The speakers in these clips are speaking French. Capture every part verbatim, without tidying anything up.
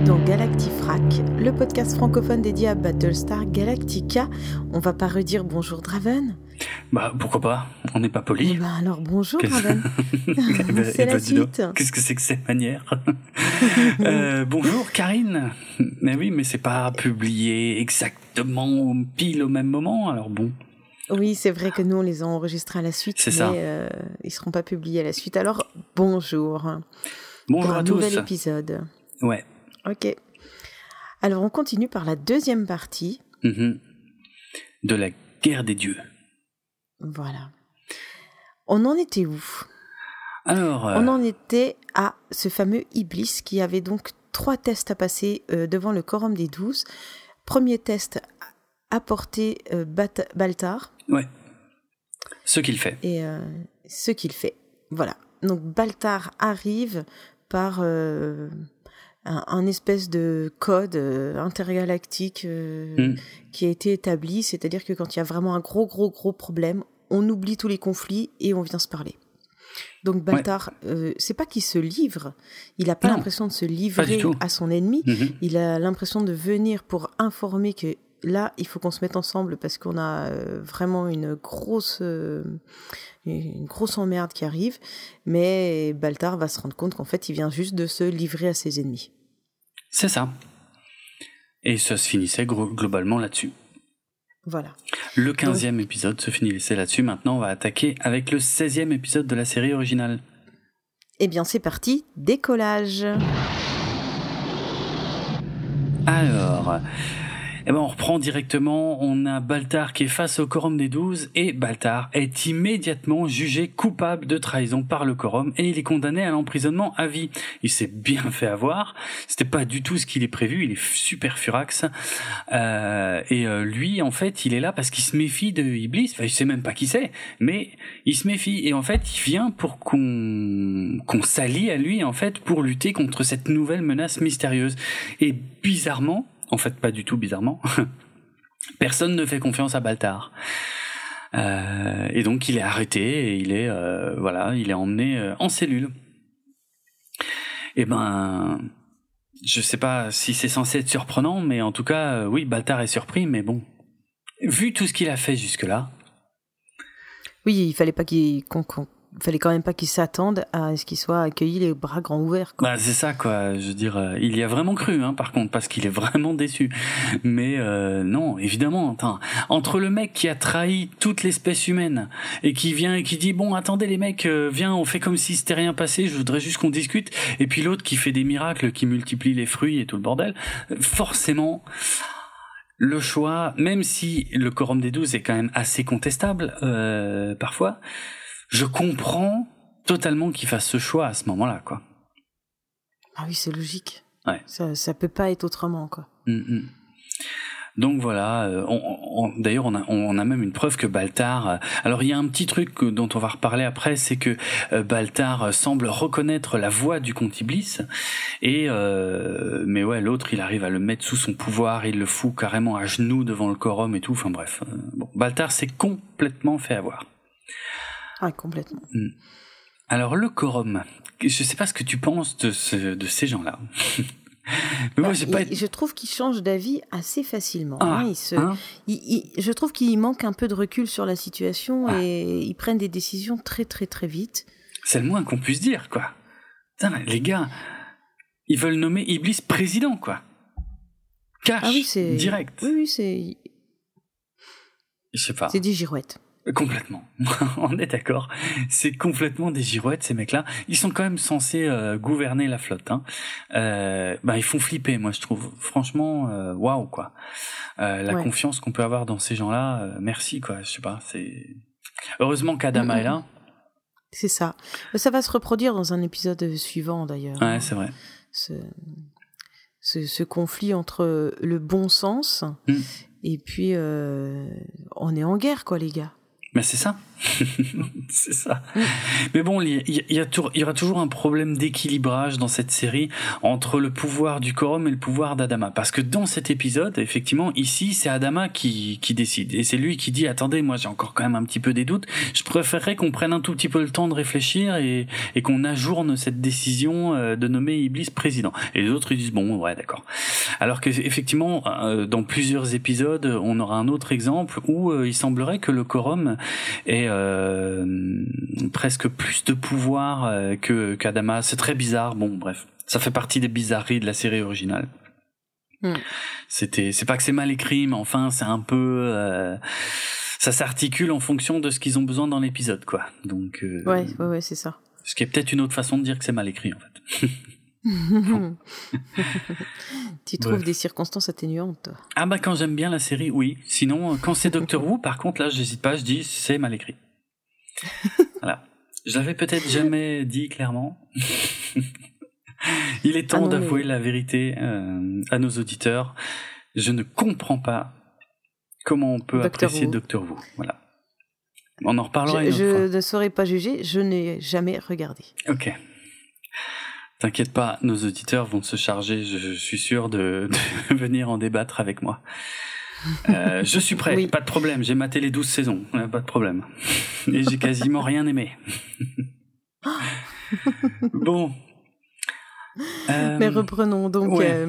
dans Galactifrac, le podcast francophone dédié à Battlestar Galactica. On va pas redire bonjour Draven? Bah pourquoi pas, on n'est pas poli. Eh ben alors bonjour Qu'est-ce... Draven. eh ben, C'est eh la ben, suite. Qu'est-ce que c'est que cette manière? euh, Bonjour Karine. Mais oui, mais c'est pas publié exactement pile au même moment, alors bon. Oui, c'est vrai que nous on les a enregistrés à la suite, c'est mais ça. Euh, ils seront pas publiés à la suite. Alors bonjour. Bonjour pour un à nouvel tous. épisode. Ouais. Ok. Alors on continue par la deuxième partie. Mm-hmm. De la guerre des dieux. Voilà. On en était où? Alors, euh... On en était à ce fameux Iblis qui avait donc trois tests à passer euh, devant le quorum des douze. Premier test, apporter euh, Bat- Baltar. Ouais. Ce qu'il fait. Et euh, ce qu'il fait. Voilà. Donc Baltar arrive par euh, un, un espèce de code euh, intergalactique euh, mm. qui a été établi. C'est-à-dire que quand il y a vraiment un gros, gros, gros problème, on oublie tous les conflits et on vient se parler. Donc Baltar, ouais. euh, c'est pas qu'il se livre, il n'a pas non, l'impression de se livrer à son ennemi, mm-hmm. il a l'impression de venir pour informer que là, il faut qu'on se mette ensemble parce qu'on a euh, vraiment une grosse, euh, une grosse emmerde qui arrive, mais Baltar va se rendre compte qu'en fait, il vient juste de se livrer à ses ennemis. C'est ça. Et ça se finissait gro- globalement là-dessus. Voilà. Le quinzième Donc, épisode se finissait là-dessus. Maintenant, on va attaquer avec le seizième épisode de la série originale. Eh bien, c'est parti, décollage. Alors, eh ben on reprend directement. On a Baltar qui est face au quorum des douze et Baltar est immédiatement jugé coupable de trahison par le quorum et il est condamné à l'emprisonnement à vie. Il s'est bien fait avoir. C'était pas du tout ce qu'il est prévu. Il est super furax. Euh, et euh, lui, en fait, il est là parce qu'il se méfie de Iblis. Enfin, il sait même pas qui c'est, mais il se méfie. Et en fait, il vient pour qu'on qu'on s'allie à lui, en fait, pour lutter contre cette nouvelle menace mystérieuse. Et bizarrement, en fait, pas du tout bizarrement, personne ne fait confiance à Baltar. Euh, et donc, il est arrêté et il est, euh, voilà, il est emmené euh, en cellule. Et ben, je sais pas si c'est censé être surprenant, mais en tout cas, euh, oui, Baltar est surpris, mais bon, vu tout ce qu'il a fait jusque-là. Oui, il fallait pas qu'il, qu'on, qu'on, fallait quand même pas qu'il s'attende à ce qu'il soit accueilli les bras grands ouverts, quoi. Bah c'est ça, quoi. Je veux dire, euh, il y a vraiment cru, hein, par contre, parce qu'il est vraiment déçu. Mais euh, non, évidemment, attends, entre le mec qui a trahi toute l'espèce humaine et qui vient et qui dit bon, attendez les mecs, euh, viens, on fait comme si c'était rien passé. Je voudrais juste qu'on discute. Et puis l'autre qui fait des miracles, qui multiplie les fruits et tout le bordel. Forcément. Le choix, même si le quorum des douze est quand même assez contestable euh, parfois, je comprends totalement qu'il fasse ce choix à ce moment-là, quoi. Ah oui, c'est logique. Ouais. Ça, ça peut pas être autrement, quoi. Mm-hmm. Donc voilà. On, on, d'ailleurs, on a, on a même une preuve que Baltar. Alors il y a un petit truc dont on va reparler après, c'est que Baltar semble reconnaître la voix du comte Iblis. Et euh, mais ouais, l'autre, il arrive à le mettre sous son pouvoir, il le fout carrément à genoux devant le quorum et tout. Enfin bref, bon, Baltar s'est complètement fait avoir. Ah, complètement. Alors le quorum, je sais pas ce que tu penses de, ce, de ces gens-là. Mais moi, bah, j'ai pas il, je trouve qu'ils changent d'avis assez facilement. Ah, hein, ils se, hein ils, ils, je trouve qu'ils manquent un peu de recul sur la situation ah. et ils prennent des décisions très très très vite. C'est le moins qu'on puisse dire, quoi. Putain, les gars, ils veulent nommer Iblis président, quoi. Cash, ah oui, c'est... direct. Oui, oui, c'est... Je sais pas. C'est des girouettes. Complètement. On est d'accord. C'est complètement des girouettes, ces mecs-là. Ils sont quand même censés euh, gouverner la flotte. Hein. Euh, ben, ils font flipper, moi, je trouve. Franchement, euh, waouh, quoi. Euh, la ouais. confiance qu'on peut avoir dans ces gens-là, euh, merci, quoi. Je sais pas, c'est... Heureusement qu'Adama mmh. est là. C'est ça. Ça va se reproduire dans un épisode suivant, d'ailleurs. Ouais, c'est vrai. Ce, ce, ce conflit entre le bon sens mmh. et puis euh, on est en guerre, quoi, les gars. Mais c'est ça. C'est ça. Mais bon, il y, y, y, a il y aura toujours un problème d'équilibrage dans cette série entre le pouvoir du Corum et le pouvoir d'Adama. Parce que dans cet épisode, effectivement, ici, c'est Adama qui, qui décide. Et c'est lui qui dit, attendez, moi j'ai encore quand même un petit peu des doutes. Je préférerais qu'on prenne un tout petit peu le temps de réfléchir et, et qu'on ajourne cette décision de nommer Iblis président. Et les autres, ils disent, bon, ouais, d'accord. Alors que effectivement, dans plusieurs épisodes, on aura un autre exemple où il semblerait que le Corum ait Euh, presque plus de pouvoir euh, que qu'Adama. C'est très bizarre. Bon, bref, ça fait partie des bizarreries de la série originale. Mm. C'était, c'est pas que c'est mal écrit, mais enfin, c'est un peu, euh, ça s'articule en fonction de ce qu'ils ont besoin dans l'épisode, quoi. Donc, euh, ouais, ouais, ouais, c'est ça. Ce qui est peut-être une autre façon de dire que c'est mal écrit, en fait. Tu trouves Bref. des circonstances atténuantes, toi? Ah bah quand j'aime bien la série, oui. Sinon, quand c'est Doctor Who, par contre, là, j'hésite pas, je dis c'est mal écrit. Voilà. Je l'avais peut-être jamais dit clairement. Il est temps ah non, d'avouer mais... la vérité euh, à nos auditeurs. Je ne comprends pas comment on peut Doctor apprécier Who. Doctor Who. Voilà. On en reparlera je, une autre je fois. Je ne saurais pas juger, je n'ai jamais regardé. Ok. T'inquiète pas, nos auditeurs vont se charger, je, je suis sûr, de, de venir en débattre avec moi. Euh, je suis prêt, oui. Pas de problème, j'ai maté les douze saisons, euh, pas de problème. Et j'ai quasiment rien aimé. Bon. Euh, Mais reprenons donc. Ouais. Euh,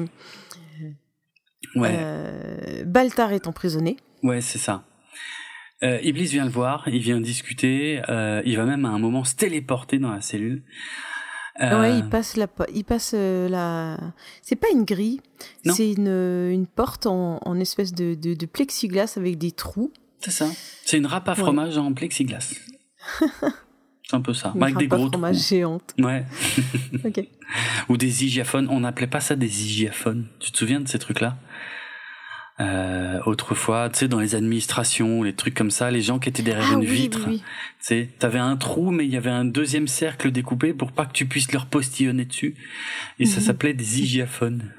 ouais. Euh, Baltar est emprisonné. Ouais, c'est ça. Euh, Iblis vient le voir, il vient discuter, euh, il va même à un moment se téléporter dans la cellule. Euh... Ouais, il passe la, il passe euh, la. C'est pas une grille, non. C'est une une porte en, en espèce de, de de plexiglas avec des trous. C'est ça. C'est une râpe à fromage ouais. en plexiglas. C'est un peu ça. Une avec râpe des gros à fromage trous. géante. Ouais. Ok. Ou des hygiaphones. On n'appelait pas ça des hygiaphones. Tu te souviens de ces trucs-là? Euh, autrefois, tu sais, dans les administrations, les trucs comme ça, les gens qui étaient derrière ah, une oui, vitre, oui, oui. tu sais, t'avais un trou, mais il y avait un deuxième cercle découpé pour pas que tu puisses leur postillonner dessus. Et ça s'appelait des hygiaphones.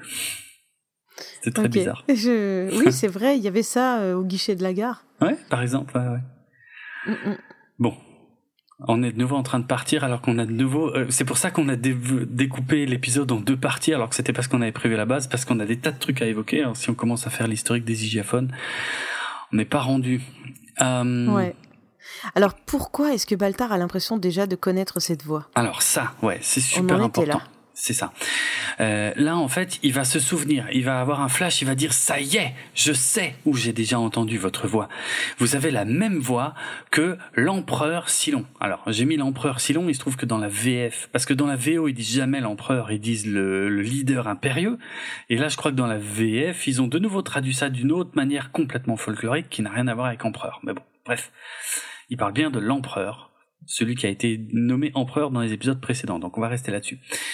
C'était très okay. bizarre. Je... Oui, c'est vrai, il y avait ça euh, au guichet de la gare. Ouais, par exemple, ouais, ouais. Mm-mm. Bon. On est de nouveau en train de partir alors qu'on a de nouveau... Euh, c'est pour ça qu'on a dé- découpé l'épisode en deux parties alors que c'était pas ce qu'on avait prévu à la base, parce qu'on a des tas de trucs à évoquer. Alors, si on commence à faire l'historique des hygiaphones, on n'est pas rendu. Euh... Ouais. Alors pourquoi est-ce que Baltar a l'impression déjà de connaître cette voix? Alors ça, ouais, c'est super on en important. Était là. C'est ça. Euh, là, en fait, il va se souvenir, il va avoir un flash, il va dire « Ça y est, je sais où j'ai déjà entendu votre voix. Vous avez la même voix que l'empereur Silon. » Alors, j'ai mis l'empereur Silon, il se trouve que dans la V F, parce que dans la V O, ils disent jamais l'empereur, ils disent le, le leader impérieux. Et là, je crois que dans la V F, ils ont de nouveau traduit ça d'une autre manière complètement folklorique qui n'a rien à voir avec empereur. Mais bon, bref. Il parle bien de l'empereur, celui qui a été nommé empereur dans les épisodes précédents. Donc, on va rester là-dessus.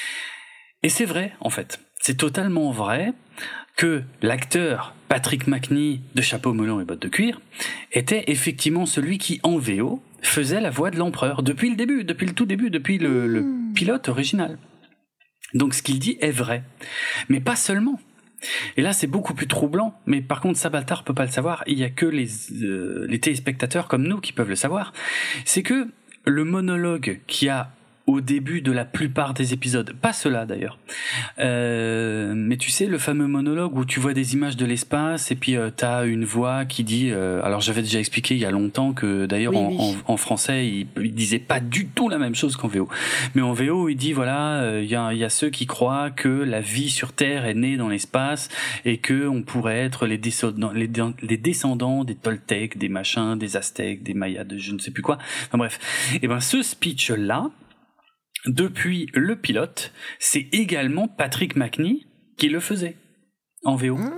Et c'est vrai, en fait. C'est totalement vrai que l'acteur Patrick Macnee de Chapeau melon et bottes de cuir était effectivement celui qui, en V O, faisait la voix de l'empereur depuis le début, depuis le tout début, depuis le, le pilote original. Donc ce qu'il dit est vrai. Mais pas seulement. Et là, c'est beaucoup plus troublant. Mais par contre, ça, Baltar peut pas le savoir. Il y a que les, euh, les téléspectateurs comme nous qui peuvent le savoir. C'est que le monologue qui a au début de la plupart des épisodes, pas ceux-là d'ailleurs, euh, mais tu sais le fameux monologue où tu vois des images de l'espace et puis euh, t'as une voix qui dit, euh, alors j'avais déjà expliqué il y a longtemps que d'ailleurs oui, en, oui. en, en français il, il disait pas du tout la même chose qu'en V O, mais en V O il dit voilà il euh, y, a, y a ceux qui croient que la vie sur Terre est née dans l'espace et que on pourrait être les descendants, les, les descendants des Toltecs, des machins, des Aztèques, des Mayas, de je ne sais plus quoi. Enfin bref, et ben ce speech là. Depuis le pilote, c'est également Patrick Macnee qui le faisait en V O. Mmh,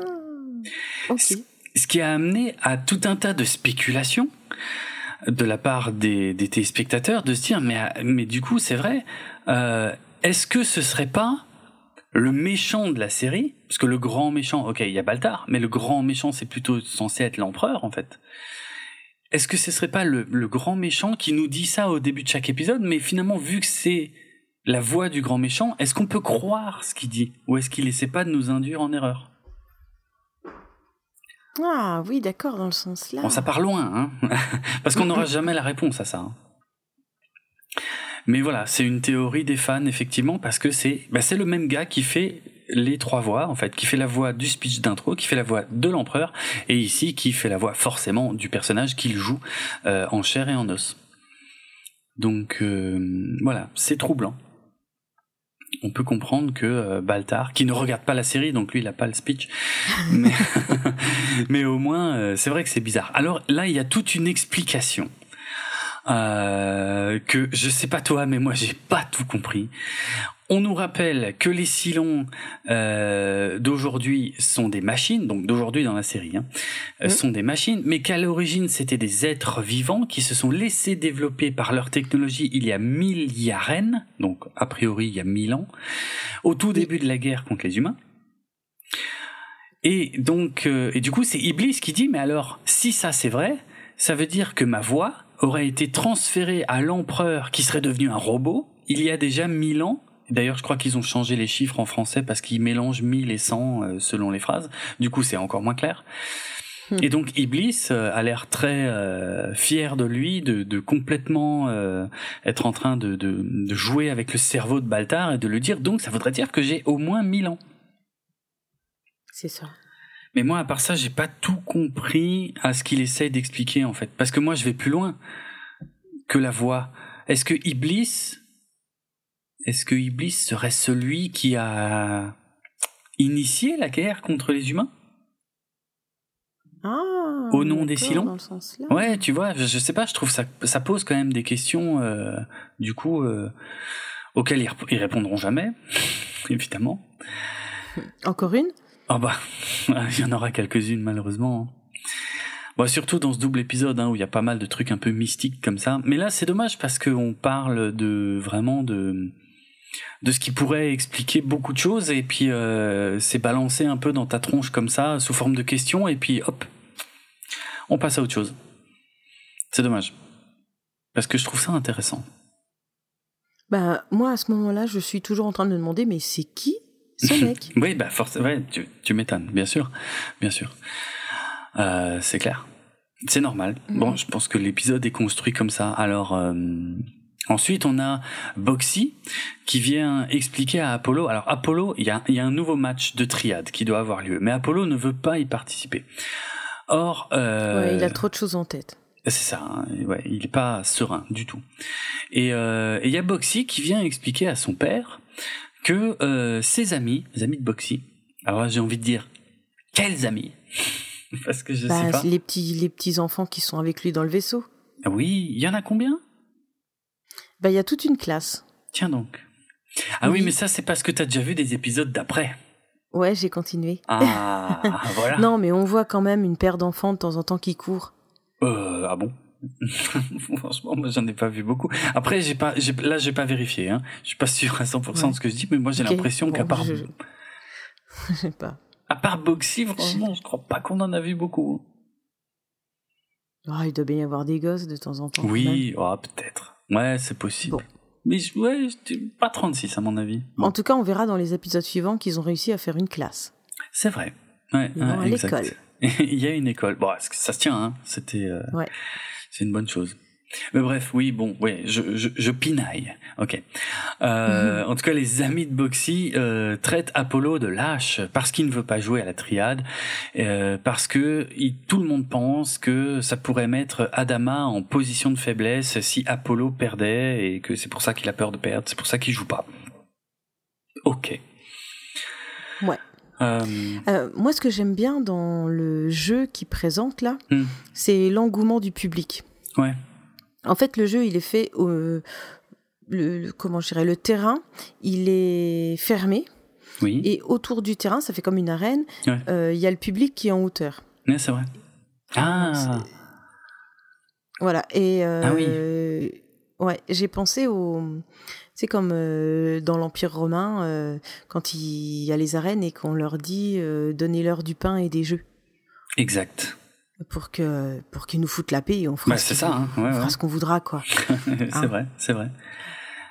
okay. Ce qui a amené à tout un tas de spéculations de la part des, des téléspectateurs de se dire mais, mais du coup c'est vrai, euh, est-ce que ce serait pas le méchant de la série? Parce que le grand méchant, ok il y a Baltar, mais le grand méchant c'est plutôt censé être l'empereur en fait. Est-ce que ce serait pas le, le grand méchant qui nous dit ça au début de chaque épisode, mais finalement, vu que c'est la voix du grand méchant, est-ce qu'on peut croire ce qu'il dit? Ou est-ce qu'il essaie pas de nous induire en erreur? Ah oui, d'accord, dans le sens là. Bon, ça part loin, hein, parce qu'on n'aura jamais la réponse à ça. Hein. Mais voilà, c'est une théorie des fans, effectivement, parce que c'est, bah, c'est le même gars qui fait les trois voix, en fait, qui fait la voix du speech d'intro, qui fait la voix de l'empereur, et ici, qui fait la voix, forcément, du personnage qu'il joue euh, en chair et en os. Donc, euh, voilà, c'est troublant. On peut comprendre que euh, Baltar, qui ne regarde pas la série, donc lui, il n'a pas le speech, mais, mais au moins, euh, c'est vrai que c'est bizarre. Alors là, il y a toute une explication. Euh, que je sais pas toi, mais moi j'ai pas tout compris. On nous rappelle que les Cylons euh, d'aujourd'hui sont des machines, donc d'aujourd'hui dans la série, hein, mmh. sont des machines, mais qu'à l'origine c'était des êtres vivants qui se sont laissés développer par leur technologie il y a milliarènes, donc a priori il y a mille ans, au tout début de la guerre contre les humains. Et donc, euh, et du coup c'est Iblis qui dit, mais alors si ça c'est vrai, ça veut dire que ma voix aurait été transférée à l'empereur qui serait devenu un robot il y a déjà mille ans. D'ailleurs, je crois qu'ils ont changé les chiffres en français parce qu'ils mélangent mille et cent euh, selon les phrases. Du coup, c'est encore moins clair. Mmh. Et donc, Iblis euh, a l'air très euh, fier de lui, de, de complètement euh, être en train de, de, de jouer avec le cerveau de Baltar et de le dire. Donc, ça voudrait dire que j'ai au moins mille ans. C'est ça. Mais moi, à part ça, j'ai pas tout compris à ce qu'il essaie d'expliquer, en fait. Parce que moi, je vais plus loin que la voix. Est-ce que Iblis, est-ce que Iblis serait celui qui a initié la guerre contre les humains? Ah, au nom des Cylons? Dans le sens là. Ouais, tu vois, je, je sais pas, je trouve ça, ça pose quand même des questions, euh, du coup, euh, auxquelles ils, ils répondront jamais, évidemment. Encore une? Ah oh bah, il y en aura quelques-unes malheureusement. Bon, surtout dans ce double épisode hein, où il y a pas mal de trucs un peu mystiques comme ça. Mais là, c'est dommage parce qu'on parle de vraiment de de ce qui pourrait expliquer beaucoup de choses et puis euh, c'est balancé un peu dans ta tronche comme ça sous forme de questions et puis hop, on passe à autre chose. C'est dommage parce que je trouve ça intéressant. Bah moi à ce moment-là, je suis toujours en train de me demander mais c'est qui ce mec? Oui, bah forcément, ouais, tu, tu m'étonnes, bien sûr, bien sûr. Euh, c'est clair, c'est normal. Mmh. Bon, je pense que l'épisode est construit comme ça. Alors euh, ensuite, on a Boxy qui vient expliquer à Apollo. Alors Apollo, il y a, y a un nouveau match de triade qui doit avoir lieu, mais Apollo ne veut pas y participer. Or, euh, ouais, il a trop de choses en tête. C'est ça, hein, ouais, il est pas serein du tout. Et euh, il y a Boxy qui vient expliquer à son père que euh, ses amis, les amis de Boxy, alors là j'ai envie de dire, quels amis? Parce que je bah, sais pas. Les petits, les petits enfants qui sont avec lui dans le vaisseau. Oui, il y en a combien? Bah, il y a toute une classe. Tiens donc. Ah oui, oui mais ça c'est parce que t'as déjà vu des épisodes d'après. Ouais, j'ai continué. Ah, voilà. Non, mais on voit quand même une paire d'enfants de temps en temps qui courent. Euh, ah bon? Franchement, moi j'en ai pas vu beaucoup. Après, j'ai pas, j'ai, là j'ai pas vérifié. Hein. Je suis pas sûr à cent pour cent ouais. de ce que je dis, mais moi j'ai okay. l'impression bon, qu'à part, je... je sais pas. À part Boxy, franchement, je crois pas qu'on en a vu beaucoup. Oh, il doit bien y avoir des gosses de temps en temps. Oui, oh, peut-être. Ouais, c'est possible. Bon. Mais ouais, pas trente-six à mon avis. Bon. En tout cas, on verra dans les épisodes suivants qu'ils ont réussi à faire une classe. C'est vrai. Ouais, ils vont ouais, à l'école. Il y a une école. Bon, ça se tient, hein. C'était. Euh... Ouais. C'est une bonne chose. Mais bref, oui, bon, ouais, je, je, je pinaille. Ok. Euh, en tout cas, les amis de Boxy euh, traitent Apollo de lâche parce qu'il ne veut pas jouer à la triade, euh, parce que il, tout le monde pense que ça pourrait mettre Adama en position de faiblesse si Apollo perdait et que c'est pour ça qu'il a peur de perdre, c'est pour ça qu'il joue pas. Ok. Ouais. Euh... Euh, moi, ce que j'aime bien dans le jeu qu'il présente là, hmm. c'est l'engouement du public. Ouais. En fait, le jeu, il est fait au, le, le comment je dirais, le terrain, il est fermé. Oui. Et autour du terrain, ça fait comme une arène. Il ouais. euh, y a le public qui est en hauteur. Ouais, c'est vrai. Ah. C'est... Voilà. Et euh, ah oui. Ouais, j'ai pensé au. C'est comme euh, dans l'Empire romain, euh, quand il y a les arènes et qu'on leur dit euh, donnez-leur du pain et des jeux. Exact. Pour que pour qu'ils nous foutent la paix et on fera, bah, ce, c'est ça, hein. ouais, on fera ouais. ce qu'on voudra, quoi. c'est hein. vrai, c'est vrai.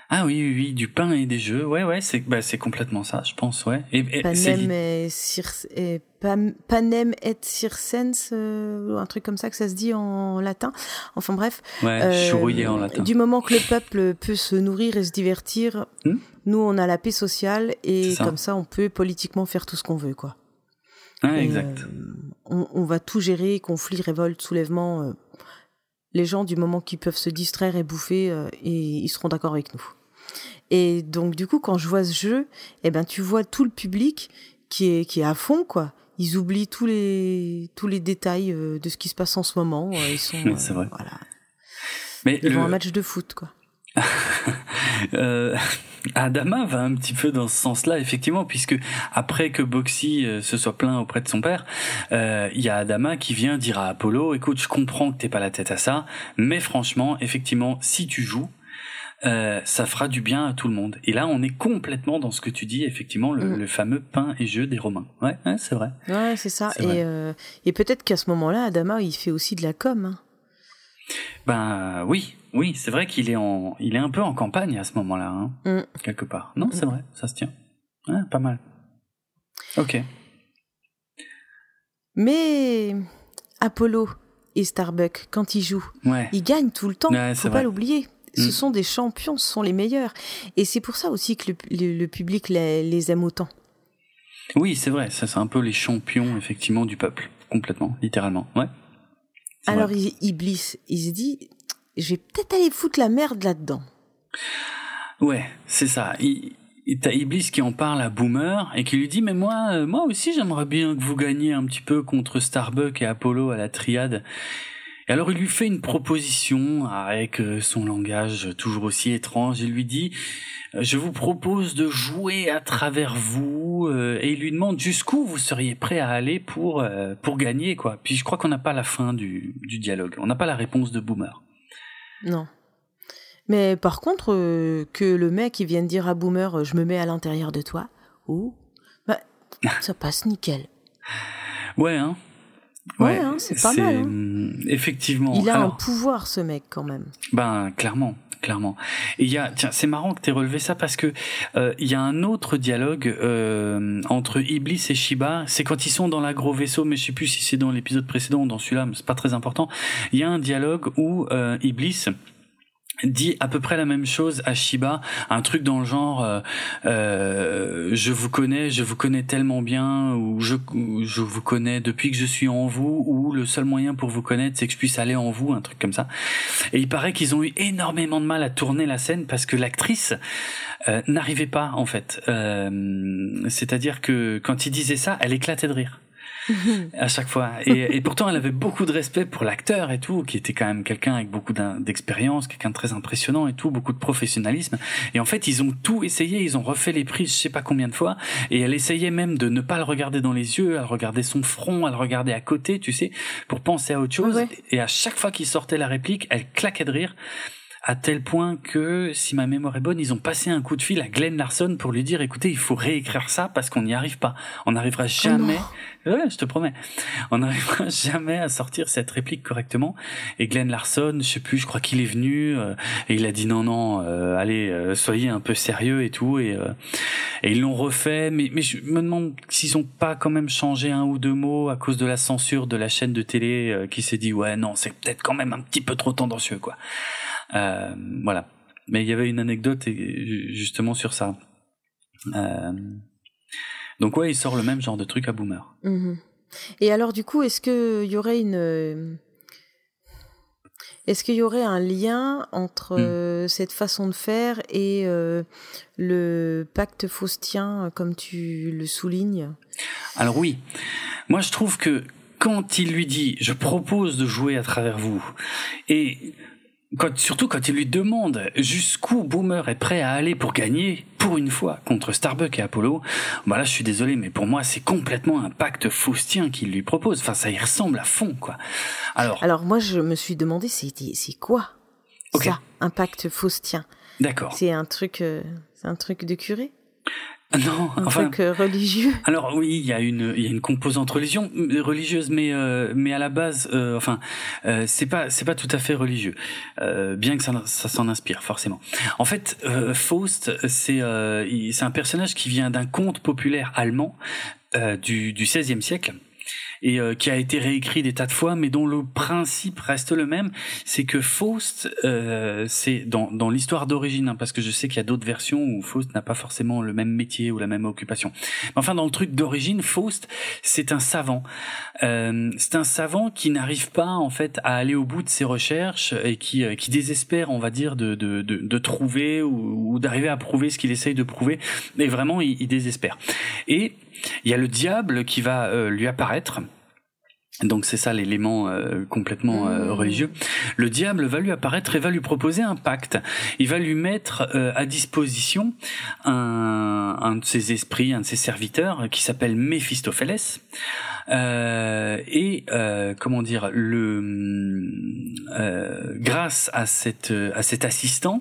Ah oui, oui, oui, du pain et des jeux. Ouais, ouais, c'est, bah, c'est complètement ça, je pense, ouais. Et, et Panem et, circe, et pam, Panem et circens, euh, un truc comme ça que ça se dit en latin. Enfin bref. Ouais, euh, chourouillé en latin. Du moment que le peuple peut se nourrir et se divertir, hmm nous, on a la paix sociale et ça. Comme ça, on peut politiquement faire tout ce qu'on veut, quoi. Ouais, et exact. Euh, on, on va tout gérer, conflits, révoltes, soulèvements. Euh, les gens, du moment qu'ils peuvent se distraire et bouffer, euh, et ils seront d'accord avec nous. Et donc, du coup, quand je vois ce jeu, eh ben, tu vois tout le public qui est, qui est à fond, quoi. Ils oublient tous les, tous les détails euh, de ce qui se passe en ce moment. Euh, ils sont, euh, c'est vrai. Voilà. Mais devant le... un match de foot, quoi. euh, Adama va un petit peu dans ce sens-là, effectivement, puisque après que Boxy euh, se soit plaint auprès de son père, il euh, y a Adama qui vient dire à Apollo, écoute, je comprends que t'aies pas la tête à ça, mais franchement, effectivement, si tu joues, Euh, ça fera du bien à tout le monde. Et là, on est complètement dans ce que tu dis, effectivement, le, mmh. le fameux pain et jeu des Romains. Ouais, ouais c'est vrai. Ouais, c'est ça. C'est et, euh, et peut-être qu'à ce moment-là, Adama, il fait aussi de la com. Hein. Ben oui, oui, c'est vrai qu'il est en, il est un peu en campagne à ce moment-là, hein, mmh. quelque part. Non, mmh. c'est vrai, ça se tient. Ouais, pas mal. Ok. Mais Apollo et Starbuck, quand ils jouent, ouais. ils gagnent tout le temps. Ouais, faut vrai. pas l'oublier. Ce sont des champions, ce sont les meilleurs. Et c'est pour ça aussi que le, le, le public les, les aime autant. Oui, c'est vrai. Ça, c'est un peu les champions, effectivement, du peuple. Complètement, littéralement. Ouais. Alors, il, Iblis, il se dit, je vais peut-être aller foutre la merde là-dedans. Ouais, c'est ça. Il, t'as Iblis qui en parle à Boomer et qui lui dit, mais moi, euh, moi aussi, j'aimerais bien que vous gagniez un petit peu contre Starbuck et Apollo à la triade. Et alors il lui fait une proposition avec son langage toujours aussi étrange. Il lui dit « Je vous propose de jouer à travers vous » et il lui demande jusqu'où vous seriez prêt à aller pour pour gagner, quoi. Puis je crois qu'on n'a pas la fin du, du dialogue. On n'a pas la réponse de Boomer. Non. Mais par contre, euh, que le mec il vienne dire à Boomer « Je me mets à l'intérieur de toi », oh, bah, ça passe nickel. Ouais, hein. Ouais, ouais hein, c'est pas c'est, mal. Hein. Effectivement. Il a Alors, un pouvoir, ce mec, quand même. Ben, clairement, clairement. Et il y a, tiens, c'est marrant que t'aies relevé ça parce que euh, il y a un autre dialogue euh, entre Iblis et Shiba. C'est quand ils sont dans l'agro-vaisseau, mais je sais plus si c'est dans l'épisode précédent ou dans celui-là, mais c'est pas très important. Il y a un dialogue où euh, Iblis dit à peu près la même chose à Shiba, un truc dans le genre euh, euh, je vous connais, je vous connais tellement bien, ou je je vous connais depuis que je suis en vous, ou le seul moyen pour vous connaître c'est que je puisse aller en vous, un truc comme ça. Et il paraît qu'ils ont eu énormément de mal à tourner la scène parce que l'actrice euh, n'arrivait pas en fait. Euh, c'est-à-dire que quand il disait ça, elle éclatait de rire. à chaque fois. Et, et pourtant, elle avait beaucoup de respect pour l'acteur et tout, qui était quand même quelqu'un avec beaucoup d'expérience, quelqu'un de très impressionnant et tout, beaucoup de professionnalisme. Et en fait, ils ont tout essayé, ils ont refait les prises, je sais pas combien de fois, et elle essayait même de ne pas le regarder dans les yeux, elle regardait son front, elle regardait à côté, tu sais, pour penser à autre chose. Ouais. Et à chaque fois qu'il sortait la réplique, elle claquait de rire. À tel point que, si ma mémoire est bonne, ils ont passé un coup de fil à Glenn Larson pour lui dire, écoutez, il faut réécrire ça parce qu'on n'y arrive pas. On n'arrivera jamais, oh ouais, je te promets, on n'arrivera jamais à sortir cette réplique correctement. Et Glenn Larson, je sais plus, je crois qu'il est venu, euh, et il a dit non, non, euh, allez, euh, soyez un peu sérieux et tout, et, euh, et ils l'ont refait, mais, mais je me demande s'ils ont pas quand même changé un ou deux mots à cause de la censure de la chaîne de télé, euh, qui s'est dit, ouais, non, c'est peut-être quand même un petit peu trop tendancieux, quoi. Euh, voilà. Mais il y avait une anecdote justement sur ça. Euh, donc ouais, il sort le même genre de truc à Boomer. Mmh. Et alors du coup, est-ce que il y aurait une, est-ce qu'il y aurait un lien entre mmh. cette façon de faire et euh, le pacte faustien, comme tu le soulignes? Alors oui, moi je trouve que quand il lui dit, je propose de jouer à travers vous, et Quand, surtout quand il lui demande jusqu'où Boomer est prêt à aller pour gagner, pour une fois, contre Starbuck et Apollo, bah là je suis désolé, mais pour moi c'est complètement un pacte faustien qu'il lui propose. Enfin, ça y ressemble à fond, quoi. Alors, Alors moi je me suis demandé, c'est, c'est quoi okay. ça, un pacte faustien? D'accord. C'est un truc, euh, c'est un truc de curé? Non, un enfin, truc euh, religieux. Alors oui, il y a une il y a une composante religion religieuse, mais euh, mais à la base, euh, enfin, euh, c'est pas c'est pas tout à fait religieux, euh, bien que ça ça s'en inspire forcément. En fait, euh, Faust, c'est euh, il- c'est un personnage qui vient d'un conte populaire allemand euh, du du seizième siècle. Et euh, qui a été réécrit des tas de fois, mais dont le principe reste le même, c'est que Faust, euh, c'est dans, dans l'histoire d'origine, hein, parce que je sais qu'il y a d'autres versions où Faust n'a pas forcément le même métier ou la même occupation. Mais enfin, dans le truc d'origine, Faust, c'est un savant. Euh, c'est un savant qui n'arrive pas en fait à aller au bout de ses recherches et qui, euh, qui désespère, on va dire, de, de, de, de trouver ou, ou d'arriver à prouver ce qu'il essaye de prouver. Et vraiment, il, il désespère. Et il y a le diable qui va euh, lui apparaître. Donc c'est ça l'élément euh, complètement euh, religieux. Le diable va lui apparaître et va lui proposer un pacte. Il va lui mettre euh, à disposition un, un de ses esprits, un de ses serviteurs qui s'appelle Méphistophélès. Euh, et euh, comment dire, le euh, grâce à cette à cet assistant,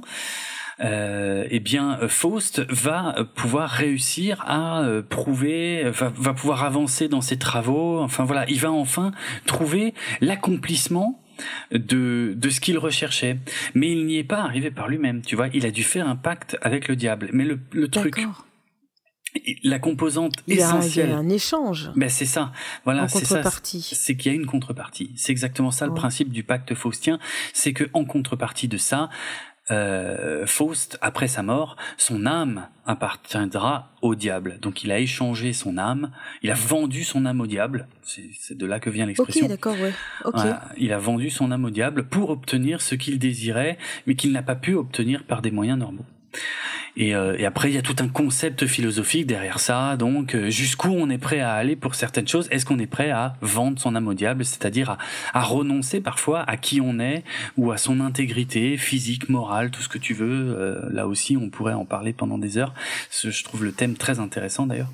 Euh, eh bien, Faust va pouvoir réussir à euh, prouver, va, va pouvoir avancer dans ses travaux. Enfin voilà, il va enfin trouver l'accomplissement de de ce qu'il recherchait. Mais il n'y est pas arrivé par lui-même. Tu vois, il a dû faire un pacte avec le diable. Mais le le truc. D'accord. La composante il essentielle. Il y a un échange. Ben c'est ça. Voilà, en c'est ça. contrepartie. C'est qu'il y a une contrepartie. C'est exactement ça le Ouais. principe du pacte faustien. C'est que en contrepartie de ça, Euh, Faust, après sa mort, son âme appartiendra au diable. Donc il a échangé son âme, il a vendu son âme au diable. C'est, c'est de là que vient l'expression. Ok, d'accord, ouais. Ok. Voilà, il a vendu son âme au diable pour obtenir ce qu'il désirait, mais qu'il n'a pas pu obtenir par des moyens normaux. Et, euh, et après, il y a tout un concept philosophique derrière ça. Donc, euh, jusqu'où on est prêt à aller pour certaines choses? Est-ce qu'on est prêt à vendre son âme au diable, c'est-à-dire à, à renoncer parfois à qui on est ou à son intégrité physique, morale, tout ce que tu veux. Euh, là aussi, on pourrait en parler pendant des heures. Je trouve le thème très intéressant d'ailleurs.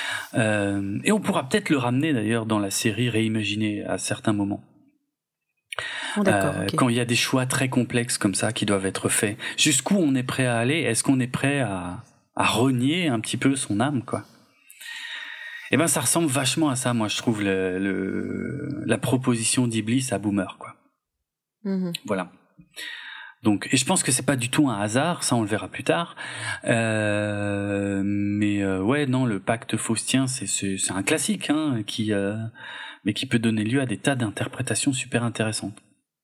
Euh, et on pourra peut-être le ramener d'ailleurs dans la série Réimaginée à certains moments. Oh, d'accord, euh, okay. Quand il y a des choix très complexes comme ça qui doivent être faits, jusqu'où on est prêt à aller? Est-ce qu'on est prêt à, à renier un petit peu son âme, quoi? Eh ben, ça ressemble vachement à ça, moi, je trouve, le, le, la proposition d'Iblis à Boomer, quoi. Mm-hmm. Voilà. Donc, et je pense que c'est pas du tout un hasard, ça on le verra plus tard. Euh, mais euh, ouais, non, le pacte faustien, c'est c'est, c'est un classique, hein, qui euh, mais qui peut donner lieu à des tas d'interprétations super intéressantes.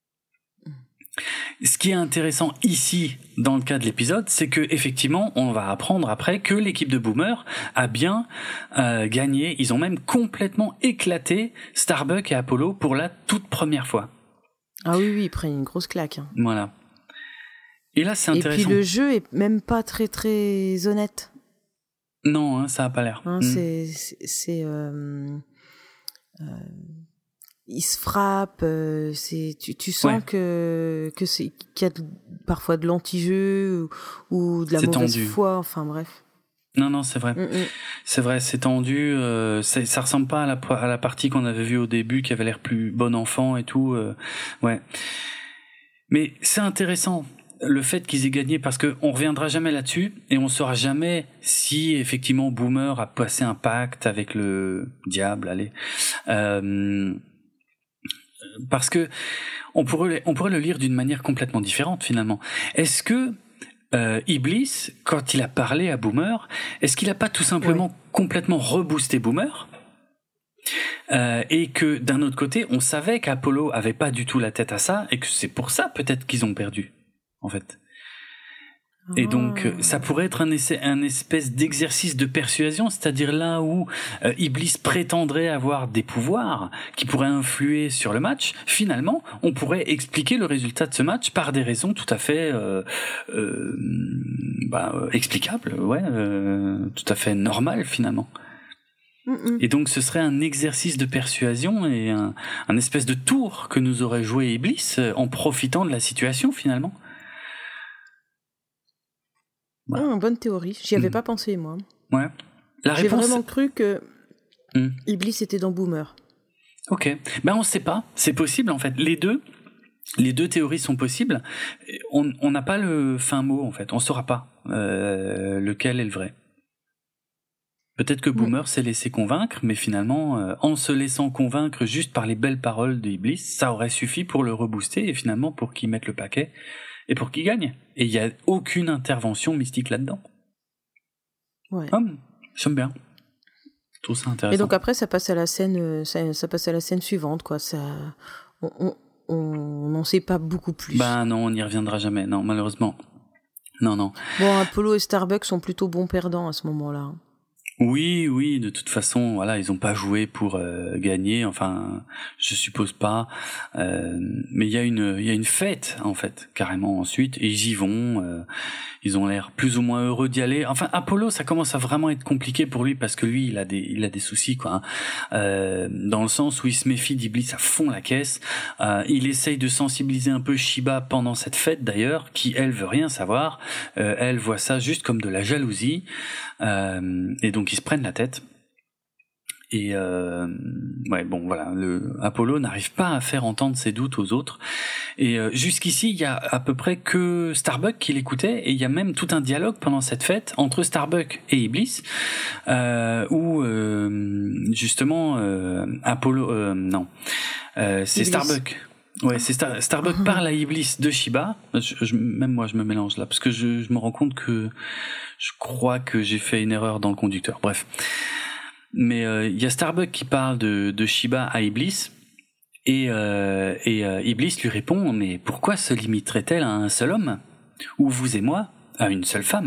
Ce qui est intéressant ici, dans le cas de l'épisode, c'est que effectivement, on va apprendre après que l'équipe de Boomer a bien euh, gagné. Ils ont même complètement éclaté Starbuck et Apollo pour la toute première fois. Ah oui, oui, ils prennent une grosse claque. Hein. Voilà. Et là, c'est intéressant. Et puis le jeu est même pas très très honnête. Non, hein, ça a pas l'air. Hein, mmh. C'est, c'est, c'est euh, euh, ils se frappent. Euh, c'est, tu, tu sens ouais. que que c'est qu'il y a de, parfois de l'anti-jeu ou, ou de la c'est mauvaise tendu. foi. Enfin bref. Non, non, c'est vrai. Mm-mm. C'est vrai, c'est tendu. Euh, c'est, ça ressemble pas à la, à la partie qu'on avait vue au début, qui avait l'air plus bon enfant et tout. Euh, ouais. Mais c'est intéressant, le fait qu'ils aient gagné, parce que on reviendra jamais là-dessus et on saura jamais si effectivement Boomer a passé un pacte avec le diable. Allez, euh, parce que on pourrait, on pourrait le lire d'une manière complètement différente finalement. Est-ce que euh, Iblis, quand il a parlé à Boomer, est-ce qu'il a pas tout simplement oui. complètement reboosté Boomer? Euh, et que d'un autre côté, on savait qu'Apollo avait pas du tout la tête à ça, et que c'est pour ça peut-être qu'ils ont perdu, en fait. Oh. Et donc, ça pourrait être un, essai, un espèce d'exercice de persuasion, c'est-à-dire là où euh, Iblis prétendrait avoir des pouvoirs qui pourraient influer sur le match. Finalement, on pourrait expliquer le résultat de ce match par des raisons tout à fait euh, euh, bah, euh, explicables, ouais, euh, tout à fait normales finalement. Mm-mm. Et donc ce serait un exercice de persuasion et un, un espèce de tour que nous aurait joué Iblis en profitant de la situation finalement. Voilà. Oh, bonne théorie, j'y avais mmh. pas pensé moi. Ouais. La J'ai réponse... vraiment cru que mmh. Iblis était dans Boomer. Ok, ben on sait pas, c'est possible en fait. Les deux, les deux théories sont possibles. On n'a pas le fin mot en fait, on saura pas euh, lequel est le vrai. Peut-être que Boomer mmh. s'est laissé convaincre, mais finalement, euh, en se laissant convaincre juste par les belles paroles d'Iblis, ça aurait suffi pour le rebooster et finalement pour qu'il mette le paquet et pour qu'il gagne. Et il n'y a aucune intervention mystique là-dedans. Ouais. Hum, j'aime bien. Je trouve ça intéressant. Et donc après, ça passe à la scène, ça, ça passe à la scène suivante, quoi. Ça, on, on n'en sait pas beaucoup plus. Bah non, on n'y reviendra jamais. Non, malheureusement. Non, non. Bon, Apollo et Starbuck sont plutôt bons perdants à ce moment-là. Oui, oui, de toute façon, voilà, ils ont pas joué pour euh, gagner, enfin, je suppose pas. Euh, mais il y a une, il y a une fête en fait, carrément ensuite, et ils y vont. Euh, ils ont l'air plus ou moins heureux d'y aller. Enfin, Apollo, ça commence à vraiment être compliqué pour lui parce que lui, il a des, il a des soucis quoi. Hein. Euh, dans le sens où il se méfie d'Iblis à fond la caisse. Euh, il essaye de sensibiliser un peu Shiba pendant cette fête d'ailleurs, qui elle veut rien savoir. Euh, elle voit ça juste comme de la jalousie. Euh, et donc ils se prennent la tête et euh, ouais bon voilà le Apollo n'arrive pas à faire entendre ses doutes aux autres et euh, jusqu'ici il y a à peu près que Starbuck qui l'écoutait et il y a même tout un dialogue pendant cette fête entre Starbuck et Iblis euh, où euh, justement euh, Apollo euh, non euh, c'est Iblis. Starbuck ouais c'est Star- Starbuck parle à Iblis de Shiba. Je, je, même moi je me mélange là parce que je, je me rends compte que je crois que j'ai fait une erreur dans le conducteur. Bref. Mais il euh, y a Starbuck qui parle de, de Shiba à Iblis et, euh, et euh, Iblis lui répond « Mais pourquoi se limiterait-elle à un seul homme ? Ou vous et moi, à une seule femme ?»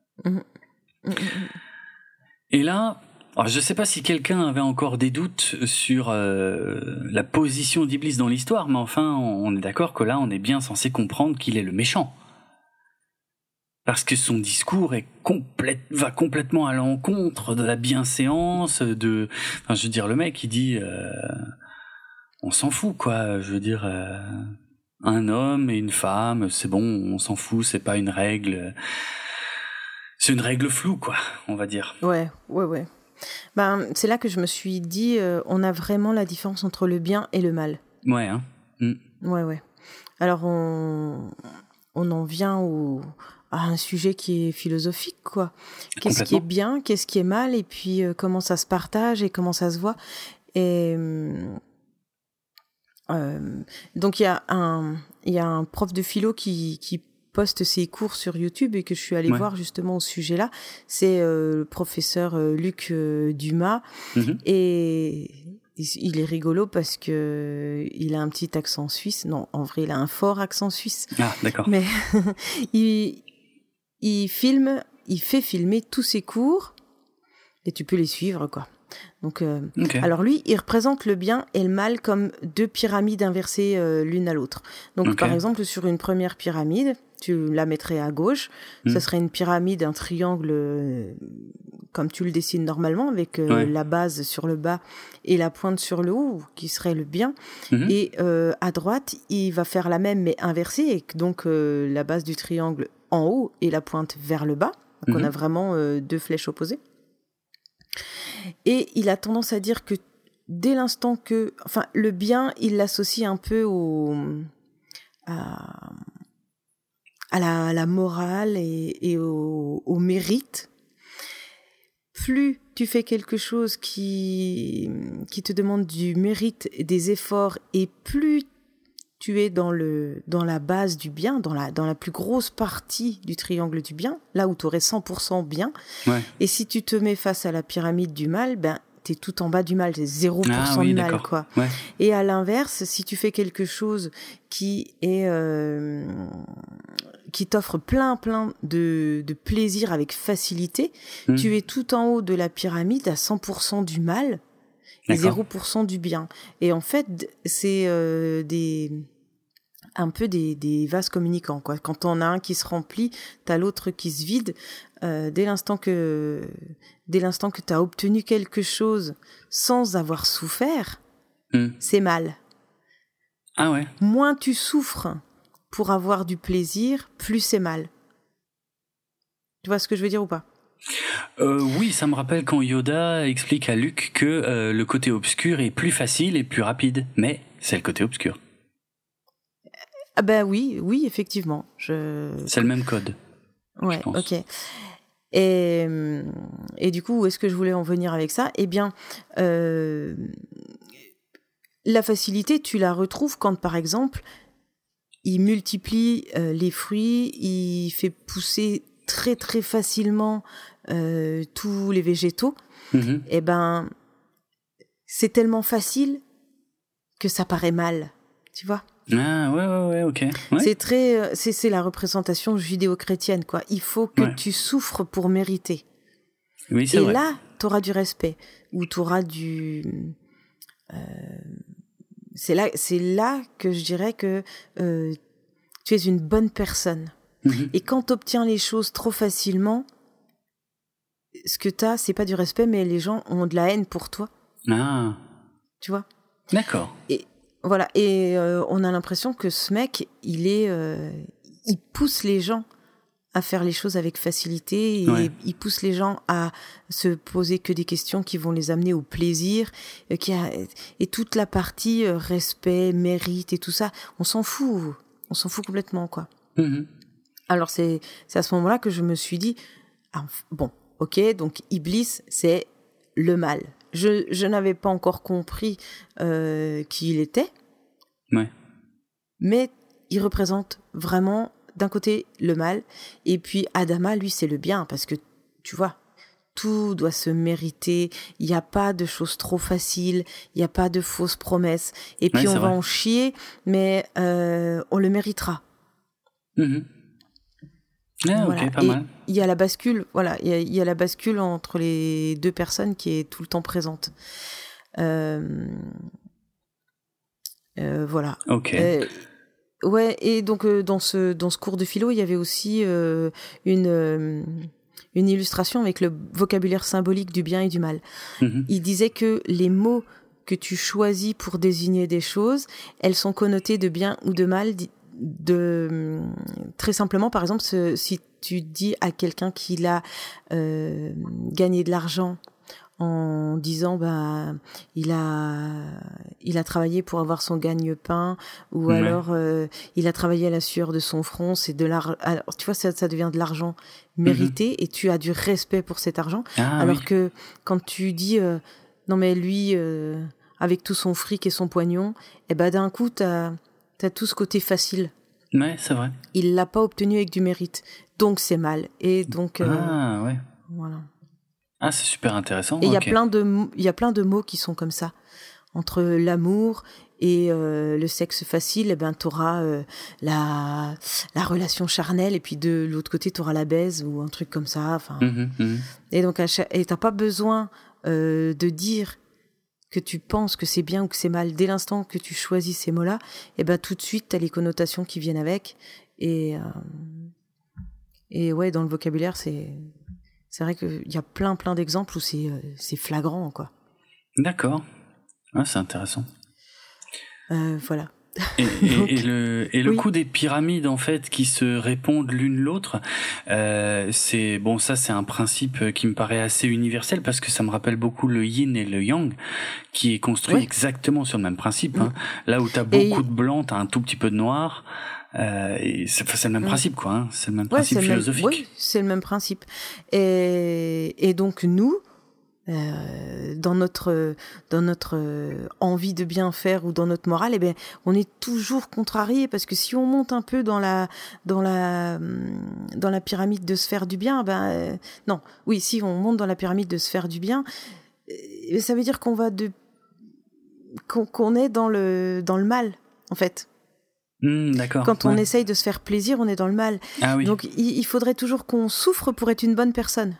Et là, alors je ne sais pas si quelqu'un avait encore des doutes sur euh, la position d'Iblis dans l'histoire, mais enfin, on est d'accord que là, on est bien censé comprendre qu'il est le méchant. Parce que son discours est complète, va complètement à l'encontre de la bienséance, de, enfin, je veux dire, le mec, il dit, euh, on s'en fout, quoi. Je veux dire, euh, un homme et une femme, c'est bon, on s'en fout, c'est pas une règle, c'est une règle floue, quoi, on va dire. Ouais, ouais, ouais. Ben, c'est là que je me suis dit, euh, on a vraiment la différence entre le bien et le mal. Ouais, hein. Mm. Ouais, ouais. Alors, on, on en vient au, à un sujet qui est philosophique, quoi. Qu'est-ce qui est bien, qu'est-ce qui est mal, et puis euh, comment ça se partage et comment ça se voit. Et euh, donc, il y a un, il y a un prof de philo qui, qui poste ses cours sur YouTube et que je suis allée ouais. voir justement au sujet-là. C'est euh, le professeur euh, Luc euh, Dumas. Mm-hmm. Et il est rigolo parce que il a un petit accent suisse. Non, en vrai, il a un fort accent suisse. Ah, d'accord. Mais il, il filme, il fait filmer tous ses cours et tu peux les suivre, quoi. Donc, euh, okay. Alors lui, il représente le bien et le mal comme deux pyramides inversées euh, l'une à l'autre. Donc, okay. Par exemple, sur une première pyramide, tu la mettrais à gauche, mmh. ça serait une pyramide, un triangle euh, comme tu le dessines normalement, avec euh, ouais. la base sur le bas et la pointe sur le haut, qui serait le bien. Mmh. Et euh, à droite, il va faire la même, mais inversée, et donc euh, la base du triangle en haut et la pointe vers le bas. Donc, mmh. on a vraiment euh, deux flèches opposées. Et il a tendance à dire que dès l'instant que... Enfin, le bien, il l'associe un peu au... à, à, la, à la morale et, et au, au mérite. Plus tu fais quelque chose qui, qui te demande du mérite et des efforts, et plus tu es dans, le, dans la base du bien, dans la, dans la plus grosse partie du triangle du bien, là où tu aurais cent pour cent bien. Ouais. Et si tu te mets face à la pyramide du mal, ben, tu es tout en bas du mal, c'est zéro pour cent ah, oui, de mal. Quoi. Ouais. Et à l'inverse, si tu fais quelque chose qui, est, euh, qui t'offre plein, plein de, de plaisir avec facilité, mmh. tu es tout en haut de la pyramide à cent pour cent du mal et zéro pour cent du bien. Et en fait, c'est euh, des... un peu des, des vases communicants, quoi. Quand t'en as un qui se remplit, t'as l'autre qui se vide. Euh, dès l'instant que, dès l'instant que t'as obtenu quelque chose sans avoir souffert, mm. c'est mal. Ah ouais. Moins tu souffres pour avoir du plaisir, plus c'est mal. Tu vois ce que je veux dire ou pas ? Euh, oui, ça me rappelle quand Yoda explique à Luke que euh, le côté obscur est plus facile et plus rapide, mais c'est le côté obscur. Ah ben oui, oui, effectivement. Je... C'est le même code. Ouais, ok. Et, et du coup, où est-ce que je voulais en venir avec ça ? Eh bien, euh, la facilité, tu la retrouves quand, par exemple, il multiplie euh, les fruits, il fait pousser très très facilement euh, tous les végétaux. Mmh. Eh ben, c'est tellement facile que ça paraît mal, tu vois ? Ah ouais ouais ouais ok. Ouais. C'est très, c'est c'est la représentation judéo-chrétienne quoi. Il faut que ouais. tu souffres pour mériter. Oui c'est Et vrai. Et là, t'auras du respect ou t'auras du. Euh, c'est là, c'est là que je dirais que euh, tu es une bonne personne. Mm-hmm. Et quand t'obtiens les choses trop facilement, ce que t'as, c'est pas du respect, mais les gens ont de la haine pour toi. Ah. Tu vois. D'accord. Et voilà, et euh, on a l'impression que ce mec, il est, euh, il pousse les gens à faire les choses avec facilité, et ouais. il pousse les gens à se poser que des questions qui vont les amener au plaisir, euh, qui a, et toute la partie euh, respect, mérite et tout ça, on s'en fout, on s'en fout complètement quoi. Mm-hmm. Alors c'est c'est à ce moment-là que je me suis dit, ah, bon, ok, donc Iblis c'est le mal. Je, je n'avais pas encore compris euh, qui il était, ouais. mais il représente vraiment d'un côté le mal, et puis Adama, lui, c'est le bien, parce que, tu vois, tout doit se mériter, il n'y a pas de choses trop faciles, il n'y a pas de fausses promesses, et puis ouais, on va vrai. en chier, mais euh, on le méritera. Mmh. Ah, voilà. ok, pas et mal. Il y a la bascule, voilà, il y a, il y a la bascule entre les deux personnes qui est tout le temps présente. Euh, euh, voilà. Ok. Euh, ouais, et donc euh, dans ce dans ce cours de philo, il y avait aussi euh, une euh, une illustration avec le vocabulaire symbolique du bien et du mal. Mmh. Il disait que les mots que tu choisis pour désigner des choses, elles sont connotées de bien ou de mal. De très simplement, par exemple, ce, si tu dis à quelqu'un qu'il a euh, gagné de l'argent en disant bah il a il a travaillé pour avoir son gagne-pain, ou ouais. alors euh, il a travaillé à la sueur de son front, c'est de l'argent, tu vois, ça, ça devient de l'argent mérité, mmh. et tu as du respect pour cet argent. Ah, alors oui. que quand tu dis euh, non mais lui euh, avec tout son fric et son poignon, et ben d'un coup t'as t'as tout ce côté facile. Ouais, c'est vrai. Il l'a pas obtenu avec du mérite, donc c'est mal. Et donc euh, ah ouais. Voilà. Ah, c'est super intéressant. Et il okay. y a plein de il y a plein de mots qui sont comme ça. Entre l'amour et euh, le sexe facile, eh ben t'auras euh, la la relation charnelle, et puis de l'autre côté t'auras la baise ou un truc comme ça. Enfin. Mmh, mmh. Et donc à chaque... et t'as pas besoin euh, de dire que tu penses que c'est bien ou que c'est mal. Dès l'instant que tu choisis ces mots-là, eh ben tout de suite t'as les connotations qui viennent avec. Et euh... et ouais, dans le vocabulaire, c'est c'est vrai qu'il y a plein plein d'exemples où c'est euh, c'est flagrant quoi. D'accord. Ah, c'est intéressant. Euh, voilà. Et, et, Donc, et le, et le oui. coup des pyramides en fait qui se répondent l'une l'autre, euh, c'est bon, ça c'est un principe qui me paraît assez universel, parce que ça me rappelle beaucoup le yin et le yang, qui est construit ouais. exactement sur le même principe. Hein. Mmh. Là où t'as beaucoup et... de blanc, t'as un tout petit peu de noir. Euh, et c'est, c'est le même mmh. principe quoi. Hein. C'est le même principe ouais, c'est philosophique. Le même, oui, c'est le même principe. Et, et donc nous. Euh, dans notre dans notre euh, envie de bien faire ou dans notre morale, eh ben on est toujours contrarié, parce que si on monte un peu dans la dans la dans la pyramide de se faire du bien, ben euh, non, oui, si on monte dans la pyramide de se faire du bien, euh, ça veut dire qu'on va de qu'on, qu'on est dans le dans le mal en fait. Mmh, d'accord. Quand on ouais. essaye de se faire plaisir, on est dans le mal. Ah oui. Donc il, il faudrait toujours qu'on souffre pour être une bonne personne.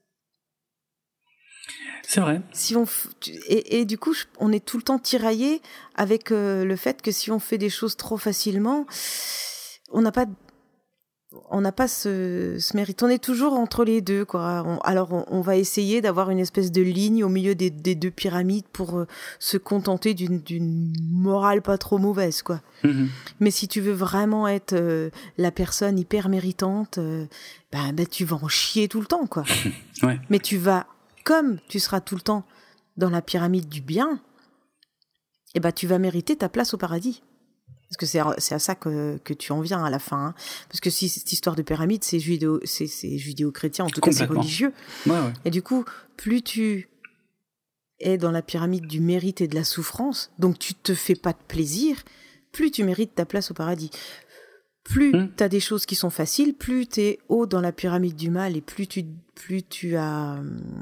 C'est vrai. Si on f... et, et du coup, on est tout le temps tiraillé avec euh, le fait que si on fait des choses trop facilement, on n'a pas, on n'a pas ce, ce mérite. On est toujours entre les deux, quoi. On, alors, on, on va essayer d'avoir une espèce de ligne au milieu des, des deux pyramides pour euh, se contenter d'une, d'une morale pas trop mauvaise, quoi. Mmh. Mais si tu veux vraiment être euh, la personne hyper méritante, euh, bah, bah, tu vas en chier tout le temps, quoi. ouais. Mais tu vas Comme tu seras tout le temps dans la pyramide du bien, eh ben tu vas mériter ta place au paradis. Parce que c'est à, c'est à ça que, que tu en viens à la fin. Hein. Parce que si cette histoire de pyramide, c'est, judéo, c'est, c'est judéo-chrétien, en tout cas c'est religieux. Ouais, ouais. Et du coup, plus tu es dans la pyramide du mérite et de la souffrance, donc tu te fais pas de plaisir, plus tu mérites ta place au paradis. Plus mmh. tu as des choses qui sont faciles, plus tu es haut dans la pyramide du mal et plus tu, plus tu as...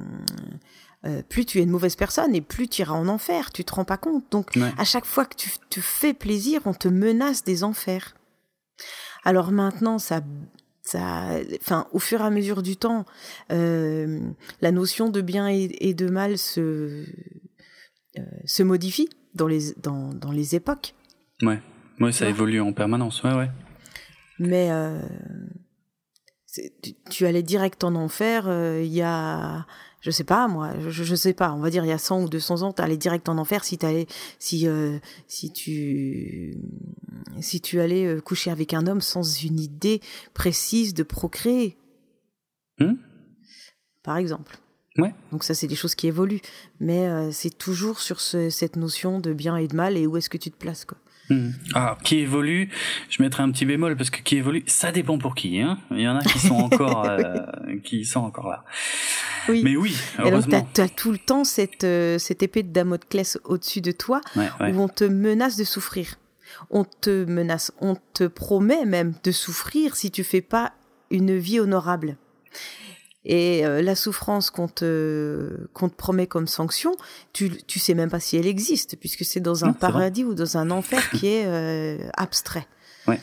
Euh, plus tu es une mauvaise personne et plus tu iras en enfer, tu te rends pas compte. Donc, ouais. à chaque fois que tu te fais plaisir, on te menace des enfers. Alors maintenant, ça, ça, enfin, au fur et à mesure du temps, euh, la notion de bien et, et de mal se, euh, se modifie dans les, dans, dans les époques. Ouais, ouais, ça ouais. évolue en permanence, ouais, ouais. Mais euh, tu, tu allais direct en enfer, il euh, y a... Je sais pas, moi, je, je sais pas, on va dire il y a cent ou deux cents ans, t'allais direct en enfer si t'allais, si, euh, si tu, si tu allais euh, coucher avec un homme sans une idée précise de procréer. Mmh. Par exemple. Ouais. Donc ça, c'est des choses qui évoluent. Mais euh, c'est toujours sur ce, cette notion de bien et de mal et où est-ce que tu te places, quoi. Mmh. Alors, qui évolue, je mettrai un petit bémol parce que qui évolue, ça dépend pour qui, hein. Il y en a qui sont encore, euh, qui sont encore là. Oui. Mais oui, heureusement. Et donc, t'as, t'as tout le temps cette, euh, cette épée de Damoclès au-dessus de toi, ouais, ouais. où on te menace de souffrir. On te menace, on te promet même de souffrir si tu fais pas une vie honorable. Et euh, la souffrance qu'on te, qu'on te promet comme sanction, tu, tu sais même pas si elle existe, puisque c'est dans un non, paradis ou dans un enfer qui est euh, abstrait. Ouais.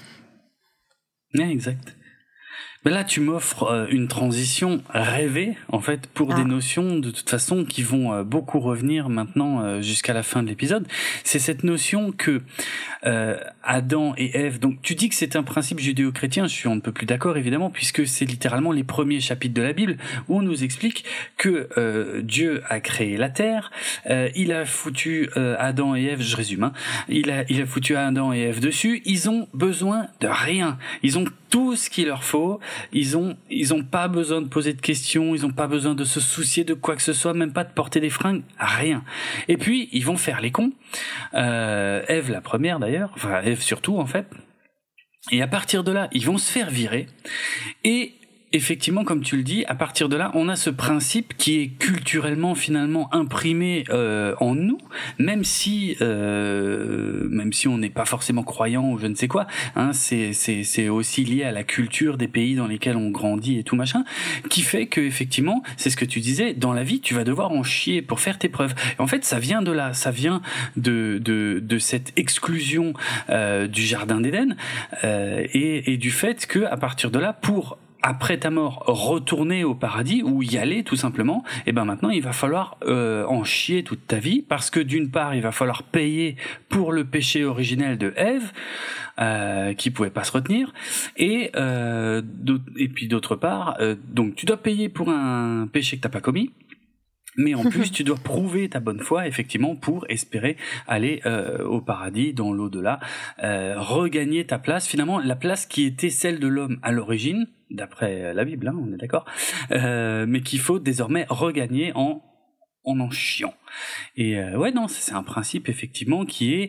Ouais, exact. Mais là, tu m'offres euh, une transition rêvée, en fait, pour ah. des notions, de toute façon, qui vont euh, beaucoup revenir maintenant euh, jusqu'à la fin de l'épisode. C'est cette notion que euh, Adam et Ève... Donc, tu dis que c'est un principe judéo-chrétien, je suis on ne peut plus d'accord, évidemment, puisque c'est littéralement les premiers chapitres de la Bible où on nous explique que euh, Dieu a créé la terre, euh, il a foutu euh, Adam et Ève, je résume, hein, il a, il a foutu Adam et Ève dessus, ils ont besoin de rien, ils ont tout ce qu'il leur faut. Ils ont, ils ont pas besoin de poser de questions, ils ont pas besoin de se soucier de quoi que ce soit, même pas de porter des fringues, rien. Et puis, ils vont faire les cons. Euh, Ève la première d'ailleurs, enfin Ève surtout en fait. Et à partir de là, ils vont se faire virer. Et effectivement, comme tu le dis, à partir de là, on a ce principe qui est culturellement finalement imprimé euh, en nous, même si euh, même si on n'est pas forcément croyant ou je ne sais quoi. Hein, c'est c'est c'est aussi lié à la culture des pays dans lesquels on grandit et tout machin, qui fait que effectivement, c'est ce que tu disais, dans la vie, tu vas devoir en chier pour faire tes preuves. Et en fait, ça vient de là, ça vient de de de cette exclusion euh, du jardin d'Éden euh, et et du fait que à partir de là, pour après ta mort, retourner au paradis ou y aller tout simplement, et ben maintenant il va falloir euh, en chier toute ta vie parce que d'une part il va falloir payer pour le péché originel de Ève euh, qui pouvait pas se retenir et euh, et puis d'autre part euh, donc tu dois payer pour un péché que t'as pas commis. Mais en plus, tu dois prouver ta bonne foi, effectivement, pour espérer aller euh, au paradis, dans l'au-delà, euh, regagner ta place, finalement, la place qui était celle de l'homme à l'origine, d'après la Bible, hein, on est d'accord, euh, mais qu'il faut désormais regagner en en, en chiant. Et euh, ouais, non, c'est un principe, effectivement, qui est...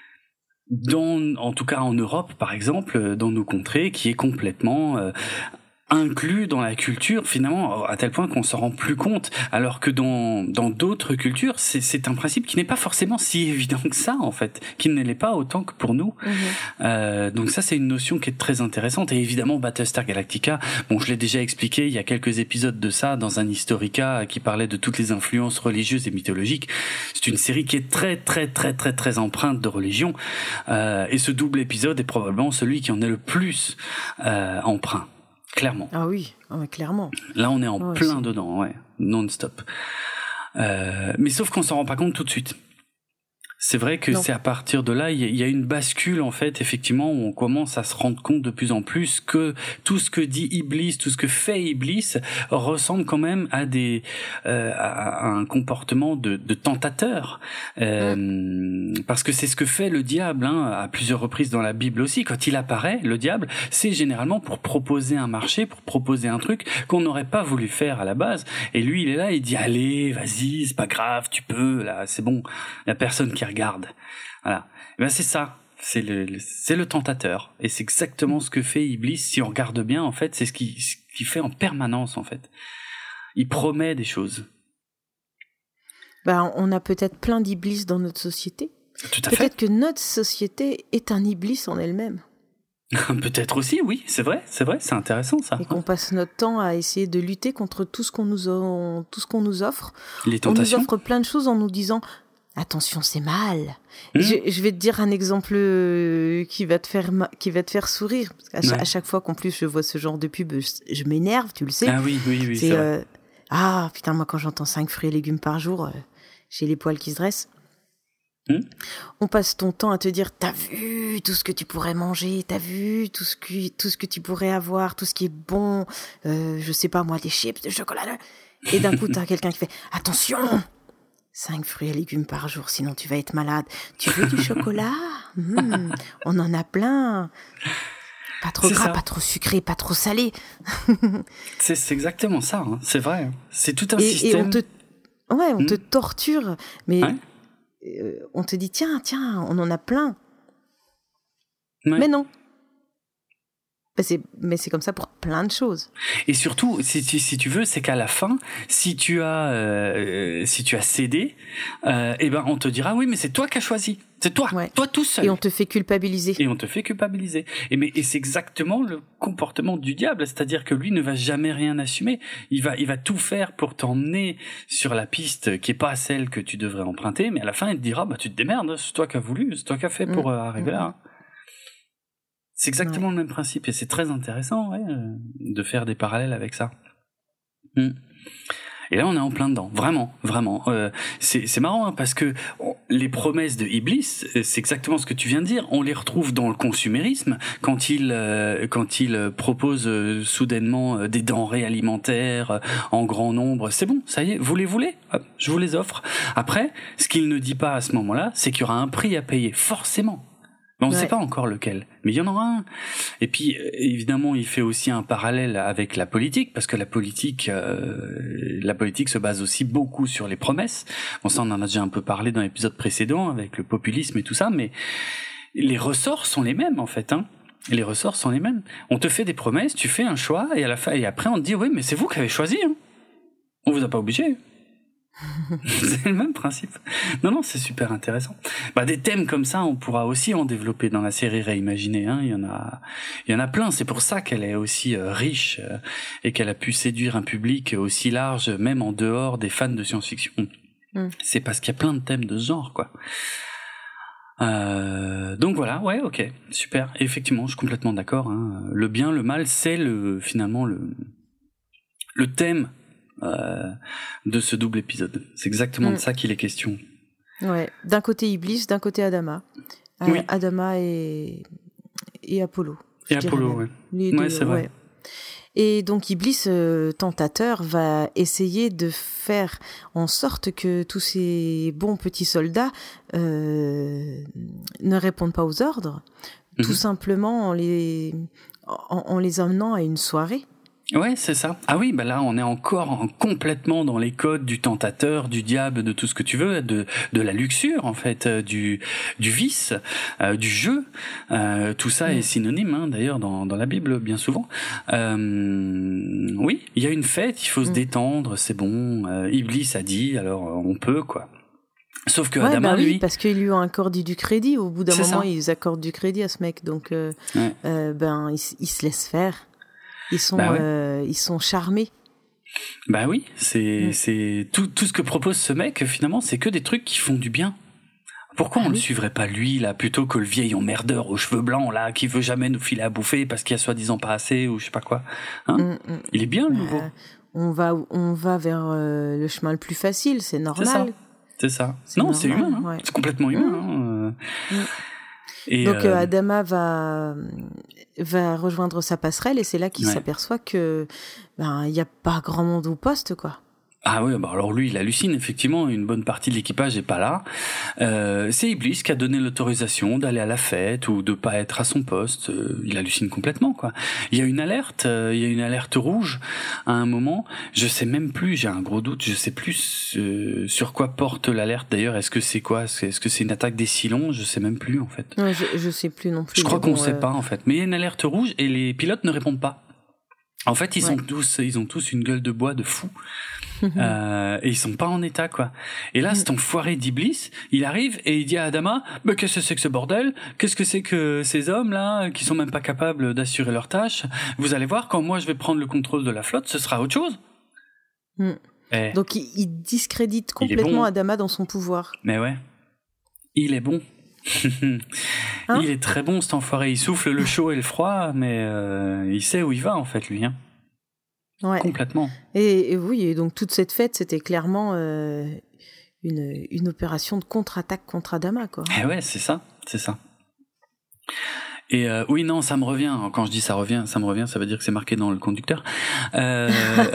dans, en tout cas en Europe, par exemple, dans nos contrées, qui est complètement... Euh, inclus dans la culture finalement à tel point qu'on s'en rend plus compte alors que dans dans d'autres cultures c'est c'est un principe qui n'est pas forcément si évident que ça en fait, qui ne l'est pas autant que pour nous. Mmh. Euh, donc ça c'est une notion qui est très intéressante et évidemment Battlestar Galactica, bon je l'ai déjà expliqué il y a quelques épisodes de ça dans un Historica qui parlait de toutes les influences religieuses et mythologiques. C'est une série qui est très très très très très empreinte de religion euh, et ce double épisode est probablement celui qui en est le plus euh, empreint. Clairement. Ah oui, oh, clairement. Là, on est en oh, plein c'est... dedans, ouais, non-stop. Euh, mais sauf qu'on s'en rend pas compte tout de suite. C'est vrai que non. C'est à partir de là, il y, y a une bascule en fait, effectivement, où on commence à se rendre compte de plus en plus que tout ce que dit Iblis, tout ce que fait Iblis, ressemble quand même à des euh, à un comportement de, de tentateur, euh, mmh. parce que c'est ce que fait le diable hein, à plusieurs reprises dans la Bible aussi. Quand il apparaît, le diable, c'est généralement pour proposer un marché, pour proposer un truc qu'on n'aurait pas voulu faire à la base. Et lui, il est là, il dit allez, vas-y, c'est pas grave, tu peux, là, c'est bon, il y a personne qui regarde. Voilà. Et ben c'est ça. C'est le, le c'est le tentateur et c'est exactement ce que fait Iblis. Si on regarde bien, en fait, c'est ce qu'il ce qu'il fait en permanence, en fait. Il promet des choses. Ben, on a peut-être plein d'iblis dans notre société. Tout à peut-être fait. que notre société est un iblis en elle-même. Peut-être aussi, oui, c'est vrai, c'est vrai, c'est intéressant ça. Et qu'on passe notre temps à essayer de lutter contre tout ce qu'on nous, a, tout ce qu'on nous offre. Les tentations. On nous offre plein de choses en nous disant « Attention, c'est mal mmh. ». Je, je vais te dire un exemple qui va te faire, qui va te faire sourire. Parce qu'à ouais. à chaque fois qu'en plus je vois ce genre de pub, je, je m'énerve, tu le sais. Ah oui, oui, oui, c'est, c'est vrai. Euh, ah putain, moi quand j'entends cinq fruits et légumes par jour, euh, j'ai les poils qui se dressent. Mmh. On passe ton temps à te dire t'as vu tout ce que tu pourrais manger, t'as vu tout ce que tout ce que tu pourrais avoir, tout ce qui est bon, euh, je sais pas moi, des chips, de chocolat. Et d'un coup t'as quelqu'un qui fait attention, cinq fruits et légumes par jour, sinon tu vas être malade. Tu veux du chocolat? mmh, On en a plein. Pas trop c'est gras, ça. Pas trop sucré, pas trop salé. c'est, c'est exactement ça, hein. C'est vrai. C'est tout un et, système. Et on te, ouais, on mmh. te torture, mais. Ouais. Euh, on te dit tiens tiens on en a plein ouais. mais non bah c'est, mais c'est comme ça pour plein de choses et surtout si tu, si tu veux c'est qu'à la fin si tu as euh, si tu as cédé euh, et ben on te dira oui mais c'est toi qui as choisi, c'est toi ouais. toi tout seul et on te fait culpabiliser et on te fait culpabiliser et mais et c'est exactement le comportement du diable, c'est-à-dire que lui ne va jamais rien assumer, il va il va tout faire pour t'emmener sur la piste qui est pas celle que tu devrais emprunter, mais à la fin il te dira bah tu te démerdes, c'est toi qui as voulu, c'est toi qui as fait pour mmh. euh, arriver mmh. là. C'est exactement ouais. le même principe et c'est très intéressant ouais, euh, de faire des parallèles avec ça. Mmh. Et là, on est en plein dedans, vraiment, vraiment. Euh, c'est, c'est marrant hein, parce que on, les promesses de Iblis, c'est exactement ce que tu viens de dire. On les retrouve dans le consumérisme quand il euh, quand il propose euh, soudainement euh, des denrées alimentaires euh, en grand nombre. C'est bon, ça y est, vous les voulez, hop, je vous les offre. Après, ce qu'il ne dit pas à ce moment-là, c'est qu'il y aura un prix à payer, forcément. Mais on ne ouais. sait pas encore lequel, mais il y en aura un. Et puis, évidemment, il fait aussi un parallèle avec la politique, parce que la politique, euh, la politique se base aussi beaucoup sur les promesses. Bon, ça, on en a déjà un peu parlé dans l'épisode précédent, avec le populisme et tout ça, mais les ressorts sont les mêmes, en fait, hein. Les ressorts sont les mêmes. On te fait des promesses, tu fais un choix, et à la fin, et après, on te dit, oui, mais c'est vous qui avez choisi, hein. On vous a pas obligé. C'est le même principe. Non, non, c'est super intéressant. Bah, des thèmes comme ça, on pourra aussi en développer dans la série Réimaginée, hein. Il y en a, il y en a plein. C'est pour ça qu'elle est aussi euh, riche euh, et qu'elle a pu séduire un public aussi large, même en dehors des fans de science-fiction. Mm. C'est parce qu'il y a plein de thèmes de ce genre, quoi. Euh, donc voilà, ouais, ok, super. Et effectivement, je suis complètement d'accord, hein. Le bien, le mal, c'est le, finalement, le, le thème Euh, de ce double épisode. C'est exactement mmh. de ça qu'il est question. Ouais, d'un côté Iblis, d'un côté Adama. Euh, oui. Adama et, et Apollo. Et Apollo, oui. Les ouais, deux, c'est vrai. Ouais. Et donc Iblis, euh, tentateur, va essayer de faire en sorte que tous ces bons petits soldats euh, ne répondent pas aux ordres, mmh. tout simplement en les, en, en les emmenant à une soirée. Ouais, c'est ça. Ah oui, bah là, on est encore en, complètement dans les codes du tentateur, du diable, de tout ce que tu veux, de de la luxure en fait, euh, du du vice, euh, du jeu. Euh, tout ça mmh. est synonyme, hein, d'ailleurs, dans dans la Bible, bien souvent. Euh, oui, il y a une fête, il faut mmh. se détendre, c'est bon. Euh, Iblis a dit, alors on peut quoi. Sauf que ouais, Adama, bah oui, lui, parce qu'ils lui ont accordé du crédit. Au bout d'un moment, ça. Ils accordent du crédit à ce mec, donc euh, ouais. euh, ben il, il se laisse faire. Ils sont, bah ouais. euh, ils sont charmés. Bah oui, c'est, mmh. c'est tout, tout ce que propose ce mec. Finalement, c'est que des trucs qui font du bien. Pourquoi ah on oui. le suivrait pas lui là plutôt que le vieil emmerdeur aux cheveux blancs là qui veut jamais nous filer à bouffer parce qu'il y a soi-disant pas assez ou je sais pas quoi. Hein mmh, mmh. Il est bien le nouveau. Euh, on va, on va vers euh, le chemin le plus facile, c'est normal. C'est ça. C'est ça. C'est non, normal, c'est humain. Hein. Ouais. C'est complètement humain. Mmh. Hein. Et donc euh... Adama va va rejoindre sa passerelle et c'est là qu'il ouais. s'aperçoit que ben il y a pas grand monde au poste quoi. Ah oui, bah alors lui, il hallucine, effectivement, une bonne partie de l'équipage est pas là. Euh, c'est Iblis qui a donné l'autorisation d'aller à la fête ou de pas être à son poste. Euh, il hallucine complètement, quoi. Il y a une alerte, euh, il y a une alerte rouge à un moment. Je sais même plus, j'ai un gros doute, je sais plus euh, sur quoi porte l'alerte d'ailleurs. Est-ce que c'est quoi? Est-ce que c'est une attaque des Cylons? Je sais même plus, en fait. Ouais, je, je sais plus non plus. Je crois qu'on bon, sait euh... pas, en fait. Mais il y a une alerte rouge et les pilotes ne répondent pas. En fait, ils ouais. sont tous, ils ont tous une gueule de bois de fou. euh, et ils sont pas en état, quoi. Et là, cet enfoiré d'Iblis, il arrive et il dit à Adama, mais qu'est-ce que c'est que ce bordel? Qu'est-ce que c'est que ces hommes-là, qui sont même pas capables d'assurer leurs tâches? Vous allez voir, quand moi je vais prendre le contrôle de la flotte, ce sera autre chose. Mm. Et donc, il, il discrédite complètement bon. Adama dans son pouvoir. Mais ouais. Il est bon. hein il est très bon, cet enfoiré. Il souffle le chaud et le froid, mais euh, il sait où il va, en fait, lui, hein. Ouais. Complètement. Et, et oui, et donc toute cette fête, c'était clairement euh, une, une opération de contre-attaque contre Adama, quoi. Et ouais, c'est ça, c'est ça. Et euh, oui, non, ça me revient. Quand je dis ça revient, ça me revient, ça veut dire que c'est marqué dans le conducteur. Euh...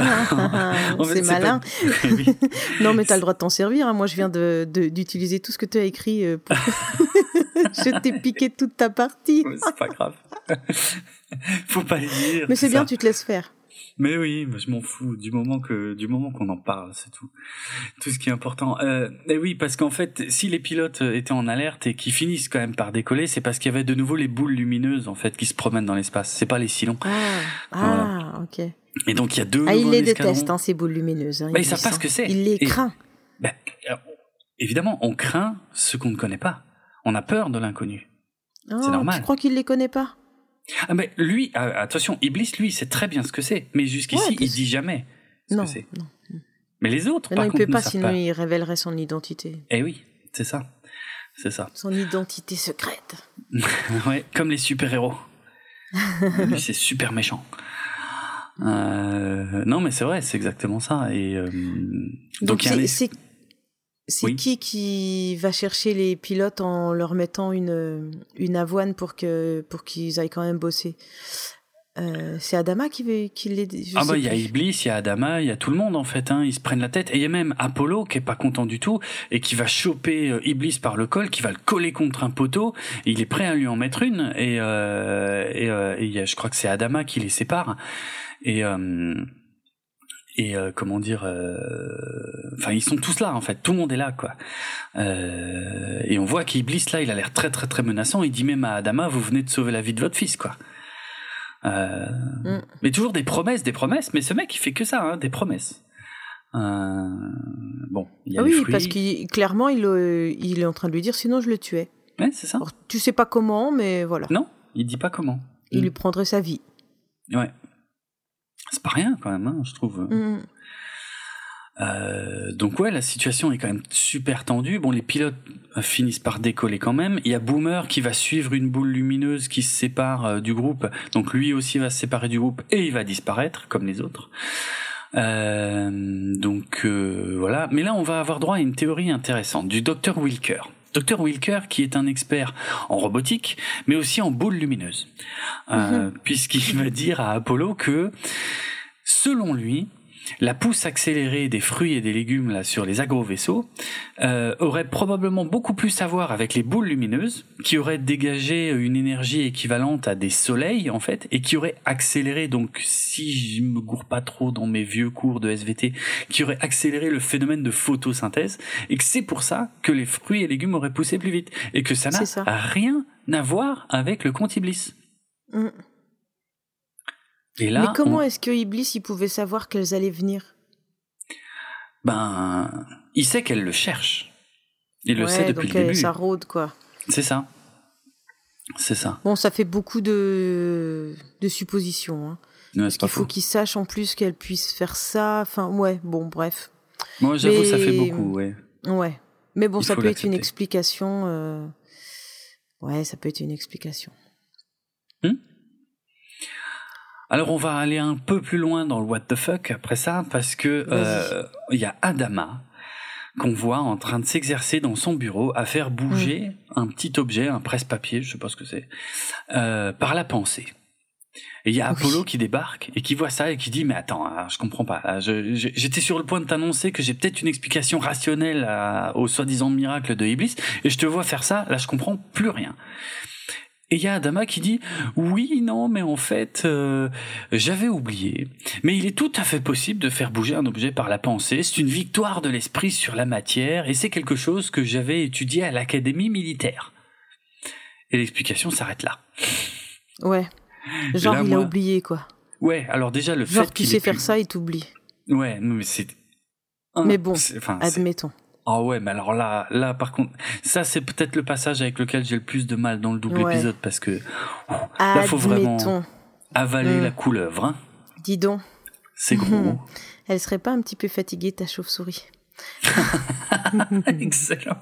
en fait, c'est malin. C'est pas... oui. Non, mais t'as le droit de t'en servir. Hein. Moi, je viens de, de, d'utiliser tout ce que tu as écrit. Pour... je t'ai piqué toute ta partie. Mais c'est pas grave. Faut pas le dire. Mais c'est ça. bien, tu te laisses faire. Mais oui, je m'en fous du moment que du moment qu'on en parle, c'est tout, tout ce qui est important. Euh, et oui, parce qu'en fait, si les pilotes étaient en alerte et qu'ils finissent quand même par décoller, c'est parce qu'il y avait de nouveau les boules lumineuses en fait qui se promènent dans l'espace. C'est pas les Cylons. Ah, voilà. ah ok. Et donc il y a deux. Ah, ils les détestent, hein, ces boules lumineuses. Hein, bah, ils savent pas ce que c'est. Il les et, craint. Bah, évidemment, on craint ce qu'on ne connaît pas. On a peur de l'inconnu. Oh, c'est normal. Tu crois qu'il les connaît pas? Ah mais lui, euh, attention, Iblis, lui, sait très bien ce que c'est, mais jusqu'ici, ouais, il dit jamais ce non, que c'est. Non. Mais les autres, mais par non, contre, il peut pas, ne sinon pas. il révélerait son identité. Eh oui, c'est ça, c'est ça. Son identité secrète. Ouais, comme les super-héros. Lui, c'est super méchant. Euh, non, mais c'est vrai, c'est exactement ça. Et euh, donc, donc il y a c'est, les... c'est... C'est oui. qui qui va chercher les pilotes en leur mettant une, une avoine pour, que, pour qu'ils aillent quand même bosser? euh, C'est Adama qui, qui les... Je ah bah il y a Iblis, il y a Adama, il y a tout le monde en fait, hein, ils se prennent la tête. Et il y a même Apollo qui est pas content du tout et qui va choper euh, Iblis par le col, qui va le coller contre un poteau. Et il est prêt à lui en mettre une. Et, euh, et, euh, et y a, je crois que c'est Adama qui les sépare. Et... Euh, et euh, comment dire enfin euh, ils sont tous là en fait, tout le monde est là quoi. Euh, et on voit qu'Iblis là il a l'air très très très menaçant, il dit même à Adama, vous venez de sauver la vie de votre fils quoi. Euh, mm. Mais toujours des promesses des promesses, mais ce mec il fait que ça hein, des promesses. Euh, bon il y a ah les oui fruits. Parce qu'il clairement il, euh, il est en train de lui dire sinon je le tuais. Ouais c'est ça. Alors, tu sais pas comment mais voilà. Non il dit pas comment. Il mm. lui prendrait sa vie. Ouais. C'est pas rien quand même, hein, je trouve. Mmh. Euh, donc ouais, la situation est quand même super tendue. Bon, les pilotes finissent par décoller quand même. Il y a Boomer qui va suivre une boule lumineuse qui se sépare euh, du groupe. Donc lui aussi va se séparer du groupe et il va disparaître comme les autres. Euh, donc euh, voilà. Mais là, on va avoir droit à une théorie intéressante du docteur Wilker. Docteur Wilker qui est un expert en robotique, mais aussi en boules lumineuses. Euh, mmh. Puisqu'il va dire à Apollo que, selon lui, la pousse accélérée des fruits et des légumes là sur les agrovaisseaux euh, aurait probablement beaucoup plus à voir avec les boules lumineuses, qui auraient dégagé une énergie équivalente à des soleils en fait, et qui auraient accéléré, donc si je me gourre pas trop dans mes vieux cours de S V T, qui auraient accéléré le phénomène de photosynthèse, et que c'est pour ça que les fruits et légumes auraient poussé plus vite, et que ça n'a ça. rien à voir avec le conte Iblis. Mm. Et là, mais comment on... est-ce que Iblis il pouvait savoir qu'elles allaient venir? Ben, il sait qu'elle le cherche. Il le ouais, sait depuis donc le début. Ça rôde quoi. C'est ça. C'est ça. Bon, ça fait beaucoup de de suppositions. Hein. Ouais, Parce qu'il faut faux. qu'il sache en plus qu'elle puisse faire ça. Enfin, ouais, bon, bref. Moi, j'avoue, mais... ça fait beaucoup, ouais. Ouais. Mais bon, il ça peut l'accepter. être une explication. Euh... Ouais, ça peut être une explication. Hmm Alors on va aller un peu plus loin dans le what the fuck après ça, parce que euh, il y a Adama qu'on voit en train de s'exercer dans son bureau à faire bouger mmh. un petit objet, un presse-papier, je sais pas ce que c'est, euh, par la pensée. Et il y a Oui. Apollo qui débarque et qui voit ça et qui dit mais attends, hein, je comprends pas. Là, je, je- j'étais sur le point de t'annoncer que j'ai peut-être une explication rationnelle à- au soi-disant miracle de Iblis et je te vois faire ça. Là, je comprends plus rien. Et il y a Adama qui dit oui, non, mais en fait, euh, j'avais oublié. Mais il est tout à fait possible de faire bouger un objet par la pensée. C'est une victoire de l'esprit sur la matière et c'est quelque chose que j'avais étudié à l'académie militaire. Et l'explication s'arrête là. Ouais. Genre, Là, il moi- a oublié, quoi. Ouais, alors déjà le Genre, fait tu qu'il sais ait faire pu- ça, il t'oublie. Ouais, non, mais c'est. un- Mais bon, c'est- enfin, c'est- admettons. Ah ouais, mais alors là, là par contre, ça c'est peut-être le passage avec lequel j'ai le plus de mal dans le double Ouais. épisode parce que là faut vraiment Admettons. avaler Mm. la couleuvre. Hein. Dis donc, C'est gros. elle serait pas un petit peu fatiguée, ta chauve-souris? Excellent.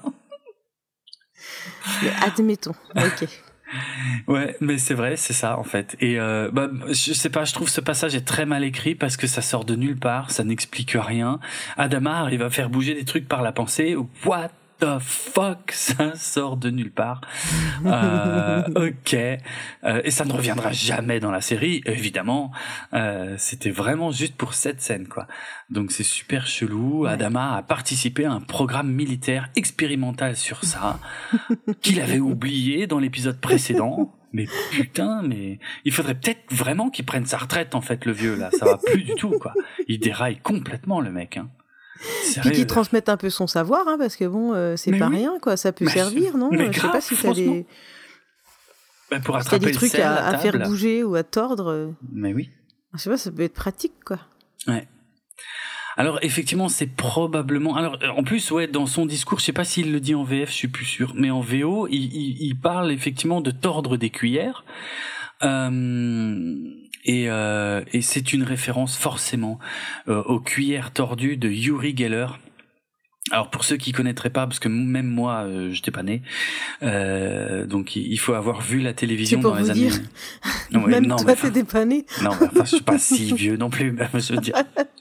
Mais admettons. Ok. Ouais, mais c'est vrai, c'est ça en fait. Et euh, bah, je sais pas, je trouve ce passage est très mal écrit parce que ça sort de nulle part, ça n'explique rien. Adama arrive à faire bouger des trucs par la pensée. What the fuck, ça sort de nulle part. Euh, ok, euh, et ça ne reviendra jamais dans la série, évidemment. Euh, c'était vraiment juste pour cette scène, quoi. Donc c'est super chelou. Ouais. Adama a participé à un programme militaire expérimental sur ça, qu'il avait oublié dans l'épisode précédent. Mais putain, mais il faudrait peut-être vraiment qu'il prenne sa retraite, en fait, le vieux, là. Ça va plus du tout, quoi. Il déraille complètement, le mec, hein. Puis Sérieux. qu'il transmette un peu son savoir, hein, parce que bon, euh, c'est Mais pas oui. rien, quoi. Ça peut Mais- servir, non? mais Je sais grave, pas si t'as franchement. des, Bah, pour si t'as attraper des le trucs sel à, à à faire table. bouger ou à tordre. euh, Mais oui. Je sais pas, ça peut être pratique, quoi. Ouais. Alors effectivement, c'est probablement. Alors euh, en plus, ouais, dans son discours, je sais pas s'il le dit en V F, je suis plus sûr, mais en V O, il, il, il parle effectivement de tordre des cuillères. Euh, et, euh, et c'est une référence forcément euh, aux cuillères tordues de Uri Geller. Alors pour ceux qui connaîtraient pas, parce que même moi, euh, j'étais pas né, euh, donc il il faut avoir vu la télévision C'est pour dans les vous années. dire. Non, ouais, Même non, toi, mais t'es enfin- dépanné. non, mais enfin, je suis pas si vieux non plus. Mais je veux dire.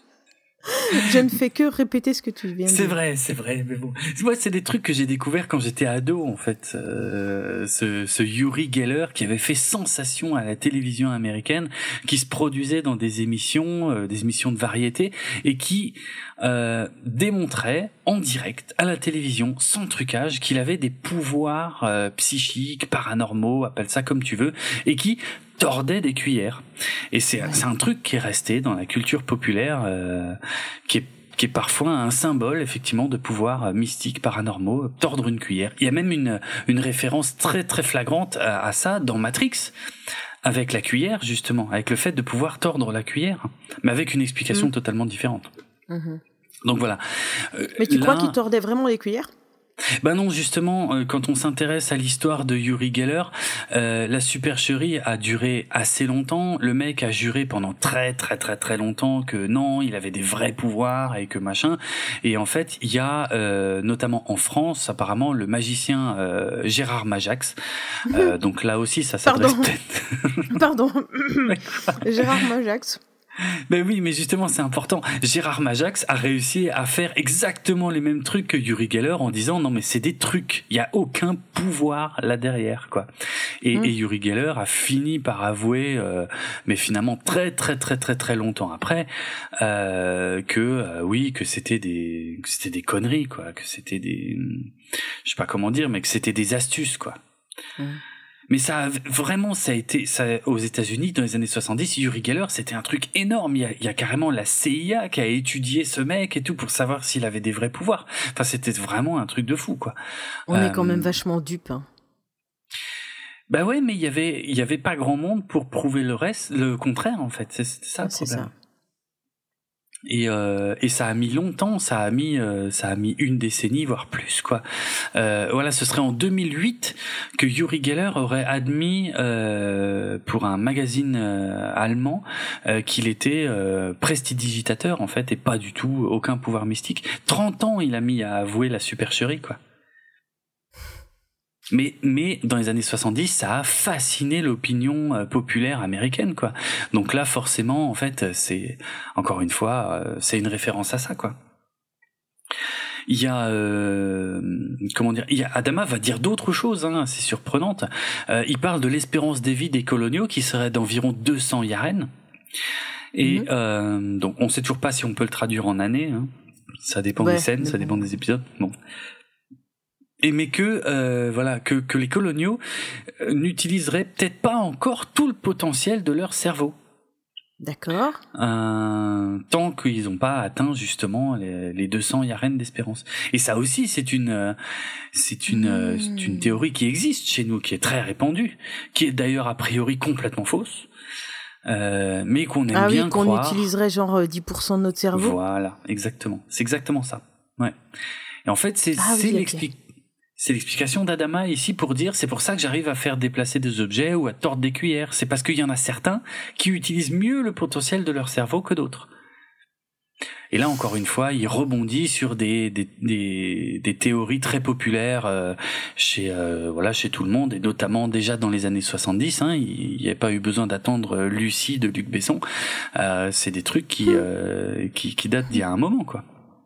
Je ne fais que répéter ce que tu viens de C'est dire. vrai, c'est vrai, mais bon. Moi, c'est des trucs que j'ai découvert quand j'étais ado, en fait. Euh, ce, ce Uri Geller qui avait fait sensation à la télévision américaine, qui se produisait dans des émissions, euh, des émissions de variété, et qui euh, démontrait en direct à la télévision, sans trucage, qu'il avait des pouvoirs euh, psychiques, paranormaux, appelle ça comme tu veux, et qui tordait des cuillères. Et c'est c'est un truc qui est resté dans la culture populaire, euh, qui est qui est parfois un symbole effectivement de pouvoirs mystiques, paranormaux, tordre une cuillère. Il y a même une une référence très très flagrante à, à ça dans Matrix, avec la cuillère justement, avec le fait de pouvoir tordre la cuillère, mais avec une explication Mm. totalement différente. Mhm. Donc voilà. Euh, Mais tu là- crois qu'il tordait vraiment les cuillères? Bah non, justement, euh, quand on s'intéresse à l'histoire de Uri Geller, euh, la supercherie a duré assez longtemps. Le mec a juré pendant très très très très longtemps que non, il avait des vrais pouvoirs et que machin. Et en fait, il y a euh, notamment en France, apparemment, le magicien euh, Gérard Majax. Euh, donc là aussi, ça s'adresse Pardon. peut-être. Pardon. Gérard Majax. Mais oui, mais justement, c'est important. Gérard Majax a réussi à faire exactement les mêmes trucs que Uri Geller en disant non mais c'est des trucs, il y a aucun pouvoir là derrière quoi. Et, Mm. et Uri Geller a fini par avouer, euh, mais finalement très très très très très longtemps après, euh, que euh, oui que c'était des que c'était des conneries quoi, que c'était des je sais pas comment dire, mais que c'était des astuces quoi. Mm. Mais ça a, vraiment, ça a été, ça, aux États-Unis, dans les années soixante-dix, Uri Geller, c'était un truc énorme. Il y a, il y a carrément la C I A qui a étudié ce mec et tout pour savoir s'il avait des vrais pouvoirs. Enfin, c'était vraiment un truc de fou, quoi. On Euh, est quand même vachement dupes. Hein. Bah ouais, mais il y avait, il y avait pas grand monde pour prouver le reste, le contraire, en fait. C'est, c'était ça le C'est problème. ça. Et, euh, et ça a mis longtemps, ça a mis, euh, ça a mis une décennie, voire plus, quoi. Euh, voilà, ce serait en deux mille huit que Uri Geller aurait admis euh, pour un magazine euh, allemand euh, qu'il était euh, prestidigitateur, en fait, et pas du tout aucun pouvoir mystique. trente ans, il a mis à avouer la supercherie, quoi. Mais, mais dans les années soixante-dix, ça a fasciné l'opinion euh, populaire américaine, quoi. Donc là, forcément, en fait, c'est encore une fois, euh, c'est une référence à ça, quoi. Il y a euh, comment dire, il y a, Adama va dire d'autres choses, hein, assez surprenantes. Euh, il parle de l'espérance de vie des coloniaux qui serait d'environ deux cents yaren. Et mmh. euh, donc on sait toujours pas si on peut le traduire en années. Hein. Ça dépend ouais, des scènes, ça bon. dépend des épisodes. Bon. Et mais que euh, voilà que que les coloniaux euh, n'utiliseraient peut-être pas encore tout le potentiel de leur cerveau. D'accord. Euh, tant qu'ils n'ont pas atteint justement les, les deux cents yaren d'espérance. Et ça aussi, c'est une, euh, c'est une, mmh. euh, c'est une théorie qui existe chez nous, qui est très répandue, qui est d'ailleurs a priori complètement fausse, euh, mais qu'on aime ah bien oui, qu'on croire. qu'on utiliserait genre dix pour cent de notre cerveau. Voilà, exactement. C'est exactement ça. Ouais. Et en fait, c'est, ah c'est oui, l'explication. Okay. C'est l'explication d'Adama ici pour dire c'est pour ça que j'arrive à faire déplacer des objets ou à tordre des cuillères. C'est parce qu'il y en a certains qui utilisent mieux le potentiel de leur cerveau que d'autres. Et là encore une fois, il rebondit sur des des des, des théories très populaires euh, chez euh, voilà chez tout le monde et notamment déjà dans les années soixante-dix. Hein, il n'y avait pas eu besoin d'attendre Lucie de Luc Besson. Euh, c'est des trucs qui euh, qui qui datent d'il y a un moment quoi.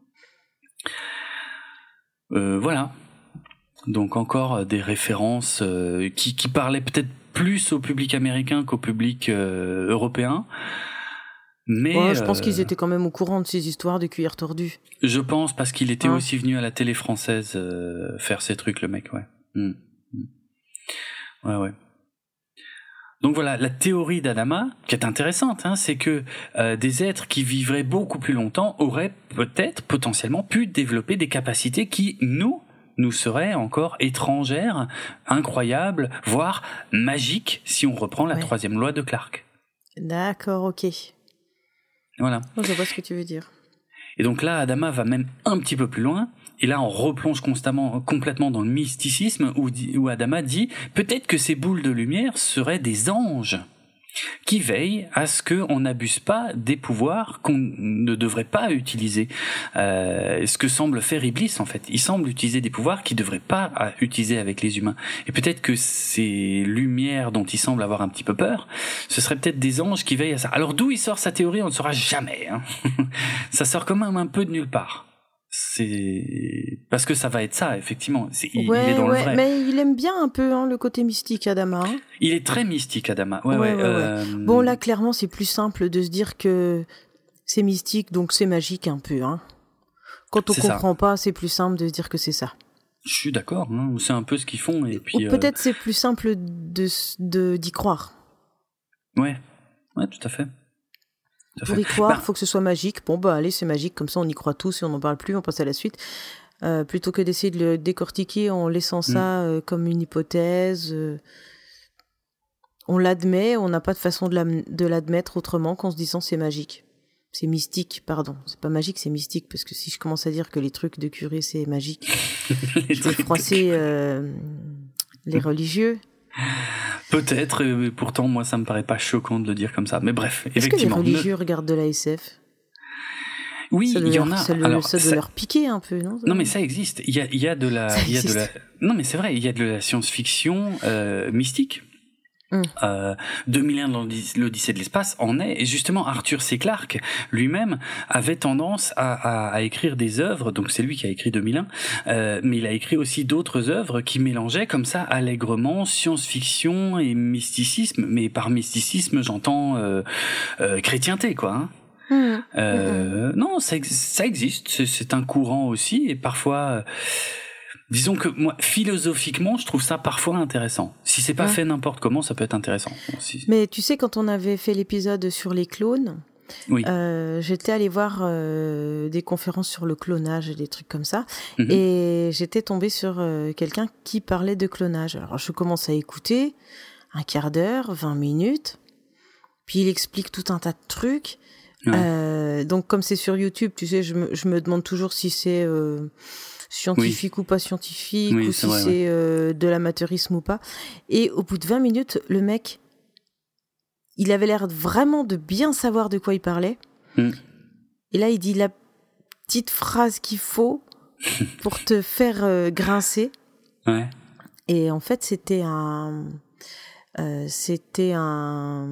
Euh, voilà. Donc encore des références euh, qui, qui parlaient peut-être plus au public américain qu'au public euh, européen. Mais ouais, je pense euh, qu'ils étaient quand même au courant de ces histoires de cuillères tordues. Je pense parce qu'il était hein aussi venu à la télé française euh, faire ces trucs, le mec, ouais. Mmh. Ouais, ouais. Donc voilà, la théorie d'Adama, qui est intéressante, hein, c'est que euh, des êtres qui vivraient beaucoup plus longtemps auraient peut-être potentiellement pu développer des capacités qui, nous, nous serait encore étrangère, incroyable, voire magique, si on reprend la ouais. troisième loi de Clarke. D'accord, ok. Voilà. Je vois ce que tu veux dire. Et donc là, Adama va même un petit peu plus loin, et là on replonge constamment, complètement dans le mysticisme, où, où Adama dit « Peut-être que ces boules de lumière seraient des anges ». Qui veille à ce qu'on n'abuse pas des pouvoirs qu'on ne devrait pas utiliser. Euh, ce que semble faire Iblis, en fait. Il semble utiliser des pouvoirs qu'il ne devrait pas utiliser avec les humains. Et peut-être que ces lumières dont il semble avoir un petit peu peur, ce seraient peut-être des anges qui veillent à ça. Alors d'où il sort sa théorie, on ne saura jamais. Hein. Ça sort quand même un peu de nulle part. C'est parce que ça va être ça, effectivement. C'est, il, ouais, il est dans ouais, le vrai. Mais il aime bien un peu hein, le côté mystique, Adama. Hein. Il est très mystique, Adama. Ouais, ouais, ouais. ouais, euh... ouais. Bon, là, clairement, c'est plus simple de se dire que c'est mystique, donc c'est magique un peu. Hein. Quand on c'est comprend ça. Pas, c'est plus simple de se dire que c'est ça. Je suis d'accord. Hein. C'est un peu ce qu'ils font, et puis. Ou peut-être euh... c'est plus simple de, de d'y croire. Ouais, ouais, tout à fait. Pour y croire, il bah, faut que ce soit magique. Bon, bah allez, c'est magique, comme ça on y croit tous et on n'en parle plus, on passe à la suite. Euh, plutôt que d'essayer de le décortiquer en laissant ça euh, comme une hypothèse. Euh, on l'admet, on n'a pas de façon de, la, de l'admettre autrement qu'en se disant c'est magique. C'est mystique, pardon. C'est pas magique, c'est mystique, parce que si je commence à dire que les trucs de curé c'est magique, je vais froisser euh, les religieux. Peut-être, et pourtant moi ça me paraît pas choquant de le dire comme ça. Mais bref, est-ce effectivement. Est-ce que les religieux ne... regardent de la S F ? Oui, il y en a. Ça, le, Alors, ça doit ça... leur piquer un peu, non ? Non, mais ça existe. Il y a, il y a de la, ça il y a existe. de la. Non, mais c'est vrai. Il y a de la science-fiction euh, mystique. Mm. Euh, deux mille un dans l'Odyssée de l'espace en est, et justement Arthur C. Clarke lui-même avait tendance à, à, à écrire des œuvres, donc c'est lui qui a écrit deux mille un, euh, mais il a écrit aussi d'autres œuvres qui mélangeaient comme ça allègrement science-fiction et mysticisme, mais par mysticisme j'entends euh, euh, chrétienté quoi. Hein. Mmh. Euh, mmh. Non, ça, ça existe, c'est, c'est un courant aussi, et parfois... Disons que moi, philosophiquement, je trouve ça parfois intéressant. Si c'est pas ouais. fait n'importe comment, ça peut être intéressant. Si... Mais tu sais, quand on avait fait l'épisode sur les clones, oui. euh, j'étais allée voir euh, des conférences sur le clonage et des trucs comme ça, mm-hmm. et j'étais tombée sur euh, quelqu'un qui parlait de clonage. Alors je commence à écouter un quart d'heure, vingt minutes, puis il explique tout un tas de trucs. Ouais. Euh, donc comme c'est sur YouTube, tu sais, je me, je me demande toujours si c'est... Euh, scientifique oui. ou pas scientifique, oui, ou si vrai, c'est ouais. euh, de l'amateurisme ou pas. Et au bout de vingt minutes, le mec, il avait l'air vraiment de bien savoir de quoi il parlait. Mm. Et là, il dit la petite phrase qu'il faut pour te faire euh, grincer. Ouais. Et en fait, c'était un... Euh, c'était un...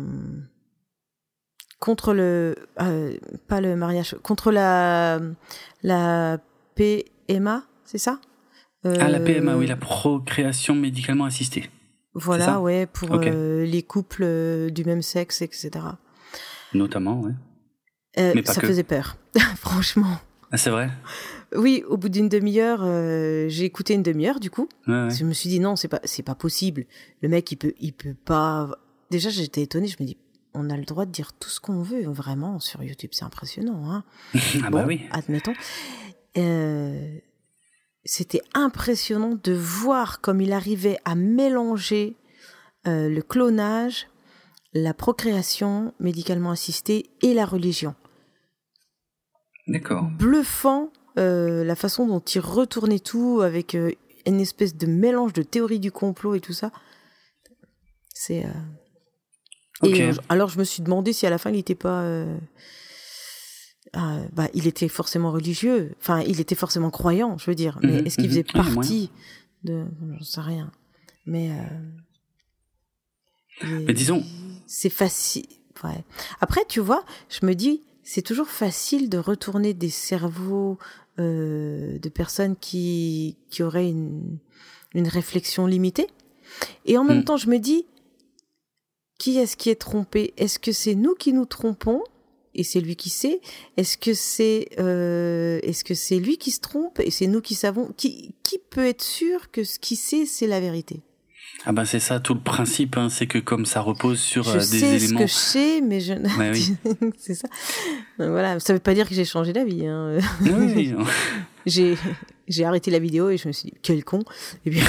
Contre le... Euh, pas le mariage, contre la... La... P... M A, c'est ça euh, Ah, la P M A, oui, la procréation médicalement assistée. Voilà, ouais, pour okay. euh, les couples euh, du même sexe, et cetera. Notamment, oui. Euh, Mais pas ça que. faisait peur, franchement. Ah, c'est vrai? Oui, au bout d'une demi-heure, euh, j'ai écouté une demi-heure, du coup. Ouais, ouais. Je me suis dit, non, c'est pas, c'est pas possible. Le mec, il peut, il peut pas... Déjà, j'étais étonnée, je me dis, on a le droit de dire tout ce qu'on veut, vraiment, sur YouTube, c'est impressionnant, hein. Ah bon, bah oui. Admettons. Euh, c'était impressionnant de voir comme il arrivait à mélanger euh, le clonage, la procréation médicalement assistée et la religion. D'accord. Bluffant euh, la façon dont il retournait tout avec euh, une espèce de mélange de théorie du complot et tout ça. C'est... Euh... Okay. Et euh, alors je me suis demandé si à la fin il n'était pas... Euh... Euh, bah, il était forcément religieux, enfin il était forcément croyant, je veux dire, mais mmh, est-ce qu'il mmh, faisait partie oui, de... J'en sais rien. Mais... Euh... Mais disons... C'est facile. Ouais. Après, tu vois, je me dis, c'est toujours facile de retourner des cerveaux euh, de personnes qui, qui auraient une, une réflexion limitée. Et en même mmh. temps, je me dis, qui est-ce qui est trompé ? Est-ce que c'est nous qui nous trompons ? Et c'est lui qui sait. Est-ce que c'est, euh, est-ce que c'est lui qui se trompe et c'est nous qui savons ? Qui, qui peut être sûr que ce qu'il sait, c'est la vérité ? Ah ben c'est ça tout le principe, hein, c'est que comme ça repose sur je euh, des sais éléments. Je sais ce que je sais, mais je. Ouais, oui. c'est ça. Donc, voilà, ça veut pas dire que j'ai changé d'avis. Hein. Oui, oui. j'ai j'ai arrêté la vidéo et je me suis dit quel con. Et puis...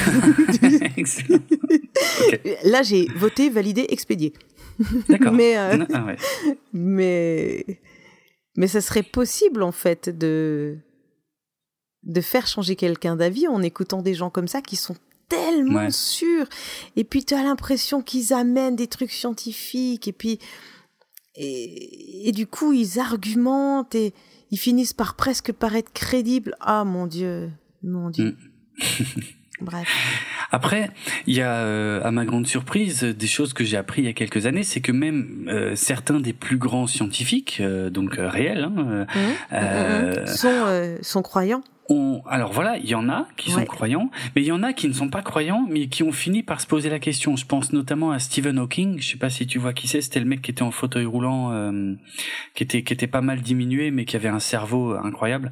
okay. Là j'ai voté, validé, expédié. D'accord. mais euh... ah, ouais. mais mais ça serait possible en fait de de faire changer quelqu'un d'avis en écoutant des gens comme ça qui sont tellement ouais. sûrs, et puis tu as l'impression qu'ils amènent des trucs scientifiques, et puis et, et du coup ils argumentent et ils finissent par presque paraître crédibles. Ah mon Dieu, mon Dieu. Mm. Bref. Après, il y a, euh, à ma grande surprise, des choses que j'ai appris il y a quelques années, c'est que même euh, certains des plus grands scientifiques, euh, donc euh, réels, hein, mmh, euh, mmh, sont, euh, sont croyants. On, alors voilà, il y en a qui ouais. sont croyants, mais il y en a qui ne sont pas croyants, mais qui ont fini par se poser la question. Je pense notamment à Stephen Hawking. Je sais pas si tu vois qui c'est. C'était le mec qui était en fauteuil roulant, euh, qui était qui était pas mal diminué, mais qui avait un cerveau incroyable,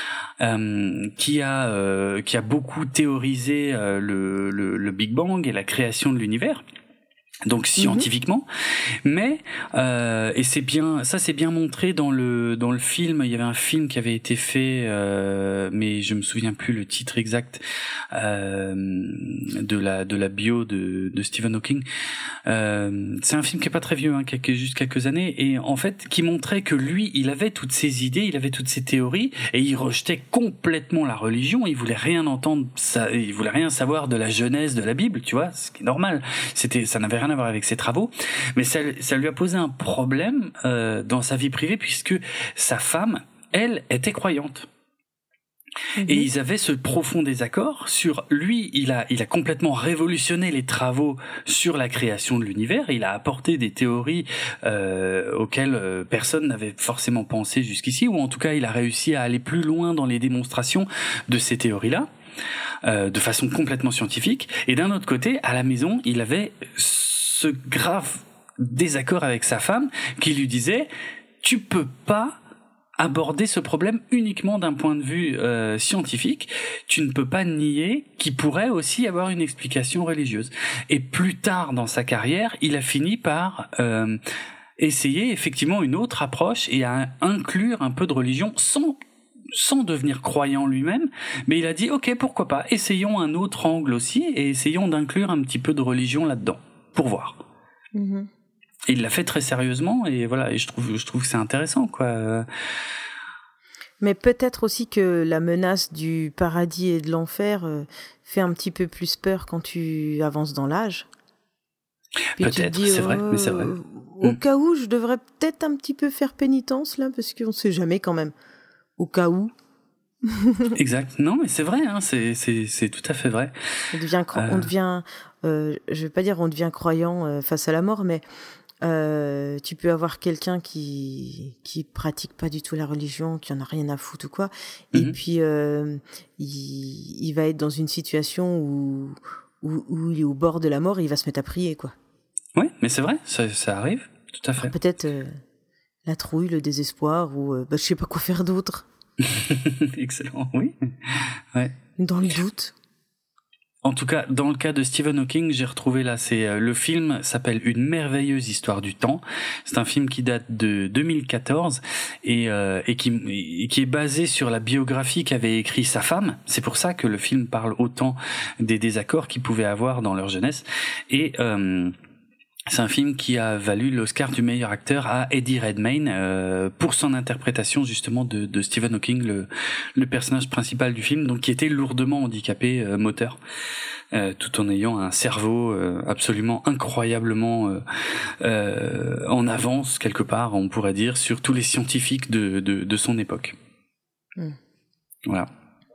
euh, qui a euh, qui a beaucoup théorisé euh, le, le le Big Bang et la création de l'univers. Donc scientifiquement, mmh. mais euh, et c'est bien, ça c'est bien montré dans le dans le film. Il y avait un film qui avait été fait, euh, mais je me souviens plus le titre exact euh, de la de la bio de de Stephen Hawking. Euh, c'est un film qui est pas très vieux, hein, qui a juste quelques années, et en fait qui montrait que lui, il avait toutes ses idées, il avait toutes ses théories, et il rejetait complètement la religion. Il voulait rien entendre, ça, il voulait rien savoir de la Genèse de la Bible, tu vois, ce qui est normal. C'était, ça n'avait rien à voir avec ses travaux, mais ça, ça lui a posé un problème euh, dans sa vie privée, puisque sa femme, elle, était croyante. Mmh. Et ils avaient ce profond désaccord sur lui. Il a, il a complètement révolutionné les travaux sur la création de l'univers. Il a apporté des théories euh, auxquelles euh, personne n'avait forcément pensé jusqu'ici, ou en tout cas, il a réussi à aller plus loin dans les démonstrations de ces théories-là. Euh, de façon complètement scientifique. Et d'un autre côté, à la maison, il avait ce grave désaccord avec sa femme qui lui disait « Tu peux pas aborder ce problème uniquement d'un point de vue euh, scientifique, tu ne peux pas nier qu'il pourrait aussi avoir une explication religieuse. » Et plus tard dans sa carrière, il a fini par euh, essayer effectivement une autre approche et à inclure un peu de religion sans sans devenir croyant lui-même, mais il a dit ok, pourquoi pas, essayons un autre angle aussi et essayons d'inclure un petit peu de religion là-dedans pour voir. Mm-hmm. Et il l'a fait très sérieusement, et voilà, et je trouve je trouve que c'est intéressant, quoi. Mais peut-être aussi que la menace du paradis et de l'enfer euh, fait un petit peu plus peur quand tu avances dans l'âge. Puis peut-être, dis, c'est euh, vrai, mais c'est vrai. Au mm. cas où, je devrais peut-être un petit peu faire pénitence là, parce qu'on sait jamais quand même. Au cas où. Exact. Non, mais c'est vrai, hein, c'est, c'est, c'est tout à fait vrai. On devient, cro- euh... on devient euh, je vais pas dire on devient croyant euh, face à la mort, mais Euh, tu peux avoir quelqu'un qui qui pratique pas du tout la religion, qui en a rien à foutre ou quoi, mm-hmm. et puis euh, il, il va être dans une situation où, où où il est au bord de la mort et il va se mettre à prier, quoi. Oui, mais c'est vrai, ça, ça arrive, tout à fait. Alors, peut-être euh, la trouille, le désespoir, ou euh, bah, je sais pas quoi faire d'autre. Excellent, oui. Ouais. Dans le doute. En tout cas, dans le cas de Stephen Hawking, j'ai retrouvé là, c'est euh, le film s'appelle Une merveilleuse histoire du temps. C'est un film qui date de deux mille quatorze et euh, et qui et qui est basé sur la biographie qu'avait écrit sa femme. C'est pour ça que le film parle autant des désaccords qu'ils pouvaient avoir dans leur jeunesse. Et euh, c'est un film qui a valu l'Oscar du meilleur acteur à Eddie Redmayne euh, pour son interprétation justement de, de Stephen Hawking, le, le personnage principal du film, donc qui était lourdement handicapé euh, moteur, euh, tout en ayant un cerveau euh, absolument incroyablement euh, euh, en avance quelque part, on pourrait dire, sur tous les scientifiques de, de, de son époque. Mm. Voilà.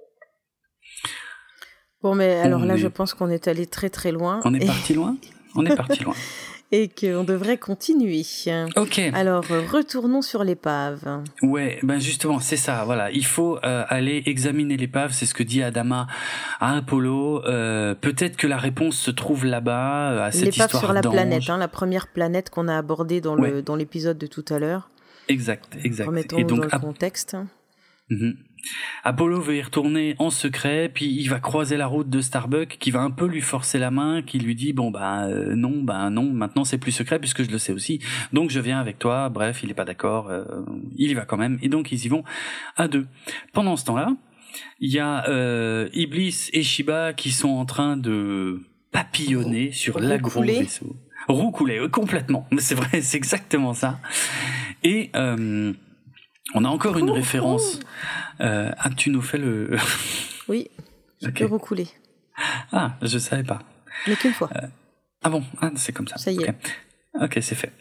Bon, mais alors on là, est... je pense qu'on est allé très très loin. On est et... parti loin. On est parti loin. Et qu'on devrait continuer. Ok. Alors, retournons sur l'épave. Ouais, ben justement, c'est ça, voilà. Il faut euh, aller examiner l'épave, c'est ce que dit Adama à Apollo. Euh, peut-être que la réponse se trouve là-bas, à cette l'épave histoire sur la d'ange. planète, hein, la première planète qu'on a abordée dans, ouais. le, dans l'épisode de tout à l'heure. Exact, exact. Remettons Et donc, dans le ap- contexte. Mm-hmm. Apollo veut y retourner en secret, puis il va croiser la route de Starbuck, qui va un peu lui forcer la main, qui lui dit bon bah euh, non, bah non, maintenant c'est plus secret puisque je le sais aussi, donc je viens avec toi. Bref, il est pas d'accord, euh, il y va quand même, et donc ils y vont à deux. Pendant ce temps-là, il y a euh, Iblis et Shiba qui sont en train de papillonner sur l'agro-vaisseau. Roucouler, euh, complètement. Mais c'est vrai, c'est exactement ça. Et euh, on a encore une référence. Euh, ah, tu nous fais le... Oui, je okay. peux roucouler. Ah, je savais pas. Mais qu'une fois. Euh, ah bon, ah, c'est comme ça. Ça y est. Ok, okay, c'est fait.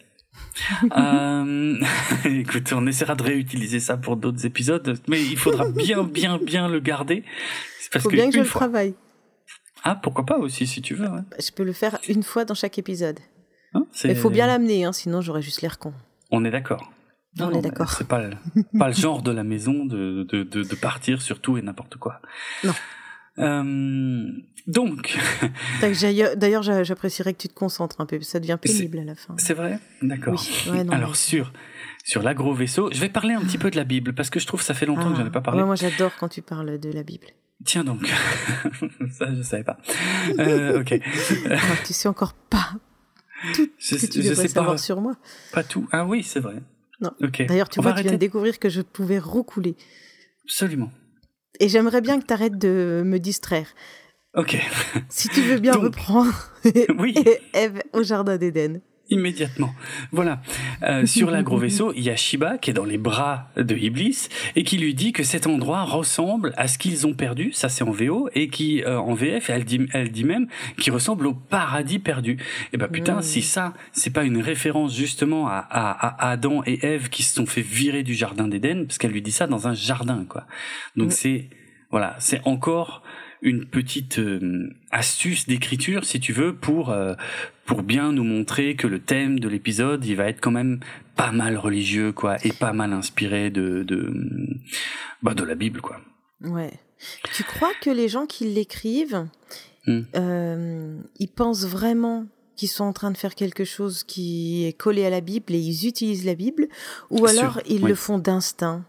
euh, écoute, on essaiera de réutiliser ça pour d'autres épisodes, mais il faudra bien, bien, bien le garder. Il parce faut que bien que je le fois... travaille. Ah, pourquoi pas aussi, si tu veux. Ouais. Je peux le faire une fois dans chaque épisode. Hein, il faut bien l'amener, hein, sinon j'aurais juste l'air con. On est d'accord. Non, on non, est d'accord. C'est pas le, pas le genre de la maison de, de, de, de partir sur tout et n'importe quoi. Non. Euh, donc. D'ailleurs, j'apprécierais que tu te concentres un peu, ça devient pénible à la fin. C'est vrai? D'accord. Oui. Ouais, non, Alors, mais... sur, sur l'agro-vaisseau, je vais parler un petit peu de la Bible, parce que je trouve que ça fait longtemps ah, que j'en ai pas parlé. Ouais, moi, j'adore quand tu parles de la Bible. Tiens donc. Ça, je savais pas. Euh, ok. Alors, tu sais encore pas tout ce que tu je devrais sais savoir pas, sur moi. Pas tout. Ah oui, c'est vrai. Non. Okay. D'ailleurs, tu On vois, va tu arrêter. viens de découvrir que je pouvais roucouler. Absolument. Et j'aimerais bien que tu arrêtes de me distraire. Ok. Si tu veux bien Donc, reprendre oui. Ève au Jardin d'Éden. Immédiatement. Voilà. Euh, sur l'agro-vaisseau, il y a Shiba qui est dans les bras de Iblis et qui lui dit que cet endroit ressemble à ce qu'ils ont perdu, ça c'est en V O, et qui, euh, en V F, elle dit, elle dit même qu'il ressemble au paradis perdu. Et ben putain, mmh. si ça, c'est pas une référence justement à, à, à Adam et Ève qui se sont fait virer du Jardin d'Éden, parce qu'elle lui dit ça dans un jardin, quoi. Donc mmh. c'est, voilà, c'est encore une petite euh, astuce d'écriture, si tu veux, pour euh, pour bien nous montrer que le thème de l'épisode, il va être quand même pas mal religieux, quoi, et pas mal inspiré de de bah de la Bible, quoi. Ouais. Tu crois que les gens qui l'écrivent, hmm. euh, ils pensent vraiment qu'ils sont en train de faire quelque chose qui est collé à la Bible et ils utilisent la Bible, ou alors Sûr, ils oui. le font d'instinct?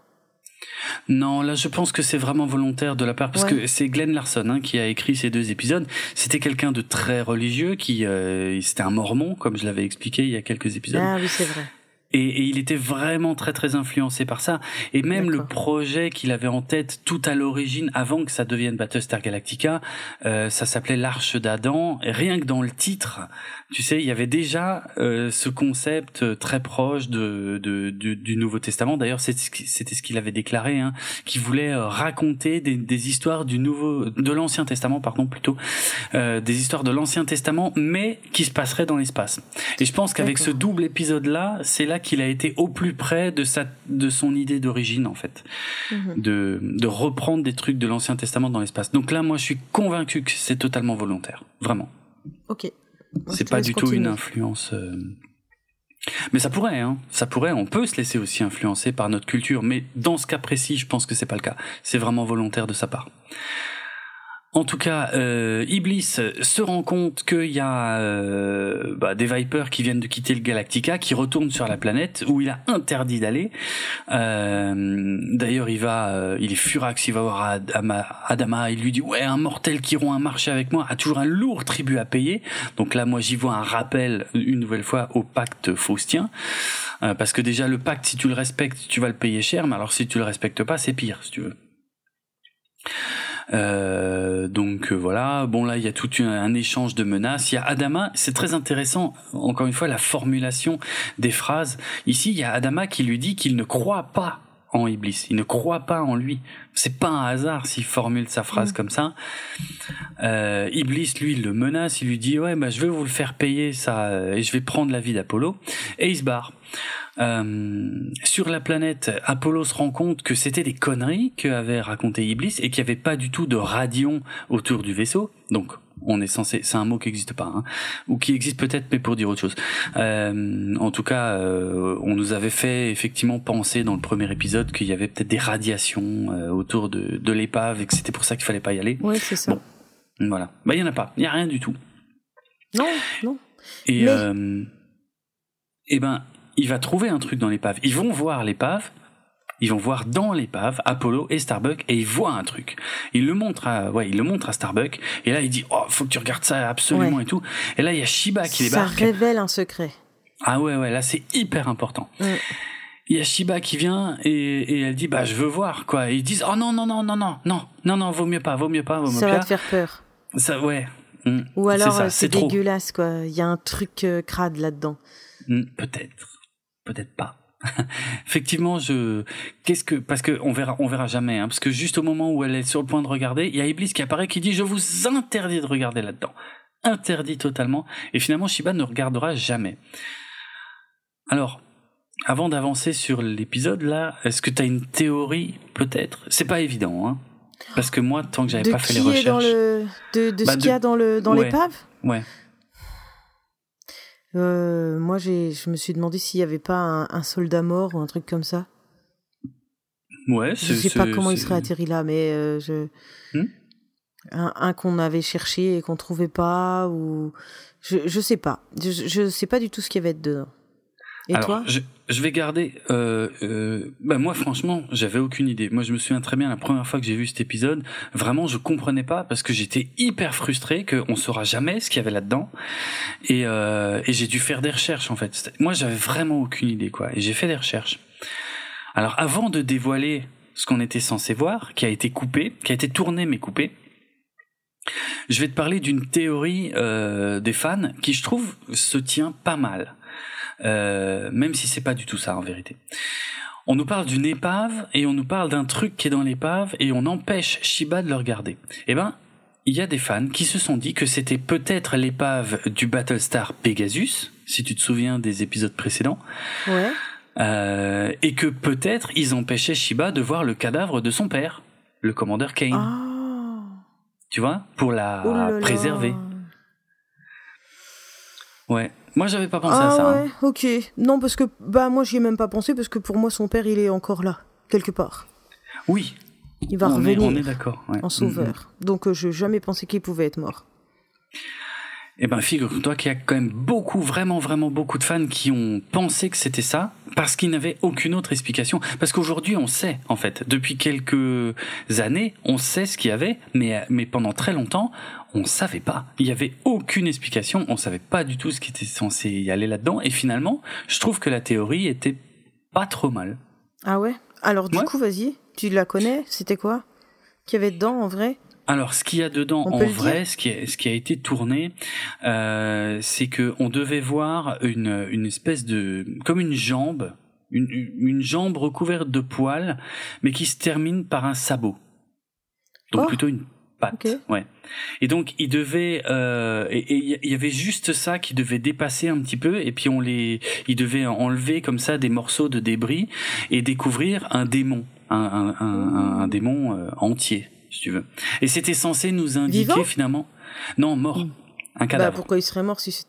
Non, là je pense que c'est vraiment volontaire de la part, parce ouais. que c'est Glenn Larson hein, qui a écrit ces deux épisodes. C'était quelqu'un de très religieux, qui euh, c'était un mormon, comme je l'avais expliqué il y a quelques épisodes. Ah oui, c'est vrai. Et, et il était vraiment très très influencé par ça. Et même D'accord. le projet qu'il avait en tête tout à l'origine, avant que ça devienne Battlestar Galactica, euh, ça s'appelait l'Arche d'Adam. Et rien que dans le titre, tu sais, il y avait déjà euh, ce concept très proche de, de, de du Nouveau Testament. D'ailleurs, c'était ce qu'il avait déclaré, hein, qu'il voulait raconter des, des histoires du Nouveau, de l'Ancien Testament, pardon, plutôt, euh, des histoires de l'Ancien Testament, mais qui se passeraient dans l'espace. Et je pense qu'avec ce double épisode-là, c'est là qu'il a été au plus près de sa de son idée d'origine en fait, mmh. de de reprendre des trucs de l'Ancien Testament dans l'espace. Donc là, moi, je suis convaincu que c'est totalement volontaire, vraiment. Ok. Moi, c'est pas du continuer. tout une influence. Euh... Mais ça pourrait, hein. Ça pourrait, on peut se laisser aussi influencer par notre culture, mais dans ce cas précis, je pense que c'est pas le cas. C'est vraiment volontaire de sa part. En tout cas, euh, Iblis se rend compte qu'il y a euh, bah, des Vipers qui viennent de quitter le Galactica, qui retournent sur la planète où il a interdit d'aller. Euh, d'ailleurs, il va, euh, il est furax, il va voir Adama, Adama, il lui dit ouais, un mortel qui rompt un marché avec moi a toujours un lourd tribut à payer. Donc là, moi, j'y vois un rappel une nouvelle fois au pacte faustien, euh, parce que déjà le pacte, si tu le respectes, tu vas le payer cher, mais alors si tu le respectes pas, c'est pire, si tu veux. Euh, donc euh, voilà, bon là il y a tout un, un échange de menaces, il y a Adama, c'est très intéressant, encore une fois la formulation des phrases, ici il y a Adama qui lui dit qu'il ne croit pas en Iblis, il ne croit pas en lui, c'est pas un hasard s'il formule sa phrase mmh. comme ça. euh, Iblis lui le menace, il lui dit ouais bah je vais vous le faire payer ça et je vais prendre la vie d'Apollo, et il se barre. Euh, sur la planète, Apollo se rend compte que c'était des conneries qu'avait raconté Iblis et qu'il n'y avait pas du tout de radion autour du vaisseau. Donc, on est censé, c'est un mot qui n'existe pas, hein, ou qui existe peut-être, mais pour dire autre chose. Euh, en tout cas, euh, on nous avait fait effectivement penser dans le premier épisode qu'il y avait peut-être des radiations euh, autour de, de l'épave et que c'était pour ça qu'il fallait pas y aller. Oui, c'est ça. Bon, voilà. Bah, il y en a pas. Il y a rien du tout. Non, non. Et, mais... euh, et ben, il va trouver un truc dans l'épave. Ils vont voir l'épave, ils vont voir dans l'épave Apollo et Starbuck et ils voient un truc. Il le montre à, ouais, il le montre à Starbuck et là il dit oh faut que tu regardes ça absolument ouais. et tout. Et là il y a Shiba qui débarque. Ça révèle un secret. Ah ouais ouais là c'est hyper important. Ouais. Il y a Shiba qui vient et, et elle dit bah je veux voir quoi. Et ils disent oh non non non non non non non non vaut mieux pas vaut mieux pas vaut mieux ça pas. Ça va te faire peur. Ça ouais. Mmh. Ou alors c'est, ça, c'est, c'est dégueulasse quoi. Il y a un truc euh, crade là-dedans. Mmh, peut-être. Peut-être pas. Effectivement, je qu'est-ce que parce que on verra on verra jamais hein, parce que juste au moment où elle est sur le point de regarder, il y a Iblis qui apparaît qui dit je vous interdis de regarder là-dedans. Interdit totalement et finalement Shiba ne regardera jamais. Alors, avant d'avancer sur l'épisode là, est-ce que tu as une théorie peut-être ? C'est pas évident hein. Parce que moi tant que j'avais de pas fait les recherches dans le... de de bah, ce de... qu'il y a dans le dans ouais. l'épave ? Ouais. Euh, moi, j'ai, je me suis demandé s'il y avait pas un, un soldat mort ou un truc comme ça. Ouais, c'est. Je sais c'est, pas comment c'est... il serait atterri là, mais euh, je. Hmm? un, un qu'on avait cherché et qu'on trouvait pas, ou je, je sais pas. Je, je sais pas du tout ce qu'il y avait dedans. Et Alors, toi ? je, je vais garder. Euh, euh, bah moi, franchement, j'avais aucune idée. Moi, je me souviens très bien la première fois que j'ai vu cet épisode. Vraiment, je comprenais pas parce que j'étais hyper frustré qu'on saura jamais ce qu'il y avait là-dedans. Et, euh, et j'ai dû faire des recherches en fait. Moi, j'avais vraiment aucune idée quoi. Et j'ai fait des recherches. Alors, avant de dévoiler ce qu'on était censé voir, qui a été coupé, qui a été tourné mais coupé, je vais te parler d'une théorie euh, des fans qui, je trouve, se tient pas mal. Euh, même si c'est pas du tout ça en vérité. On nous parle d'une épave et on nous parle d'un truc qui est dans l'épave et on empêche Shiba de le regarder. Eh ben, il y a des fans qui se sont dit que c'était peut-être l'épave du Battlestar Pegasus, si tu te souviens des épisodes précédents. Ouais. Euh, et que peut-être ils empêchaient Shiba de voir le cadavre de son père, le commandeur Kane. Oh. Tu vois, pour la oh là préserver. Là. Ouais. Moi, j'avais pas pensé ah à ça. Ouais, hein. ok. Non, parce que bah moi, j'y ai même pas pensé parce que pour moi, son père, il est encore là, quelque part. Oui. Il va on revenir. Est, on est d'accord. Ouais. En sauveur. Mm-hmm. Donc, euh, je n'ai jamais pensé qu'il pouvait être mort. Eh ben, figure-toi qu'il y a quand même beaucoup, vraiment, vraiment beaucoup de fans qui ont pensé que c'était ça, parce qu'ils n'avaient aucune autre explication. Parce qu'aujourd'hui, on sait, en fait, depuis quelques années, on sait ce qu'il y avait, mais, mais pendant très longtemps, on savait pas. Il y avait aucune explication, on savait pas du tout ce qui était censé y aller là-dedans, et finalement, je trouve que la théorie était pas trop mal. Ah ouais ? Alors, du ouais. coup, vas-y, tu la connais ? C'était quoi qu'il y avait dedans, en vrai ? Alors, ce qu'il y a dedans, en vrai, ce qui, a, ce qui a été tourné, euh, c'est que on devait voir une, une espèce de, comme une jambe, une, une jambe recouverte de poils, mais qui se termine par un sabot. Donc oh. plutôt une patte. Okay. Ouais. Et donc il devait, euh, et il y avait juste ça qui devait dépasser un petit peu, et puis on les, il devait enlever comme ça des morceaux de débris et découvrir un démon, un, un, un, un, un démon euh, entier. Si tu veux. Et c'était censé nous indiquer Vivant ? finalement. Non, mort. Un cadavre. Bah pourquoi il serait mort si c'était un démon ?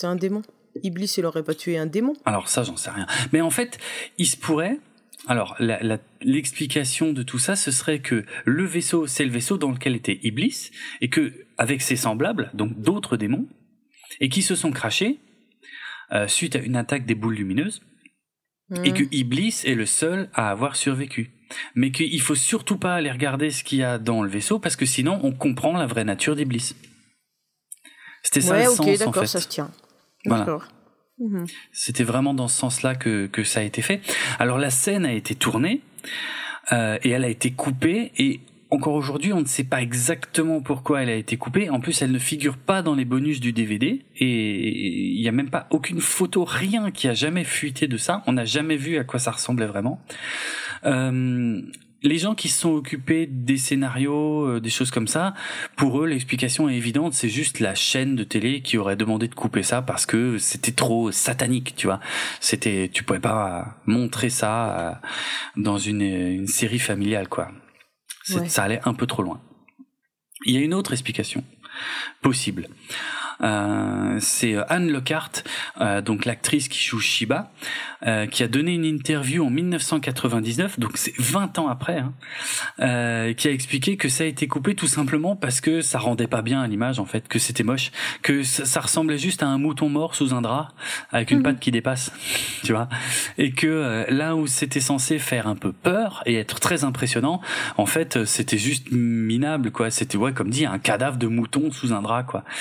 Iblis, il aurait pas tué un démon? Alors ça, j'en sais rien. Mais en fait, il se pourrait... Alors, la, la, l'explication de tout ça, ce serait que le vaisseau, c'est le vaisseau dans lequel était Iblis, et que, avec ses semblables, donc d'autres démons, et qui se sont crachés, euh, suite à une attaque des boules lumineuses, mmh. et que Iblis est le seul à avoir survécu. Mais qu'il faut surtout pas aller regarder ce qu'il y a dans le vaisseau, parce que sinon, on comprend la vraie nature d'Iblis. C'était ça ouais, le okay, sens, en fait. Ouais, ok, d'accord, ça se tient. Voilà. D'accord. Mmh. C'était vraiment dans ce sens-là que, que ça a été fait. Alors la scène a été tournée euh, et elle a été coupée et encore aujourd'hui on ne sait pas exactement pourquoi elle a été coupée. En plus elle ne figure pas dans les bonus du D V D et il n'y a même pas aucune photo, rien qui a jamais fuité de ça. On n'a jamais vu à quoi ça ressemblait vraiment. Euh, Les gens qui se sont occupés des scénarios, euh, des choses comme ça, pour eux, l'explication est évidente, c'est juste la chaîne de télé qui aurait demandé de couper ça parce que c'était trop satanique, tu vois. C'était, tu pouvais pas montrer ça euh, dans une, une série familiale, quoi. Ouais. Ça allait un peu trop loin. Il y a une autre explication possible. Euh, c'est Anne Lockhart, euh, donc l'actrice qui joue Shiba, euh, qui a donné une interview en dix-neuf cent quatre-vingt-dix-neuf, donc c'est vingt ans après, hein, euh, qui a expliqué que ça a été coupé tout simplement parce que ça rendait pas bien à l'image, en fait, que c'était moche, que ça, ça ressemblait juste à un mouton mort sous un drap avec une mmh. patte qui dépasse, tu vois, et que euh, là où c'était censé faire un peu peur et être très impressionnant, en fait, c'était juste minable, quoi. C'était, ouais, comme dit, un cadavre de mouton sous un drap, quoi.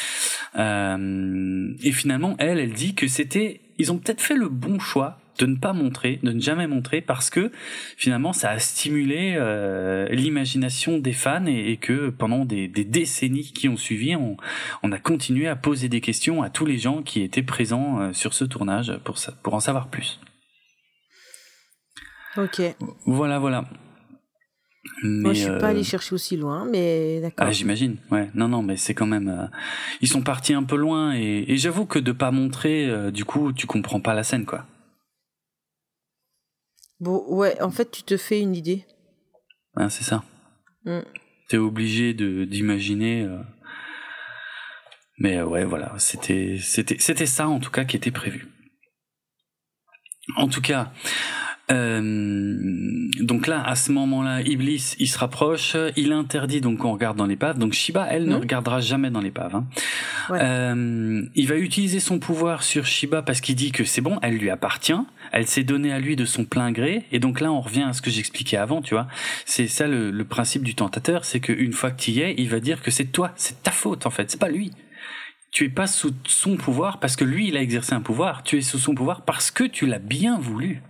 Euh, et finalement, elle, elle dit que c'était, ils ont peut-être fait le bon choix de ne pas montrer, de ne jamais montrer, parce que finalement, ça a stimulé euh, l'imagination des fans et, et que pendant des, des décennies qui ont suivi, on, on a continué à poser des questions à tous les gens qui étaient présents euh, sur ce tournage pour ça, pour en savoir plus. Ok. Voilà, voilà. Mais Moi, je suis euh... pas allé chercher aussi loin, mais d'accord. Ah, j'imagine. Ouais. Non, non, mais c'est quand même. Euh... Ils sont partis un peu loin et, et j'avoue que de pas montrer, euh, du coup, tu comprends pas la scène, quoi. Bon, ouais. En fait, tu te fais une idée. Ah, c'est ça. Mm. T'es obligé de d'imaginer. Euh... Mais euh, ouais, voilà. C'était, c'était, c'était ça en tout cas qui était prévu. En tout cas. Euh, donc là, à ce moment-là, Iblis, il se rapproche, il interdit donc qu'on regarde dans l'épave. Donc Shiba, elle, mmh. ne regardera jamais dans l'épave. Hein. Ouais. Euh, il va utiliser son pouvoir sur Shiba parce qu'il dit que c'est bon, elle lui appartient, elle s'est donnée à lui de son plein gré. Et donc là, on revient à ce que j'expliquais avant, tu vois. C'est ça le, le principe du tentateur, c'est qu'une fois que tu y es, il va dire que c'est toi, c'est ta faute en fait, c'est pas lui. Tu es pas sous son pouvoir parce que lui, il a exercé un pouvoir. Tu es sous son pouvoir parce que tu l'as bien voulu.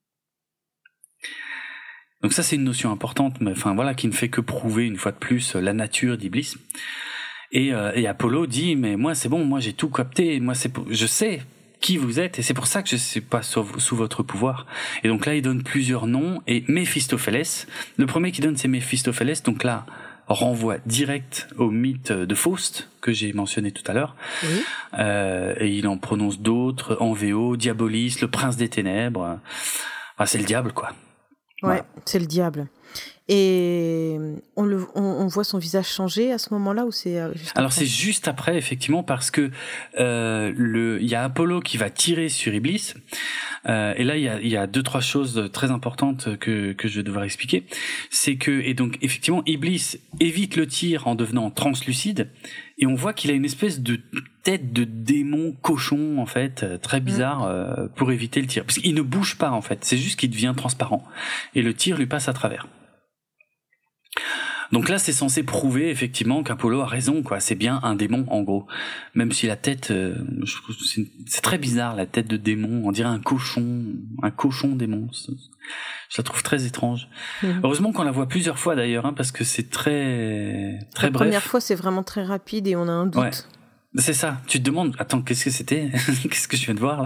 Donc ça, c'est une notion importante, mais enfin voilà, qui ne fait que prouver une fois de plus la nature d'Iblis. Et, euh, et Apollo dit, mais moi c'est bon, moi j'ai tout capté, moi c'est, je sais qui vous êtes, et c'est pour ça que je ne suis pas sous, sous votre pouvoir. Et donc là, il donne plusieurs noms, et Méphistophélès, le premier qui donne c'est Méphistophélès, donc là, renvoie direct au mythe de Faust, que j'ai mentionné tout à l'heure. Oui. Euh, et il en prononce d'autres, en V O, Diabolis, le prince des ténèbres. Enfin, c'est le diable, quoi. Ouais, Voilà. C'est le diable. Et on, le, on, on voit son visage changer à ce moment-là ou c'est juste Alors après ? C'est juste après, effectivement, parce que euh, le, il y a Apollo qui va tirer sur Iblis. Euh, et là, il y a, il y a deux, trois choses très importantes que, que je vais devoir expliquer. C'est que, et donc, effectivement, Iblis évite le tir en devenant translucide. Et on voit qu'il a une espèce de tête de démon cochon, en fait, très bizarre, mmh. euh, pour éviter le tir. Parce qu'il ne bouge pas, en fait. C'est juste qu'il devient transparent. Et le tir lui passe à travers. Donc là, c'est censé prouver effectivement qu'Apollo a raison, quoi. C'est bien un démon, en gros. Même si la tête, euh, je trouve, c'est, c'est très bizarre, la tête de démon. On dirait un cochon, un cochon démon. C'est, je la trouve très étrange. Mmh. Heureusement qu'on la voit plusieurs fois d'ailleurs, hein, parce que c'est très, très la bref. La première fois, c'est vraiment très rapide et on a un doute. Ouais. C'est ça. Tu te demandes, attends, qu'est-ce que c'était ? Qu'est-ce que je viens de voir là ?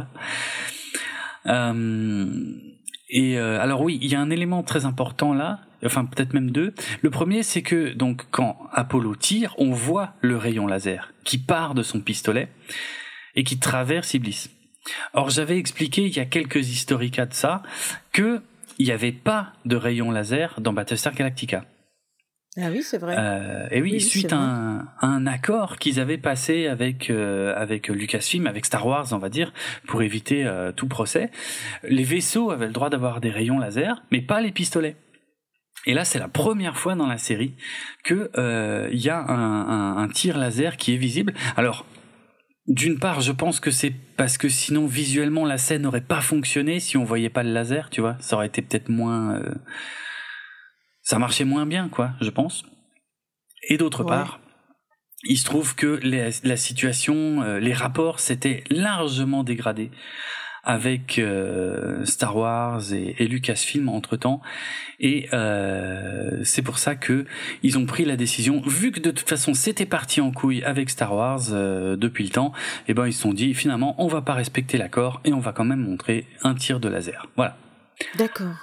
euh, Et euh, alors oui, il y a un élément très important là. Enfin, peut-être même deux. Le premier, c'est que, donc, quand Apollo tire, on voit le rayon laser qui part de son pistolet et qui traverse Iblis. Or, j'avais expliqué, il y a quelques historicats de ça, que il n'y avait pas de rayon laser dans Battlestar Galactica. Ah oui, c'est vrai. Euh, et oui, oui suite à un, un accord qu'ils avaient passé avec euh, avec Lucasfilm, avec Star Wars, on va dire, pour éviter euh, tout procès, les vaisseaux avaient le droit d'avoir des rayons laser, mais pas les pistolets. Et là, c'est la première fois dans la série que euh, y a un, un, un tir laser qui est visible. Alors, d'une part, je pense que c'est parce que sinon, visuellement, la scène n'aurait pas fonctionné si on voyait pas le laser, tu vois. Ça aurait été peut-être moins... Euh... Ça marchait moins bien, quoi, je pense. Et d'autre ouais. part, il se trouve que les, la situation, euh, les rapports s'étaient largement dégradés avec euh, Star Wars et, et Lucasfilm entre-temps. Et euh, c'est pour ça que ils ont pris la décision, vu que de toute façon c'était parti en couille avec Star Wars euh, depuis le temps, et ben ils se sont dit finalement on va pas respecter l'accord et on va quand même montrer un tir de laser. Voilà. D'accord.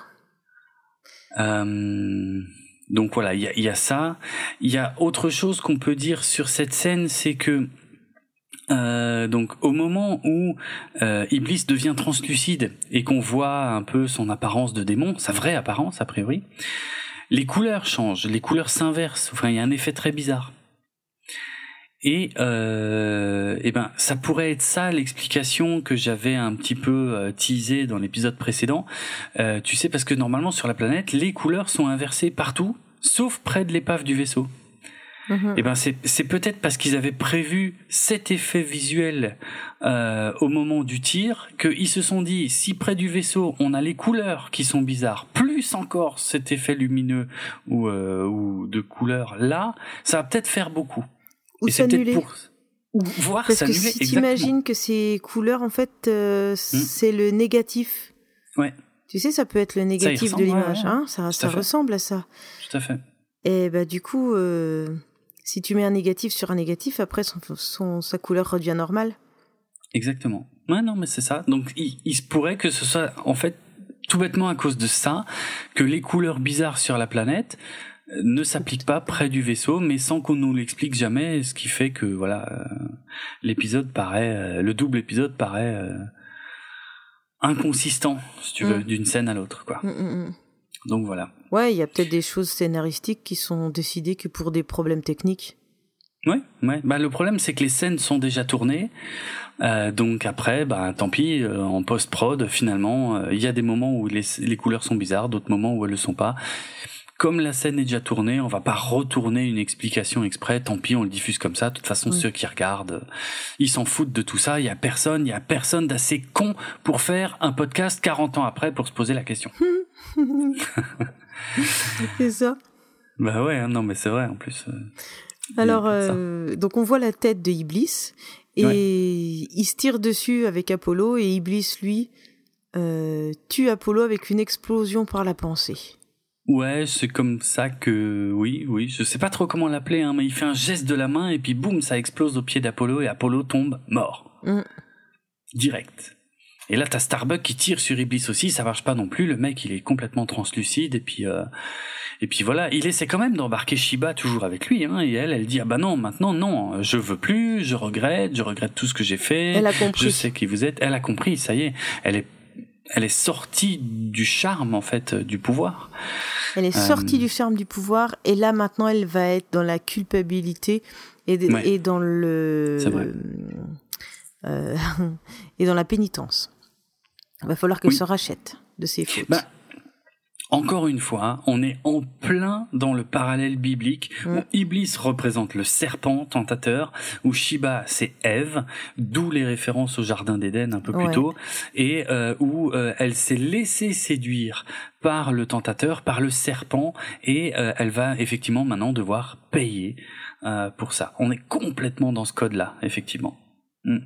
Euh, donc voilà, il y a, y a ça. Il y a autre chose qu'on peut dire sur cette scène, c'est que Euh, donc au moment où euh, Iblis devient translucide et qu'on voit un peu son apparence de démon, sa vraie apparence a priori, les couleurs changent, les couleurs s'inversent, enfin il y a un effet très bizarre. Et euh, et ben ça pourrait être ça l'explication que j'avais un petit peu euh, teasée dans l'épisode précédent. Euh, tu sais, parce que normalement sur la planète, les couleurs sont inversées partout, sauf près de l'épave du vaisseau. Mmh. Et ben c'est c'est peut-être parce qu'ils avaient prévu cet effet visuel euh, au moment du tir qu'ils se sont dit si près du vaisseau on a les couleurs qui sont bizarres, plus encore cet effet lumineux ou euh, ou de couleurs là, ça va peut-être faire beaucoup. Ou et s'annuler. C'est peut-être pour ou voir parce s'annuler. Parce que si exactement. t'imagines que ces couleurs en fait euh, mmh. c'est le négatif. Ouais. Tu sais, ça peut être le négatif ressemble, de l'image, ouais, hein. Ça ça ressemble à ça. Tout à fait. Et bah du coup. Euh... Si tu mets un négatif sur un négatif, après son, son, sa couleur redevient normale. Exactement. Ouais, non, mais c'est ça. Donc, il, il se pourrait que ce soit, en fait, tout bêtement à cause de ça, que les couleurs bizarres sur la planète ne s'appliquent pas près du vaisseau, mais sans qu'on nous l'explique jamais, ce qui fait que, voilà, euh, l'épisode paraît, euh, le double épisode paraît euh, inconsistant, si tu veux, mmh. d'une scène à l'autre, quoi. Mmh, mmh. Donc voilà. Ouais, il y a peut-être des choses scénaristiques qui sont décidées que pour des problèmes techniques. Ouais, ouais. Bah le problème c'est que les scènes sont déjà tournées, euh, donc après, bah tant pis. Euh, en post-prod, finalement, il euh, y a des moments où les, les couleurs sont bizarres, d'autres moments où elles le sont pas. Comme la scène est déjà tournée, on va pas retourner une explication exprès. Tant pis, on le diffuse comme ça. De toute façon, oui. Ceux qui regardent, ils s'en foutent de tout ça. Il y a personne, il y a personne d'assez con pour faire un podcast quarante ans après pour se poser la question. C'est ça. Bah ouais, hein, non mais c'est vrai en plus. Euh, Alors, euh, donc on voit la tête de Iblis et ouais. il se tire dessus avec Apollo et Iblis lui euh, tue Apollo avec une explosion par la pensée. Ouais, c'est comme ça que oui, oui, je sais pas trop comment l'appeler, hein, mais il fait un geste de la main et puis boum, ça explose au pied d'Apollo et Apollo tombe mort. Mm. Direct. Et là, t'as Starbuck qui tire sur Iblis aussi, ça marche pas non plus. Le mec, il est complètement translucide et puis euh, et puis voilà, il essaie quand même d'embarquer Shiba toujours avec lui. Hein, et elle, elle dit ah bah non, maintenant non, je veux plus, je regrette, je regrette tout ce que j'ai fait. Elle a compris. Je sais qui vous êtes. Elle a compris, ça y est, elle est elle est sortie du charme en fait du pouvoir. Elle est sortie euh... du charme du pouvoir et là maintenant, elle va être dans la culpabilité et, de, ouais. et dans le C'est vrai. Euh, et dans la pénitence. Il va falloir qu'elle oui. se rachète de ses fautes. Bah, encore une fois, on est en plein dans le parallèle biblique mmh. où Iblis représente le serpent tentateur, où Shiba c'est Ève, d'où les références au jardin d'Éden un peu plus ouais. tôt, et euh, où euh, elle s'est laissée séduire par le tentateur, par le serpent, et euh, elle va effectivement maintenant devoir payer euh, pour ça. On est complètement dans ce code-là, effectivement. Mmh.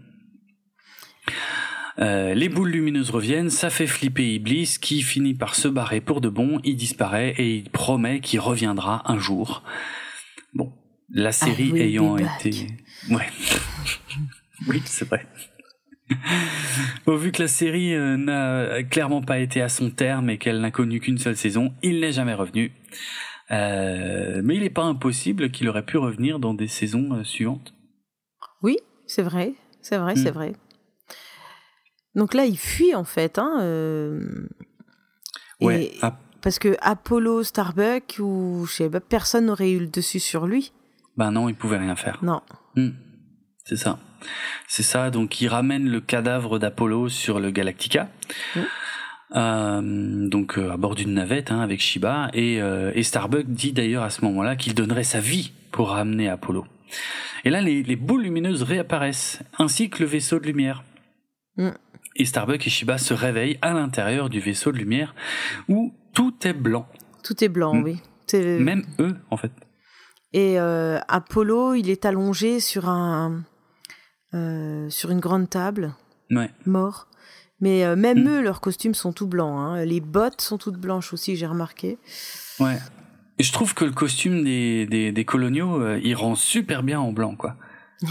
Euh, les boules lumineuses reviennent, ça fait flipper Iblis qui finit par se barrer pour de bon, il disparaît et il promet qu'il reviendra un jour. Bon, la série ayant été... Ouais. Oui, c'est vrai. Bon, vu que la série euh, n'a clairement pas été à son terme et qu'elle n'a connu qu'une seule saison, il n'est jamais revenu. Euh, mais il n'est pas impossible qu'il aurait pu revenir dans des saisons euh, suivantes. Oui, c'est vrai, c'est vrai, mmh. c'est vrai. Donc là, il fuit en fait. Hein, euh... Ouais. Et... Parce que Apollo, Starbuck, ou je sais pas, personne n'aurait eu le dessus sur lui. Ben non, il pouvait rien faire. Non. Mmh. C'est ça. C'est ça, donc il ramène le cadavre d'Apollo sur le Galactica. Mmh. Euh, donc euh, à bord d'une navette hein, avec Shiba et, euh, et Starbuck dit d'ailleurs à ce moment-là qu'il donnerait sa vie pour ramener Apollo. Et là les, les boules lumineuses réapparaissent ainsi que le vaisseau de lumière. Mm. Et Starbuck et Shiba se réveillent à l'intérieur du vaisseau de lumière où tout est blanc. Tout est blanc, mm. oui. C'est... Même eux en fait. Et euh, Apollo, il est allongé sur un euh, sur une grande table, ouais. mort. Mais euh, même mmh. eux, leurs costumes sont tout blancs. Hein. Les bottes sont toutes blanches aussi, j'ai remarqué. Ouais. Et je trouve que le costume des, des, des coloniaux, euh, il rend super bien en blanc, quoi.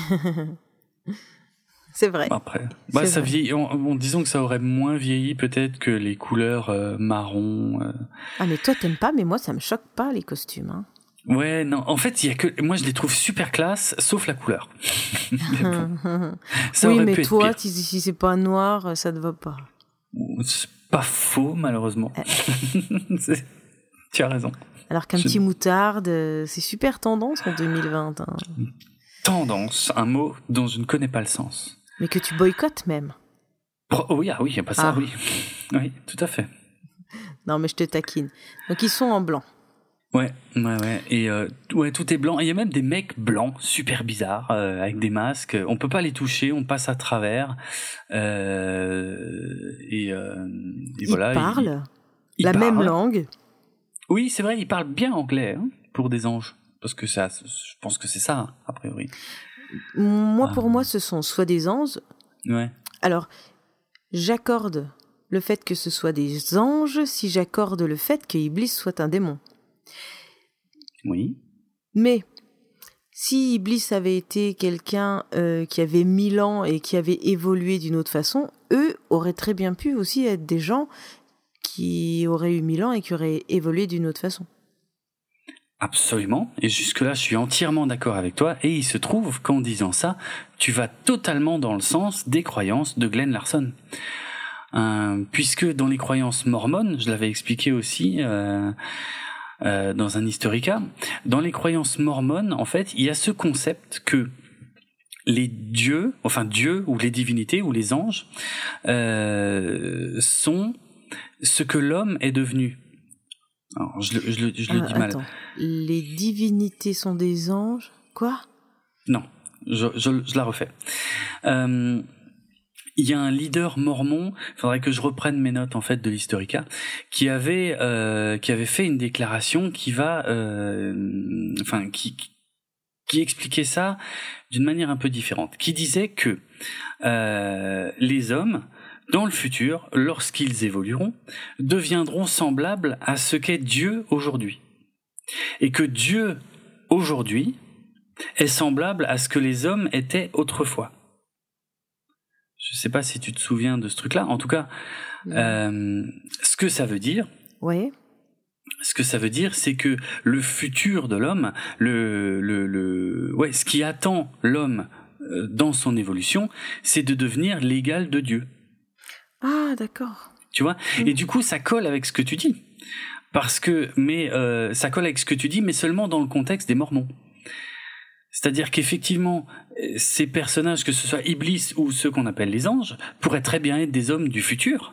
C'est vrai. Après, bah, C'est ça vrai. vieillit. En, en disant que ça aurait moins vieilli peut-être que les couleurs euh, marron. Euh... Ah mais toi t'aimes pas, mais moi ça me choque pas les costumes. Hein. Ouais, non. En fait, il y a que moi je les trouve super classe, sauf la couleur. Mais bon, ça oui, aurait mais pu toi, être pire. si, si c'est pas noir, ça te va pas. C'est pas faux, malheureusement. c'est... Tu as raison. Alors qu'un je... petit moutarde, c'est super tendance en deux mille vingt. Hein. Tendance, un mot dont je ne connais pas le sens. Mais que tu boycottes même. Oh, oui, ah oui, il n'y a pas ça, ah. oui. Oui, tout à fait. Non, mais je te taquine. Donc ils sont en blanc. Ouais, ouais, ouais. Et euh, ouais, tout est blanc. Il y a même des mecs blancs, super bizarres, euh, avec des masques. On peut pas les toucher, on passe à travers. Euh, et, euh, et ils voilà. Parlent ils, ils la parlent. même langue. Oui, c'est vrai, ils parlent bien anglais hein, pour des anges. Parce que ça, je pense que c'est ça, a priori. Moi, ah. pour moi, ce sont soit des anges. Ouais. Alors, j'accorde le fait que ce soit des anges si j'accorde le fait que Iblis soit un démon. Oui. Mais si Iblis avait été quelqu'un euh, qui avait mille ans et qui avait évolué d'une autre façon, eux auraient très bien pu aussi être des gens qui auraient eu mille ans et qui auraient évolué d'une autre façon. Absolument. Et jusque-là, je suis entièrement d'accord avec toi. Et il se trouve qu'en disant ça, tu vas totalement dans le sens des croyances de Glenn Larson. Euh, puisque dans les croyances mormones, je l'avais expliqué aussi... Euh, Euh, dans un Historica, dans les croyances mormones, en fait, il y a ce concept que les dieux, enfin Dieu ou les divinités ou les anges, euh, sont ce que l'homme est devenu. Alors, je, je, je, je euh, le dis mal. Attends. Les divinités sont des anges ? Quoi ? Non, je, je, je la refais. Euh, Il y a un leader mormon, il faudrait que je reprenne mes notes en fait de l'Historica, qui avait euh, qui avait fait une déclaration qui va, euh, enfin qui qui expliquait ça d'une manière un peu différente, qui disait que euh, les hommes dans le futur, lorsqu'ils évolueront, deviendront semblables à ce qu'est Dieu aujourd'hui, et que Dieu aujourd'hui est semblable à ce que les hommes étaient autrefois. Je sais pas si tu te souviens de ce truc-là. En tout cas, mmh. euh, ce que ça veut dire, ouais. ce que ça veut dire, c'est que le futur de l'homme, le, le, le, ouais, ce qui attend l'homme euh, dans son évolution, c'est de devenir l'égal de Dieu. Ah, d'accord. Tu vois ? Mmh. Et du coup, ça colle avec ce que tu dis, parce que, mais euh, ça colle avec ce que tu dis, mais seulement dans le contexte des Mormons. C'est-à-dire qu'effectivement, ces personnages, que ce soit Iblis ou ceux qu'on appelle les anges, pourraient très bien être des hommes du futur.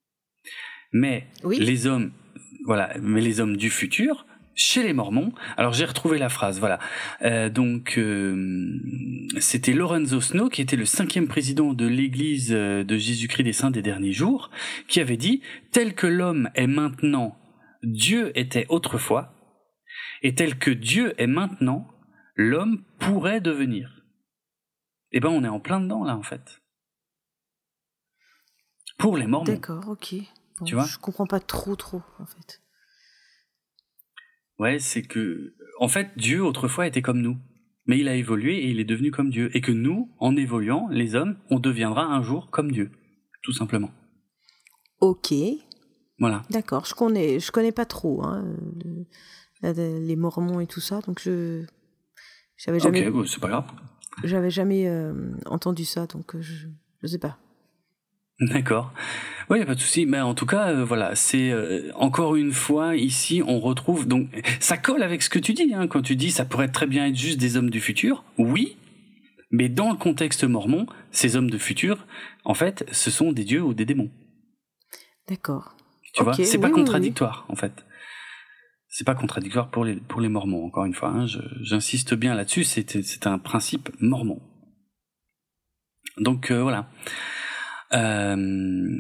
Mais oui. les hommes, voilà, mais les hommes du futur, chez les Mormons, alors j'ai retrouvé la phrase, voilà. Euh, donc, euh, c'était Lorenzo Snow, qui était le cinquième président de l'Église de Jésus-Christ des Saints des Derniers Jours, qui avait dit « Tel que l'homme est maintenant, Dieu était autrefois, et tel que Dieu est maintenant, l'homme pourrait devenir. » Eh ben, on est en plein dedans, là, en fait. Pour les Mormons. D'accord, ok. Bon, tu vois ? Je comprends pas trop, trop, en fait. Ouais, c'est que... En fait, Dieu, autrefois, était comme nous. Mais il a évolué et il est devenu comme Dieu. Et que nous, en évoluant, les hommes, on deviendra un jour comme Dieu. Tout simplement. Ok. Voilà. D'accord, je connais, je connais pas trop, hein, le, les Mormons et tout ça, donc je... J'avais jamais... Ok, c'est pas grave. J'avais jamais euh, entendu ça, donc euh, je je sais pas. D'accord. Oui, pas de souci. Mais en tout cas, euh, voilà, c'est euh, encore une fois ici, on retrouve donc ça colle avec ce que tu dis, hein, quand tu dis ça pourrait très bien être juste des hommes du futur. Oui, mais dans le contexte mormon, ces hommes de futur, en fait, ce sont des dieux ou des démons. D'accord. Tu okay, vois, c'est oui, pas contradictoire, oui, oui. en fait. C'est pas contradictoire pour les pour les mormons. Encore une fois, hein, je, j'insiste bien là-dessus. C'est c'est un principe mormon. Donc euh, voilà. Euh,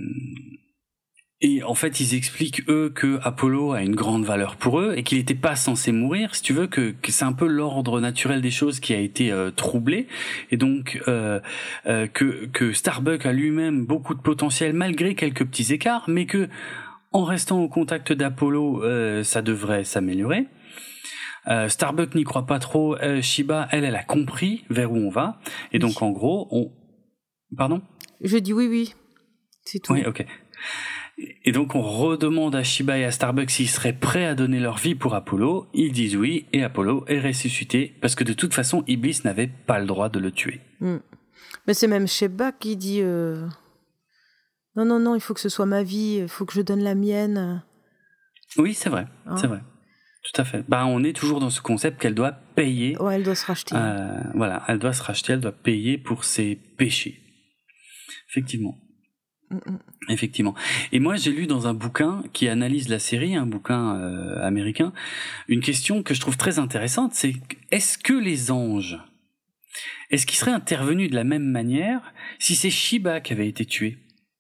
et en fait, ils expliquent eux que Apollo a une grande valeur pour eux et qu'il n'était pas censé mourir, si tu veux, que, que c'est un peu l'ordre naturel des choses qui a été euh, troublé, et donc euh, euh, que que Starbuck a lui-même beaucoup de potentiel malgré quelques petits écarts, mais que en restant au contact d'Apollo, euh, ça devrait s'améliorer. Euh, Starbuck n'y croit pas trop. Euh, Shiba, elle, elle a compris vers où on va, et donc en gros, on Pardon ? Je dis oui, oui. C'est tout. Oui, ok. Et donc, on redemande à Shiba et à Starbuck s'ils seraient prêts à donner leur vie pour Apollo. Ils disent oui, et Apollo est ressuscité, parce que de toute façon, Iblis n'avait pas le droit de le tuer. Mm. Mais c'est même Shiba qui dit euh... non, non, non, il faut que ce soit ma vie, il faut que je donne la mienne. Oui, c'est vrai, hein? C'est vrai. Tout à fait. Bah, on est toujours dans ce concept qu'elle doit payer. Ouais, elle doit se racheter. Euh, voilà, elle doit se racheter, elle doit payer pour ses péchés. Effectivement. Mm-mm. Effectivement. Et moi, j'ai lu dans un bouquin qui analyse la série, un bouquin euh, américain, une question que je trouve très intéressante, c'est est-ce que les anges, est-ce qu'ils seraient intervenus de la même manière si c'est Shiba qui avait été tué ?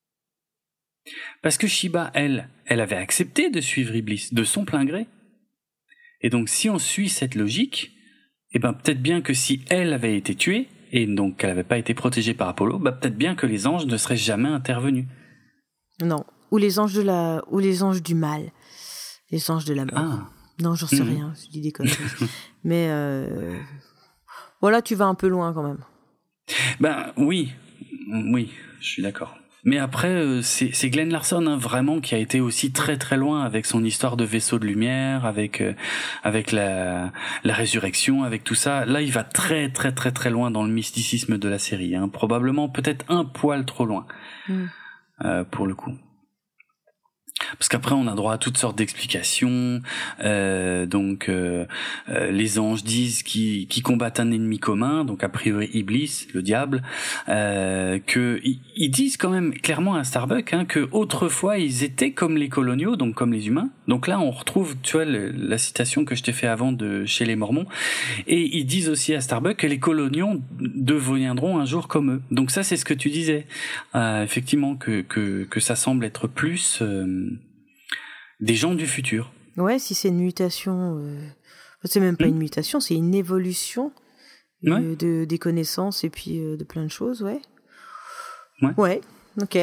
Parce que Shiba, elle, elle avait accepté de suivre Iblis de son plein gré. Et donc, si on suit cette logique, eh ben peut-être bien que si elle avait été tuée, et donc qu'elle n'avait pas été protégée par Apollo, bah peut-être bien que les anges ne seraient jamais intervenus. Non, ou les anges de la, ou les anges du mal, les anges de la mort. Ah. Non, j'en sais mmh. rien, je dis des conneries. Mais euh... voilà, tu vas un peu loin quand même. Ben oui, oui, je suis d'accord. Mais après, c'est, c'est Glenn Larson, hein, vraiment, qui a été aussi très très loin avec son histoire de vaisseau de lumière, avec euh, avec la la résurrection, avec tout ça. Là, il va très très très très loin dans le mysticisme de la série, hein, probablement peut-être un poil trop loin mm. euh, pour le coup. Parce qu'après on a droit à toutes sortes d'explications. Euh, donc euh, euh, les anges disent qu'ils, qu'ils combattent un ennemi commun, donc a priori Iblis, le diable. Euh, que ils disent quand même clairement à Starbuck hein, que autrefois ils étaient comme les coloniaux, donc comme les humains. Donc là on retrouve, tu vois, le, la citation que je t'ai fait avant de chez les Mormons. Et ils disent aussi à Starbuck que les coloniaux deviendront un jour comme eux. Donc ça c'est ce que tu disais. Euh, effectivement que que que ça semble être plus euh, des gens du futur. Ouais, si c'est une mutation, euh... c'est même pas mmh. une mutation, c'est une évolution ouais. euh, de, des connaissances et puis euh, de plein de choses, ouais. Ouais, ouais ok.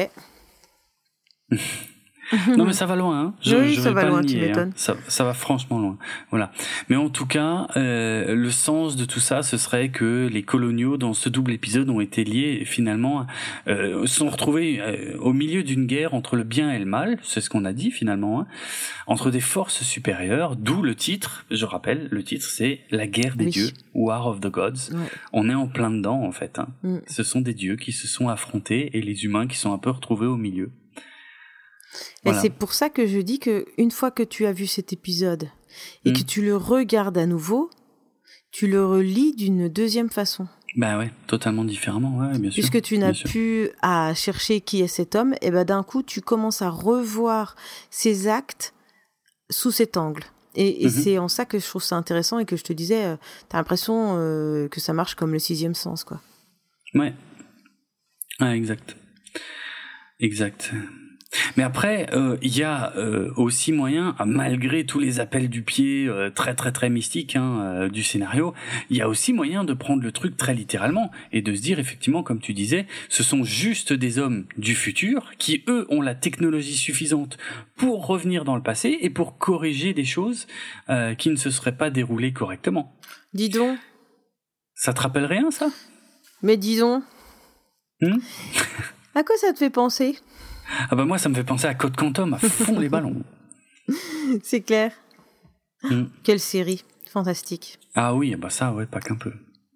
Non mais ça va loin, hein. Je, oui, je ça vais va pas loin, le nier, tu m'étonnes. Hein. Ça, ça va franchement loin. Voilà. Mais en tout cas, euh, le sens de tout ça, ce serait que les coloniaux dans ce double épisode ont été liés finalement, euh, sont retrouvés euh, au milieu d'une guerre entre le bien et le mal. C'est ce qu'on a dit finalement, hein, entre des forces supérieures. D'où le titre. Je rappelle, le titre c'est La guerre des oui. dieux, War of the Gods. Ouais. On est en plein dedans en fait. Hein. Mm. Ce sont des dieux qui se sont affrontés et les humains qui sont un peu retrouvés au milieu. Voilà. Et c'est pour ça que je dis que une fois que tu as vu cet épisode et mmh. que tu le regardes à nouveau, tu le relis d'une deuxième façon. Bah ouais, totalement différemment, ouais, bien sûr. Puisque tu n'as plus à chercher qui est cet homme, et ben d'un coup tu commences à revoir ses actes sous cet angle. Et, et mmh. c'est en ça que je trouve ça intéressant et que je te disais, euh, t'as l'impression euh, que ça marche comme le sixième sens, quoi. Ouais. Ah, exact. Exact. Mais après, il euh, y a euh, aussi moyen, malgré tous les appels du pied euh, très très très mystiques hein, euh, du scénario, il y a aussi moyen de prendre le truc très littéralement et de se dire effectivement, comme tu disais, ce sont juste des hommes du futur qui, eux, ont la technologie suffisante pour revenir dans le passé et pour corriger des choses euh, qui ne se seraient pas déroulées correctement. Dis donc. Ça te rappelle rien, ça ? Mais disons. Hmm à quoi ça te fait penser ? Ah bah moi ça me fait penser à Code Quantum à fond les ballons. C'est clair. Mm. Quelle série fantastique. Ah oui, bah ça ouais, pas qu'un peu.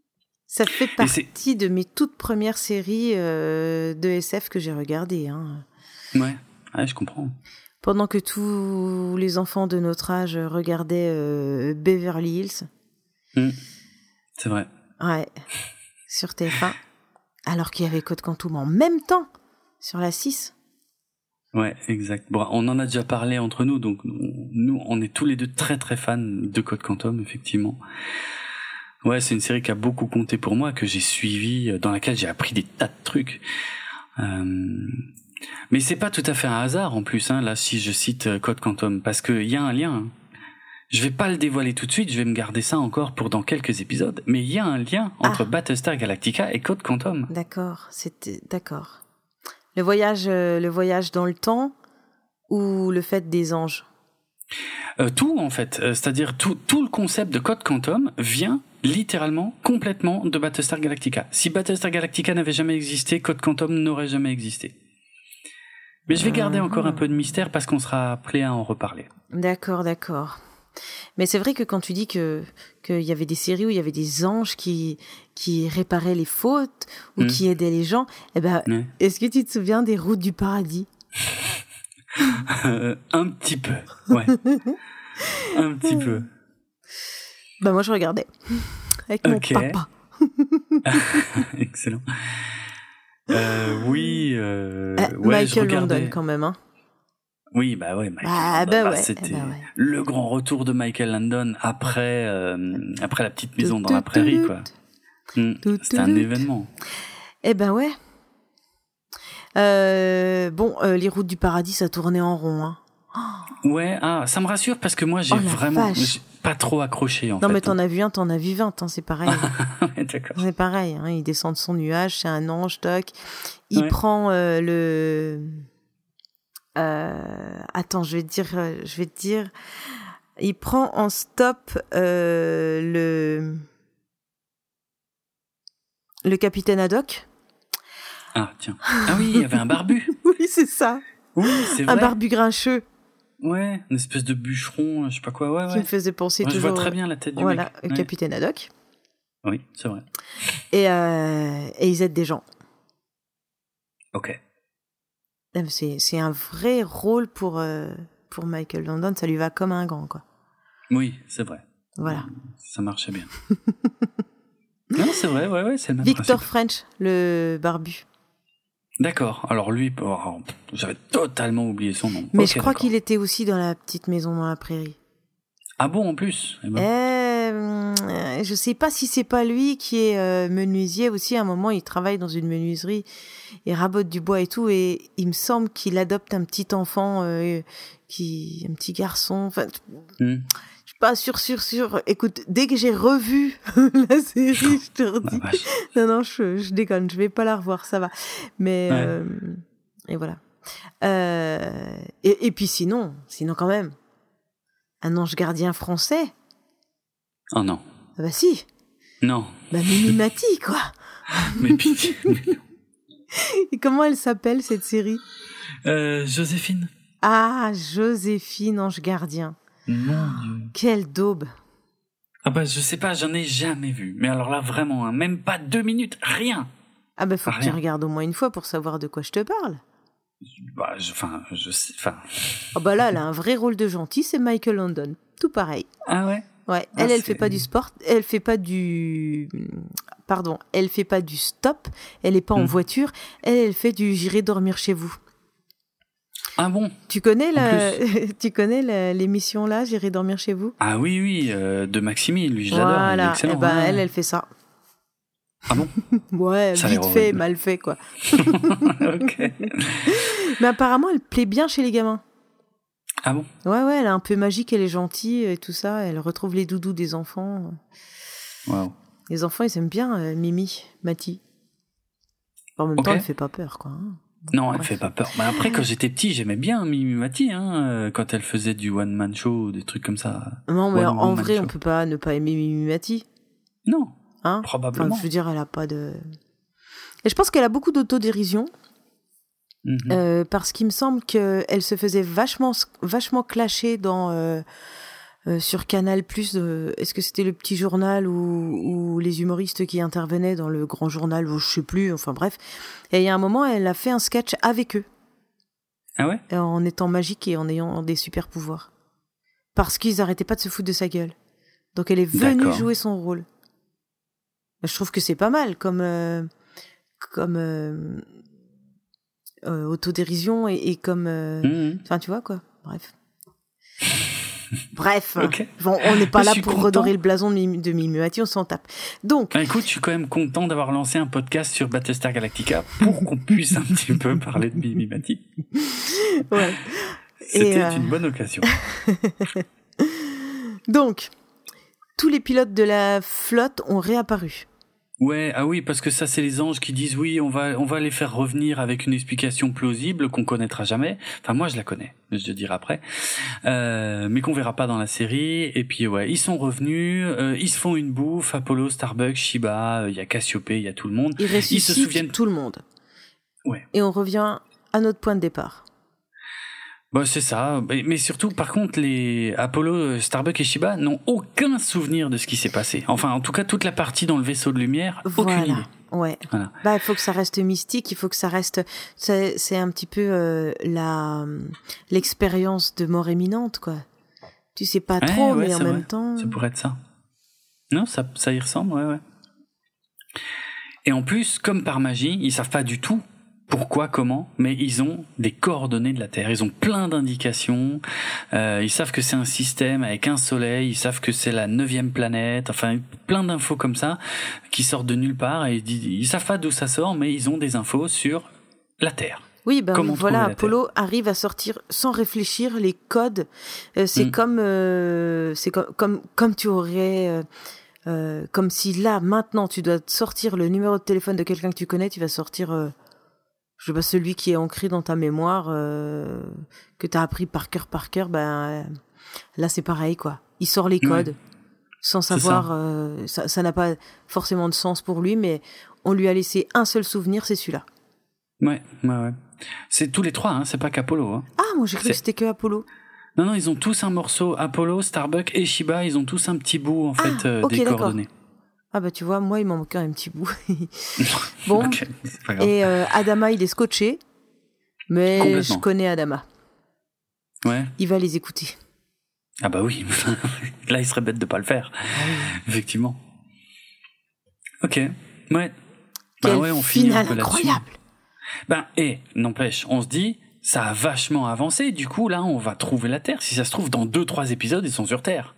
Ça fait partie de mes toutes premières séries euh, de S F que j'ai regardées. Hein. Ouais. ouais, je comprends. Pendant que tous les enfants de notre âge regardaient euh, Beverly Hills. Mmh. C'est vrai. Ouais, sur T F un. Alors qu'il y avait Code Quantum en même temps, sur la six. Ouais, exact. Bon, on en a déjà parlé entre nous, donc nous, on est tous les deux très très fans de Code Quantum, effectivement. Ouais, c'est une série qui a beaucoup compté pour moi, que j'ai suivie, dans laquelle j'ai appris des tas de trucs. Euh... Mais c'est pas tout à fait un hasard en plus, hein, là, si je cite Code Quantum, parce qu'il y a un lien. Je vais pas le dévoiler tout de suite, je vais me garder ça encore pour dans quelques épisodes, mais il y a un lien entre ah. Battlestar Galactica et Code Quantum. D'accord, c'était d'accord. Le voyage, euh, le voyage dans le temps ou le fait des anges. Euh, tout en fait, euh, c'est-à-dire tout tout le concept de Code Quantum vient littéralement complètement de Battlestar Galactica. Si Battlestar Galactica n'avait jamais existé, Code Quantum n'aurait jamais existé. Mais je vais garder mmh. encore un peu de mystère parce qu'on sera appelé à en reparler. D'accord, d'accord. Mais c'est vrai que quand tu dis que qu'il y avait des séries où il y avait des anges qui qui réparaient les fautes ou mmh. qui aidaient les gens, eh ben, mmh. est-ce que tu te souviens des Routes du Paradis? euh, Un petit peu, ouais. un petit peu. Bah moi je regardais avec okay. mon papa. Excellent. Euh, oui. Euh, euh, ouais, Michael Landon quand même, hein. Oui, bah ouais, Michael ah, Landon. Bah bah, ouais, c'était bah ouais. le grand retour de Michael Landon après euh, après La Petite Maison dans la Prairie, quoi. Mmh, c'était un événement. Eh ben ouais. Euh, bon, euh, les Routes du Paradis, ça tournait en rond, hein. Ouais, ah, ça me rassure parce que moi j'ai oh, vraiment j'ai pas trop accroché en non, fait. Non mais t'en as vu un, t'en as vu vingt, hein, c'est pareil. ouais, d'accord. C'est pareil, hein, il descend de son nuage, c'est un ange, toc. Il ouais. prend euh, le... Euh... Attends, je vais te dire, je vais te dire... Il prend en stop euh, le... Le capitaine Haddock. Ah, tiens. Ah oui, il y avait un barbu. Oui, c'est ça. Oui, c'est vrai. Un barbu grincheux. Ouais, une espèce de bûcheron, je sais pas quoi, ouais, ouais. Qui me faisait penser ouais, toujours... Je vois très bien la tête du voilà, mec. Voilà, le ouais. capitaine Haddock. Oui, c'est vrai. Et, euh, et ils aident des gens. Ok. C'est, c'est un vrai rôle pour, euh, pour Michael Landon, ça lui va comme un gant, quoi. Oui, c'est vrai. Voilà. Ça marchait bien. Non, c'est vrai, ouais, ouais, c'est le même Victor principe. French, le barbu. D'accord. Alors lui, oh, j'avais totalement oublié son nom. Mais okay, je crois d'accord. qu'il était aussi dans La Petite Maison dans la Prairie. Ah bon, en plus eh ben. euh, Je sais pas si c'est pas lui qui est euh, menuisier aussi. À un moment, il travaille dans une menuiserie, il rabote du bois et tout, et il me semble qu'il adopte un petit enfant, euh, qui, un petit garçon. Enfin, hmm. je suis pas sûre, sûre, sûre. Écoute, dès que j'ai revu la série, je te redis. Ah, non, non, je, je déconne, je vais pas la revoir, ça va. Mais ouais. euh, et voilà. Euh, et, et puis sinon, sinon quand même. Un ange gardien français? Oh non. Ah bah si. Non. Bah Mimi Mati, quoi. Mais pitié. Et comment elle s'appelle, cette série? euh, Joséphine. Ah, Joséphine, ange gardien. Mon Dieu. Quelle daube. Ah bah je sais pas, j'en ai jamais vu. Mais alors là, vraiment, hein, même pas deux minutes, rien. Ah bah faut rien. Que tu regardes au moins une fois pour savoir de quoi je te parle. Bah, enfin, je, je sais, enfin... Oh bah là, elle a un vrai rôle de gentil, c'est Michael Landon. Tout pareil. Ah ouais? Ouais. Ah, elle, elle c'est... fait pas du sport, elle fait pas du... Pardon, elle fait pas du stop, elle est pas mmh. en voiture, elle, elle fait du j'irai dormir chez vous. Ah bon? Tu connais la... tu connais la... l'émission là, j'irai dormir chez vous? Ah oui, oui, euh, de Maximi, lui, je l'adore, voilà. il est excellent. Et bah, hein. elle, elle fait ça. Ah bon? Ouais, ça vite fait, mal fait, quoi. Ok. Mais apparemment, elle plaît bien chez les gamins. Ah bon? Ouais, ouais, elle est un peu magique, elle est gentille et tout ça. Elle retrouve les doudous des enfants. Wow. Les enfants, ils aiment bien euh, Mimi, Mati. En même okay. temps, elle fait pas peur, quoi. Hein. Non, elle Bref. fait pas peur. Mais après, quand j'étais petit, j'aimais bien Mimi Mati, hein, quand elle faisait du one-man show, des trucs comme ça. Non, mais one, en vrai, show. On peut pas ne pas aimer Mimi Mati. Non. Hein Probablement. Enfin, je veux dire, elle a pas de... Et je pense qu'elle a beaucoup d'autodérision, mm-hmm. euh, parce qu'il me semble qu'elle se faisait vachement, vachement clasher dans, euh, euh, sur Canal+, euh, est-ce que c'était le petit journal ou, ou les humoristes qui intervenaient dans le grand journal, ou je sais plus, enfin bref. Et il y a un moment, elle a fait un sketch avec eux. Ah ouais ? En étant magique et en ayant des super pouvoirs. Parce qu'ils arrêtaient pas de se foutre de sa gueule. Donc elle est venue D'accord. jouer son rôle. Je trouve que c'est pas mal comme euh, comme euh, euh, autodérision et, et comme enfin euh, mmh. tu vois quoi. Bref. Bref, okay. Bon, on n'est pas là pour content. redorer le blason de Mimimati, on s'en tape. Donc, ah, écoute, je suis quand même content d'avoir lancé un podcast sur Battlestar Galactica pour qu'on puisse un petit peu parler de Mimimati. Ouais. C'était euh... une bonne occasion. Donc, tous les pilotes de la flotte ont réapparu. Ouais, ah oui, parce que ça, c'est les anges qui disent oui, on va, on va les faire revenir avec une explication plausible qu'on connaîtra jamais. Enfin, moi, je la connais, je te dirai après, euh, mais qu'on verra pas dans la série. Et puis, ouais, ils sont revenus, euh, ils se font une bouffe. Apollo, Starbuck, Shiba, il y a Cassiopée, il y a tout le monde. Ils ressuscitent ils se souviennent tout le monde. Ouais. Et on revient à notre point de départ. Bah, c'est ça. Mais surtout, par contre, les Apollo, Starbuck et Shiba n'ont aucun souvenir de ce qui s'est passé. Enfin, en tout cas, toute la partie dans le vaisseau de lumière, voilà. aucune idée. Ouais. Voilà. Bah, il faut que ça reste mystique. Il faut que ça reste. C'est, c'est un petit peu euh, la l'expérience de mort imminente, quoi. Tu sais pas trop, ouais, ouais, mais en vrai. même temps. Ça pourrait être ça. Non, ça, ça y ressemble, ouais, ouais. Et en plus, comme par magie, ils savent pas du tout. Pourquoi, comment, mais ils ont des coordonnées de la Terre, ils ont plein d'indications, euh, ils savent que c'est un système avec un soleil, ils savent que c'est la neuvième planète, enfin plein d'infos comme ça qui sortent de nulle part et ils, ils savent pas d'où ça sort, mais ils ont des infos sur la Terre. Oui, ben Comment voilà, Apollo arrive à sortir sans réfléchir les codes. Euh, c'est mmh. comme, euh, c'est comme, comme, comme tu aurais, euh, euh, comme si là maintenant tu dois sortir le numéro de téléphone de quelqu'un que tu connais, tu vas sortir. Euh, Je sais pas, celui qui est ancré dans ta mémoire, euh, que t'as appris par cœur par cœur, ben euh, là c'est pareil quoi. Il sort les codes, ouais. sans savoir, ça. Euh, ça, ça n'a pas forcément de sens pour lui, mais on lui a laissé un seul souvenir, c'est celui-là. Ouais, ouais, ouais. C'est tous les trois, hein, c'est pas qu'Apollo. Hein. Ah, moi j'ai cru c'est... que c'était que Apollo. Non, non, ils ont tous un morceau. Apollo, Starbuck et Shiba, ils ont tous un petit bout en fait ah, euh, okay, des d'accord. coordonnées. Ah bah tu vois, moi il m'en manque un petit bout. Bon, okay, c'est pas grave. Et euh, Adama il est scotché, mais je connais Adama. Ouais. Il va les écouter. Ah bah oui, là il serait bête de pas le faire, ah oui. Effectivement. Ok, ouais. Quel bah ouais, on finit un peu incroyable. Là-dessus. Ben, et n'empêche, on se dit, ça a vachement avancé, du coup là on va trouver la Terre. Si ça se trouve, dans deux trois épisodes ils sont sur Terre.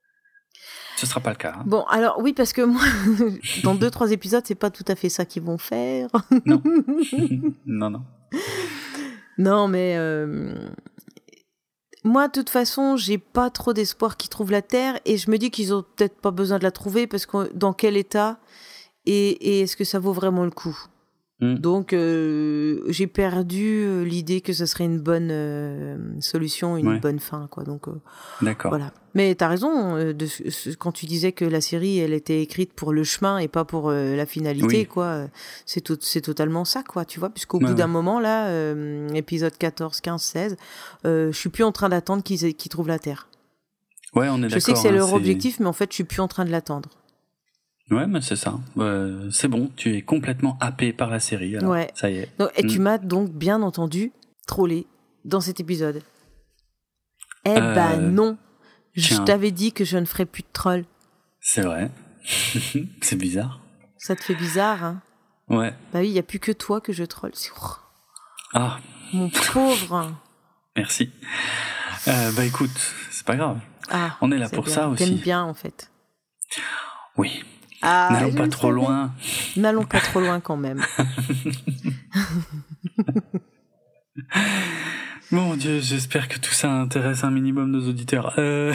Ce sera pas le cas. Hein. Bon, alors oui, parce que moi, dans deux, trois épisodes, c'est pas tout à fait ça qu'ils vont faire. Non. non, non. Non, mais euh, moi, de toute façon, j'ai pas trop d'espoir qu'ils trouvent la Terre et je me dis qu'ils ont peut-être pas besoin de la trouver parce que dans quel état et, et est-ce que ça vaut vraiment le coup ? Mm. Donc, euh, j'ai perdu l'idée que ce serait une bonne euh, solution, une ouais. bonne fin, quoi. Donc, euh, d'accord. Voilà. Mais t'as raison euh, de, quand tu disais que la série, elle était écrite pour le chemin et pas pour euh, la finalité, oui. quoi. C'est tout, c'est totalement ça, quoi. Tu vois, puisqu'au ouais, bout ouais. d'un moment là, euh, épisode quatorze, quinze, seize, euh, je suis plus en train d'attendre qu'ils, qu'ils trouvent la Terre. Ouais, on est je d'accord. Je sais que c'est hein, leur c'est... objectif, mais en fait, je suis plus en train de l'attendre. Ouais, mais c'est ça. Euh, c'est bon, tu es complètement happé par la série. Alors, ouais. Ça y est. Donc, et mm. tu m'as donc bien entendu troller dans cet épisode. Eh euh, ben non. Tiens. Je t'avais dit que je ne ferais plus de troll. C'est vrai. C'est bizarre. Ça te fait bizarre, hein ? Ouais. Bah oui, il n'y a plus que toi que je troll. C'est... Ah. Mon pauvre. Merci. Euh, bah écoute, c'est pas grave. Ah, on est là pour bien. ça aussi. T'aimes bien, en fait. Oui. Ah, N'allons pas trop loin. N'allons pas trop loin quand même. Mon Dieu, j'espère que tout ça intéresse un minimum nos auditeurs. Euh...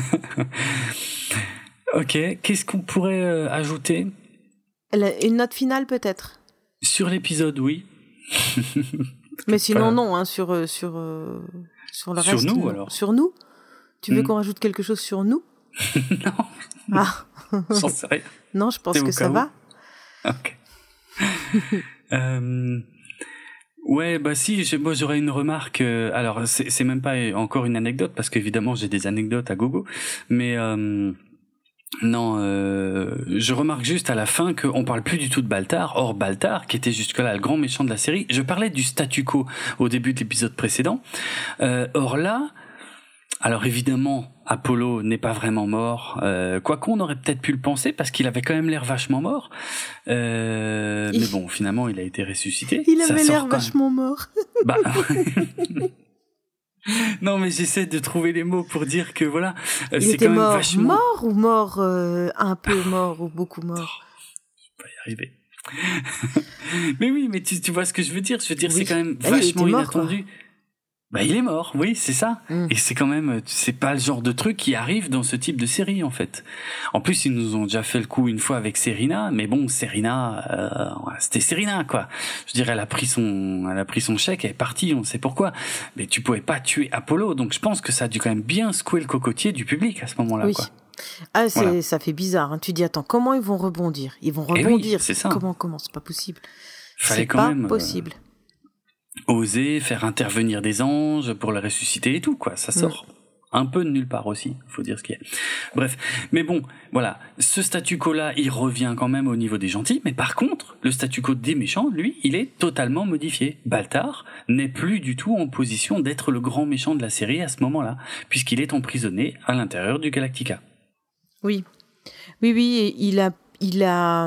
ok, qu'est-ce qu'on pourrait euh, ajouter ? Une note finale peut-être ? Sur l'épisode, oui. Mais sinon pas... non, hein, sur, euh, sur, euh, sur le sur reste. Sur nous alors. Sur nous ? Tu veux mm. qu'on rajoute quelque chose sur nous ? Non. Ah. J'en sais rien. Non, je pense T'es que ça va. Ok. euh... Ouais, bah si, j'ai, moi j'aurais une remarque. Euh, alors c'est, c'est même pas encore une anecdote parce qu'évidemment j'ai des anecdotes à gogo, mais euh, non, euh, je remarque juste à la fin qu'on parle plus du tout de Baltar. Or Baltar, qui était jusque-là le grand méchant de la série, je parlais du statu quo au début de l'épisode précédent. Euh, or là, alors évidemment, Apollo n'est pas vraiment mort, euh, quoique on aurait peut-être pu le penser parce qu'il avait quand même l'air vachement mort. Euh, mais bon, finalement, il a été ressuscité. Il avait l'air vachement même... mort. Bah. Non, mais j'essaie de trouver les mots pour dire que voilà, il c'est était quand même mort, vachement mort ou mort, euh, un peu mort ou beaucoup mort. On va y arriver. Mais oui, mais tu, tu vois ce que je veux dire. Je veux dire, oui. C'est quand même ah, vachement mort, inattendu. Quoi. Bah, il est mort, oui, c'est ça. Mm. Et c'est quand même, c'est pas le genre de truc qui arrive dans ce type de série, en fait. En plus, ils nous ont déjà fait le coup une fois avec Serena, mais bon, Serena, euh, c'était Serena, quoi. Je dirais, elle a pris son, elle a pris son chèque, elle est partie, on sait pourquoi. Mais tu pouvais pas tuer Apollo, donc je pense que ça a dû quand même bien secouer le cocotier du public à ce moment-là, oui. quoi. Ah, c'est, voilà. Ça fait bizarre, hein. Tu dis, attends, comment ils vont rebondir? Ils vont rebondir. Oui, c'est ça. Comment, comment? C'est pas possible. Fallait c'est quand pas même, possible. Euh... oser faire intervenir des anges pour le ressusciter et tout, quoi. Ça sort mmh. un peu de nulle part aussi, faut dire ce qu'il y a. Bref, mais bon, voilà, ce statu quo-là, il revient quand même au niveau des gentils, mais par contre, le statu quo des méchants, lui, il est totalement modifié. Baltar n'est plus du tout en position d'être le grand méchant de la série à ce moment-là, puisqu'il est emprisonné à l'intérieur du Galactica. Oui, oui, oui, il a, il a,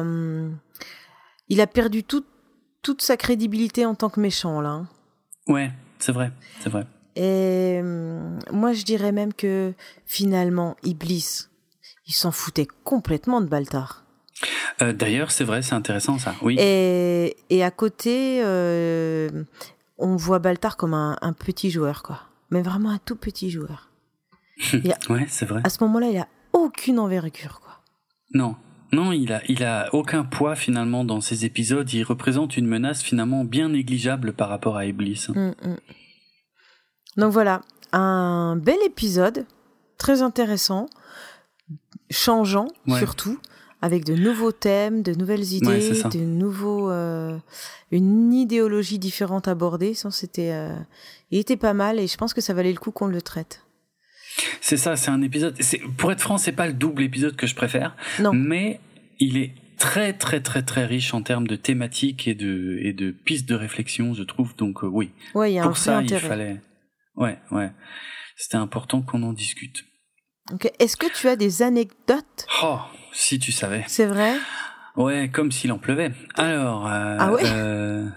il a perdu tout toute sa crédibilité en tant que méchant, là. Hein. Ouais, c'est vrai, c'est vrai. Et euh, moi, je dirais même que, finalement, Iblis, il s'en foutait complètement de Baltar. Euh, d'ailleurs, c'est vrai, c'est intéressant, ça, oui. Et, et à côté, euh, on voit Baltar comme un, un petit joueur, quoi. Mais vraiment un tout petit joueur. A, ouais, c'est vrai. À ce moment-là, il a aucune envergure, quoi. Non. Non, il a, il a aucun poids finalement dans ces épisodes. Il représente une menace finalement bien négligeable par rapport à Iblis. Mmh, mmh. Donc voilà, un bel épisode, très intéressant, changeant ouais. surtout, avec de nouveaux thèmes, de nouvelles idées, ouais, de nouveaux, euh, une idéologie différente abordée. Ça, c'était, euh, il était pas mal et je pense que ça valait le coup qu'on le traite. C'est ça, c'est un épisode. C'est, pour être franc, c'est pas le double épisode que je préfère, non. mais il est très très très très riche en termes de thématiques et de et de pistes de réflexion, je trouve. Donc euh, oui. Ouais, il y a pour un vrai ça, intérêt. il fallait. Ouais, ouais. C'était important qu'on en discute. Okay. Est-ce que tu as des anecdotes ? Oh, si tu savais. C'est vrai ? Ouais, comme s'il en pleuvait. Alors, euh, ah ouais euh...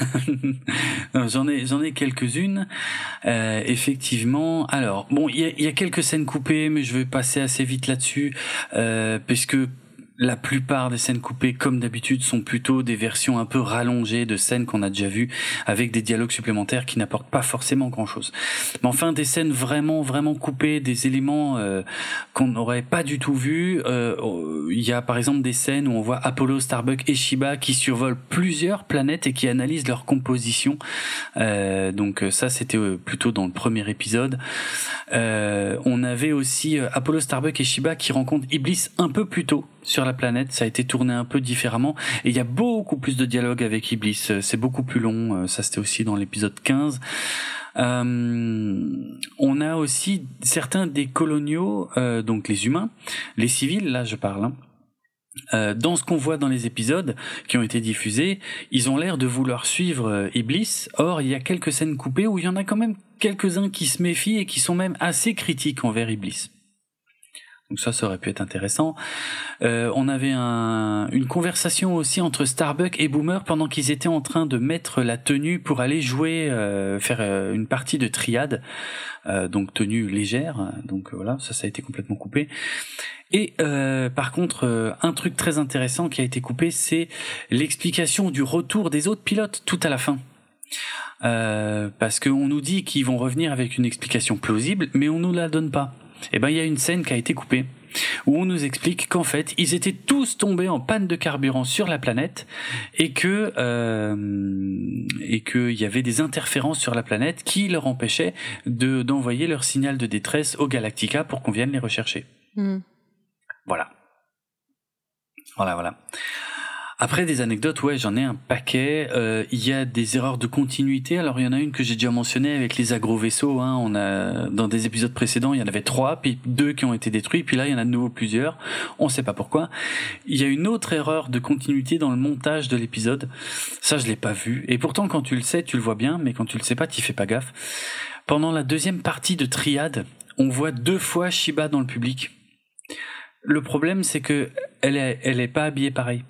non, j'en ai, j'en ai quelques-unes. Euh, effectivement. Alors, bon, il y a, y a quelques scènes coupées, mais je vais passer assez vite là-dessus, euh, puisque la plupart des scènes coupées, comme d'habitude, sont plutôt des versions un peu rallongées de scènes qu'on a déjà vues, avec des dialogues supplémentaires qui n'apportent pas forcément grand-chose. Mais enfin, des scènes vraiment, vraiment coupées, des éléments euh, qu'on n'aurait pas du tout vus. Euh, il y a par exemple des scènes où on voit Apollo, Starbuck et Shiba qui survolent plusieurs planètes et qui analysent leur composition. Euh, donc ça, c'était plutôt dans le premier épisode. Euh, on avait aussi Apollo, Starbuck et Shiba qui rencontrent Iblis un peu plus tôt sur la planète. Ça a été tourné un peu différemment et il y a beaucoup plus de dialogue avec Iblis. C'est beaucoup plus long. Ça, c'était aussi dans l'épisode quinze. Euh, on a aussi certains des coloniaux, euh, donc les humains, les civils, là je parle, hein. Euh, dans ce qu'on voit dans les épisodes qui ont été diffusés, ils ont l'air de vouloir suivre euh, Iblis. Or, il y a quelques scènes coupées où il y en a quand même quelques-uns qui se méfient et qui sont même assez critiques envers Iblis. Donc ça, ça aurait pu être intéressant. Euh, on avait un, une conversation aussi entre Starbuck et Boomer pendant qu'ils étaient en train de mettre la tenue pour aller jouer, euh, faire euh, une partie de triade, euh, donc tenue légère. Donc euh, voilà, ça, ça a été complètement coupé. Et euh, par contre, euh, un truc très intéressant qui a été coupé, c'est l'explication du retour des autres pilotes tout à la fin. Euh, parce qu'on nous dit qu'ils vont revenir avec une explication plausible, mais on nous la donne pas. Et ben il y a une scène qui a été coupée où on nous explique qu'en fait ils étaient tous tombés en panne de carburant sur la planète et que euh, et que il y avait des interférences sur la planète qui leur empêchaient de d'envoyer leur signal de détresse au Galactica pour qu'on vienne les rechercher. Mmh. Voilà. Voilà, voilà. Après des anecdotes, ouais, j'en ai un paquet. Euh, il y a des erreurs de continuité. Alors il y en a une que j'ai déjà mentionnée avec les agro-vaisseaux. Hein. On a dans des épisodes précédents, il y en avait trois, puis deux qui ont été détruits, puis là il y en a de nouveau plusieurs. On sait pas pourquoi. Il y a une autre erreur de continuité dans le montage de l'épisode. Ça, je l'ai pas vu. Et pourtant, quand tu le sais, tu le vois bien, mais quand tu le sais pas, t'y fais pas gaffe. Pendant la deuxième partie de Triade, on voit deux fois Shiba dans le public. Le problème, c'est que elle est, elle est pas habillée pareil.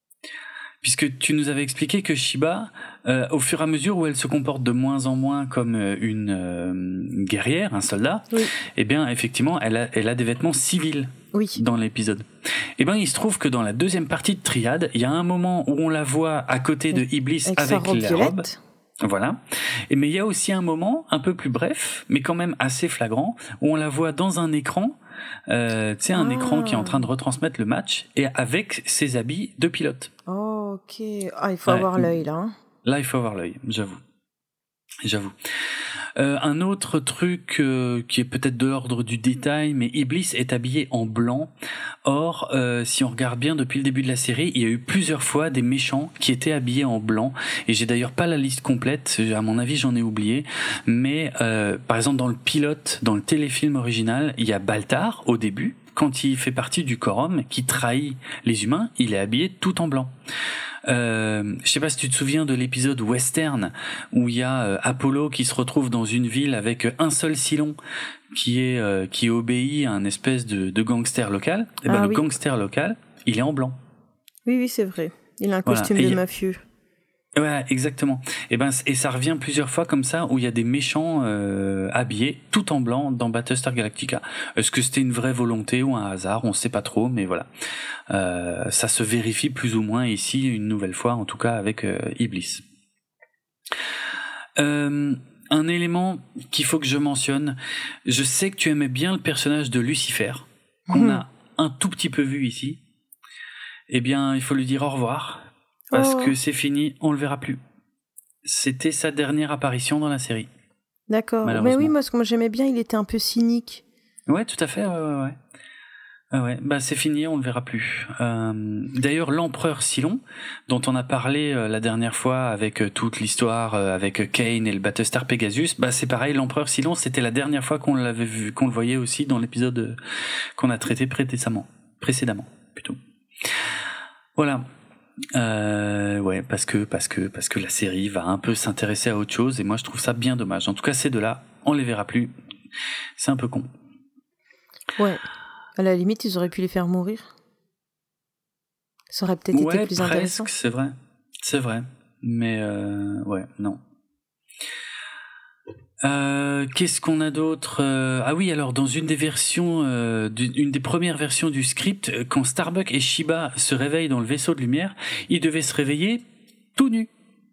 Puisque tu nous avais expliqué que Shiba, euh, au fur et à mesure où elle se comporte de moins en moins comme une, euh, une guerrière, un soldat, oui. eh bien, effectivement, elle a, elle a des vêtements civils oui. dans l'épisode. Eh bien, il se trouve que dans la deuxième partie de Triade, il y a un moment où on la voit à côté de Iblis avec, avec robe la violette. robe. Voilà. Et mais il y a aussi un moment un peu plus bref, mais quand même assez flagrant, où on la voit dans un écran, euh, tu sais, un ah. écran qui est en train de retransmettre le match, et avec ses habits de pilote. Oh, ok. Ah, il faut ouais. avoir l'œil là. Hein. Là, il faut avoir l'œil, j'avoue. J'avoue. Euh, un autre truc euh, qui est peut-être de l'ordre du détail, mais Iblis est habillé en blanc. Or, euh, si on regarde bien depuis le début de la série, il y a eu plusieurs fois des méchants qui étaient habillés en blanc. Et j'ai d'ailleurs pas la liste complète, à mon avis j'en ai oublié. Mais euh, par exemple dans le pilote, dans le téléfilm original, il y a Baltar au début. Quand il fait partie du Quorum, qui trahit les humains, il est habillé tout en blanc. Euh, je sais pas si tu te souviens de l'épisode western où il y a euh, Apollo qui se retrouve dans une ville avec un seul Cylon qui est euh, qui obéit à un espèce de, de gangster local. Et ben ah, le oui. gangster local, il est en blanc. Oui oui c'est vrai. Il a un voilà. costume et de mafieux. Ouais, exactement. Et ben et ça revient plusieurs fois comme ça où il y a des méchants euh, habillés tout en blanc dans Battlestar Galactica. Est-ce que c'était une vraie volonté ou un hasard? On sait pas trop, mais voilà. Euh, ça se vérifie plus ou moins ici une nouvelle fois, en tout cas avec euh, Iblis. Euh, un élément qu'il faut que je mentionne. Je sais que tu aimais bien le personnage de Lucifer, qu'on mmh. a un tout petit peu vu ici. Eh bien, il faut lui dire au revoir. Parce oh. que c'est fini, on le verra plus. C'était sa dernière apparition dans la série. D'accord. Mais oui, moi, ce que moi j'aimais bien, il était un peu cynique. Ouais, tout à fait. Ouais, ouais, ouais. Ah ouais, bah c'est fini, on le verra plus. Euh, d'ailleurs, l'empereur Cylon, dont on a parlé euh, la dernière fois avec euh, toute l'histoire euh, avec Kane et le Battlestar Pegasus, bah c'est pareil, l'empereur Cylon, c'était la dernière fois qu'on l'avait vu, qu'on le voyait aussi dans l'épisode euh, qu'on a traité précédemment, précédemment plutôt. Voilà. Euh, ouais, parce que parce que parce que la série va un peu s'intéresser à autre chose et moi je trouve ça bien dommage. En tout cas, ces deux-là, on les verra plus. C'est un peu con. Ouais. À la limite, ils auraient pu les faire mourir. Ça aurait peut-être ouais, été plus presque, intéressant. C'est vrai, c'est vrai. Mais euh, ouais, non. Euh, qu'est-ce qu'on a d'autre euh, Ah oui, alors dans une des versions, euh, une des premières versions du script, quand Starbuck et Shiba se réveillent dans le vaisseau de lumière, ils devaient se réveiller tout nus.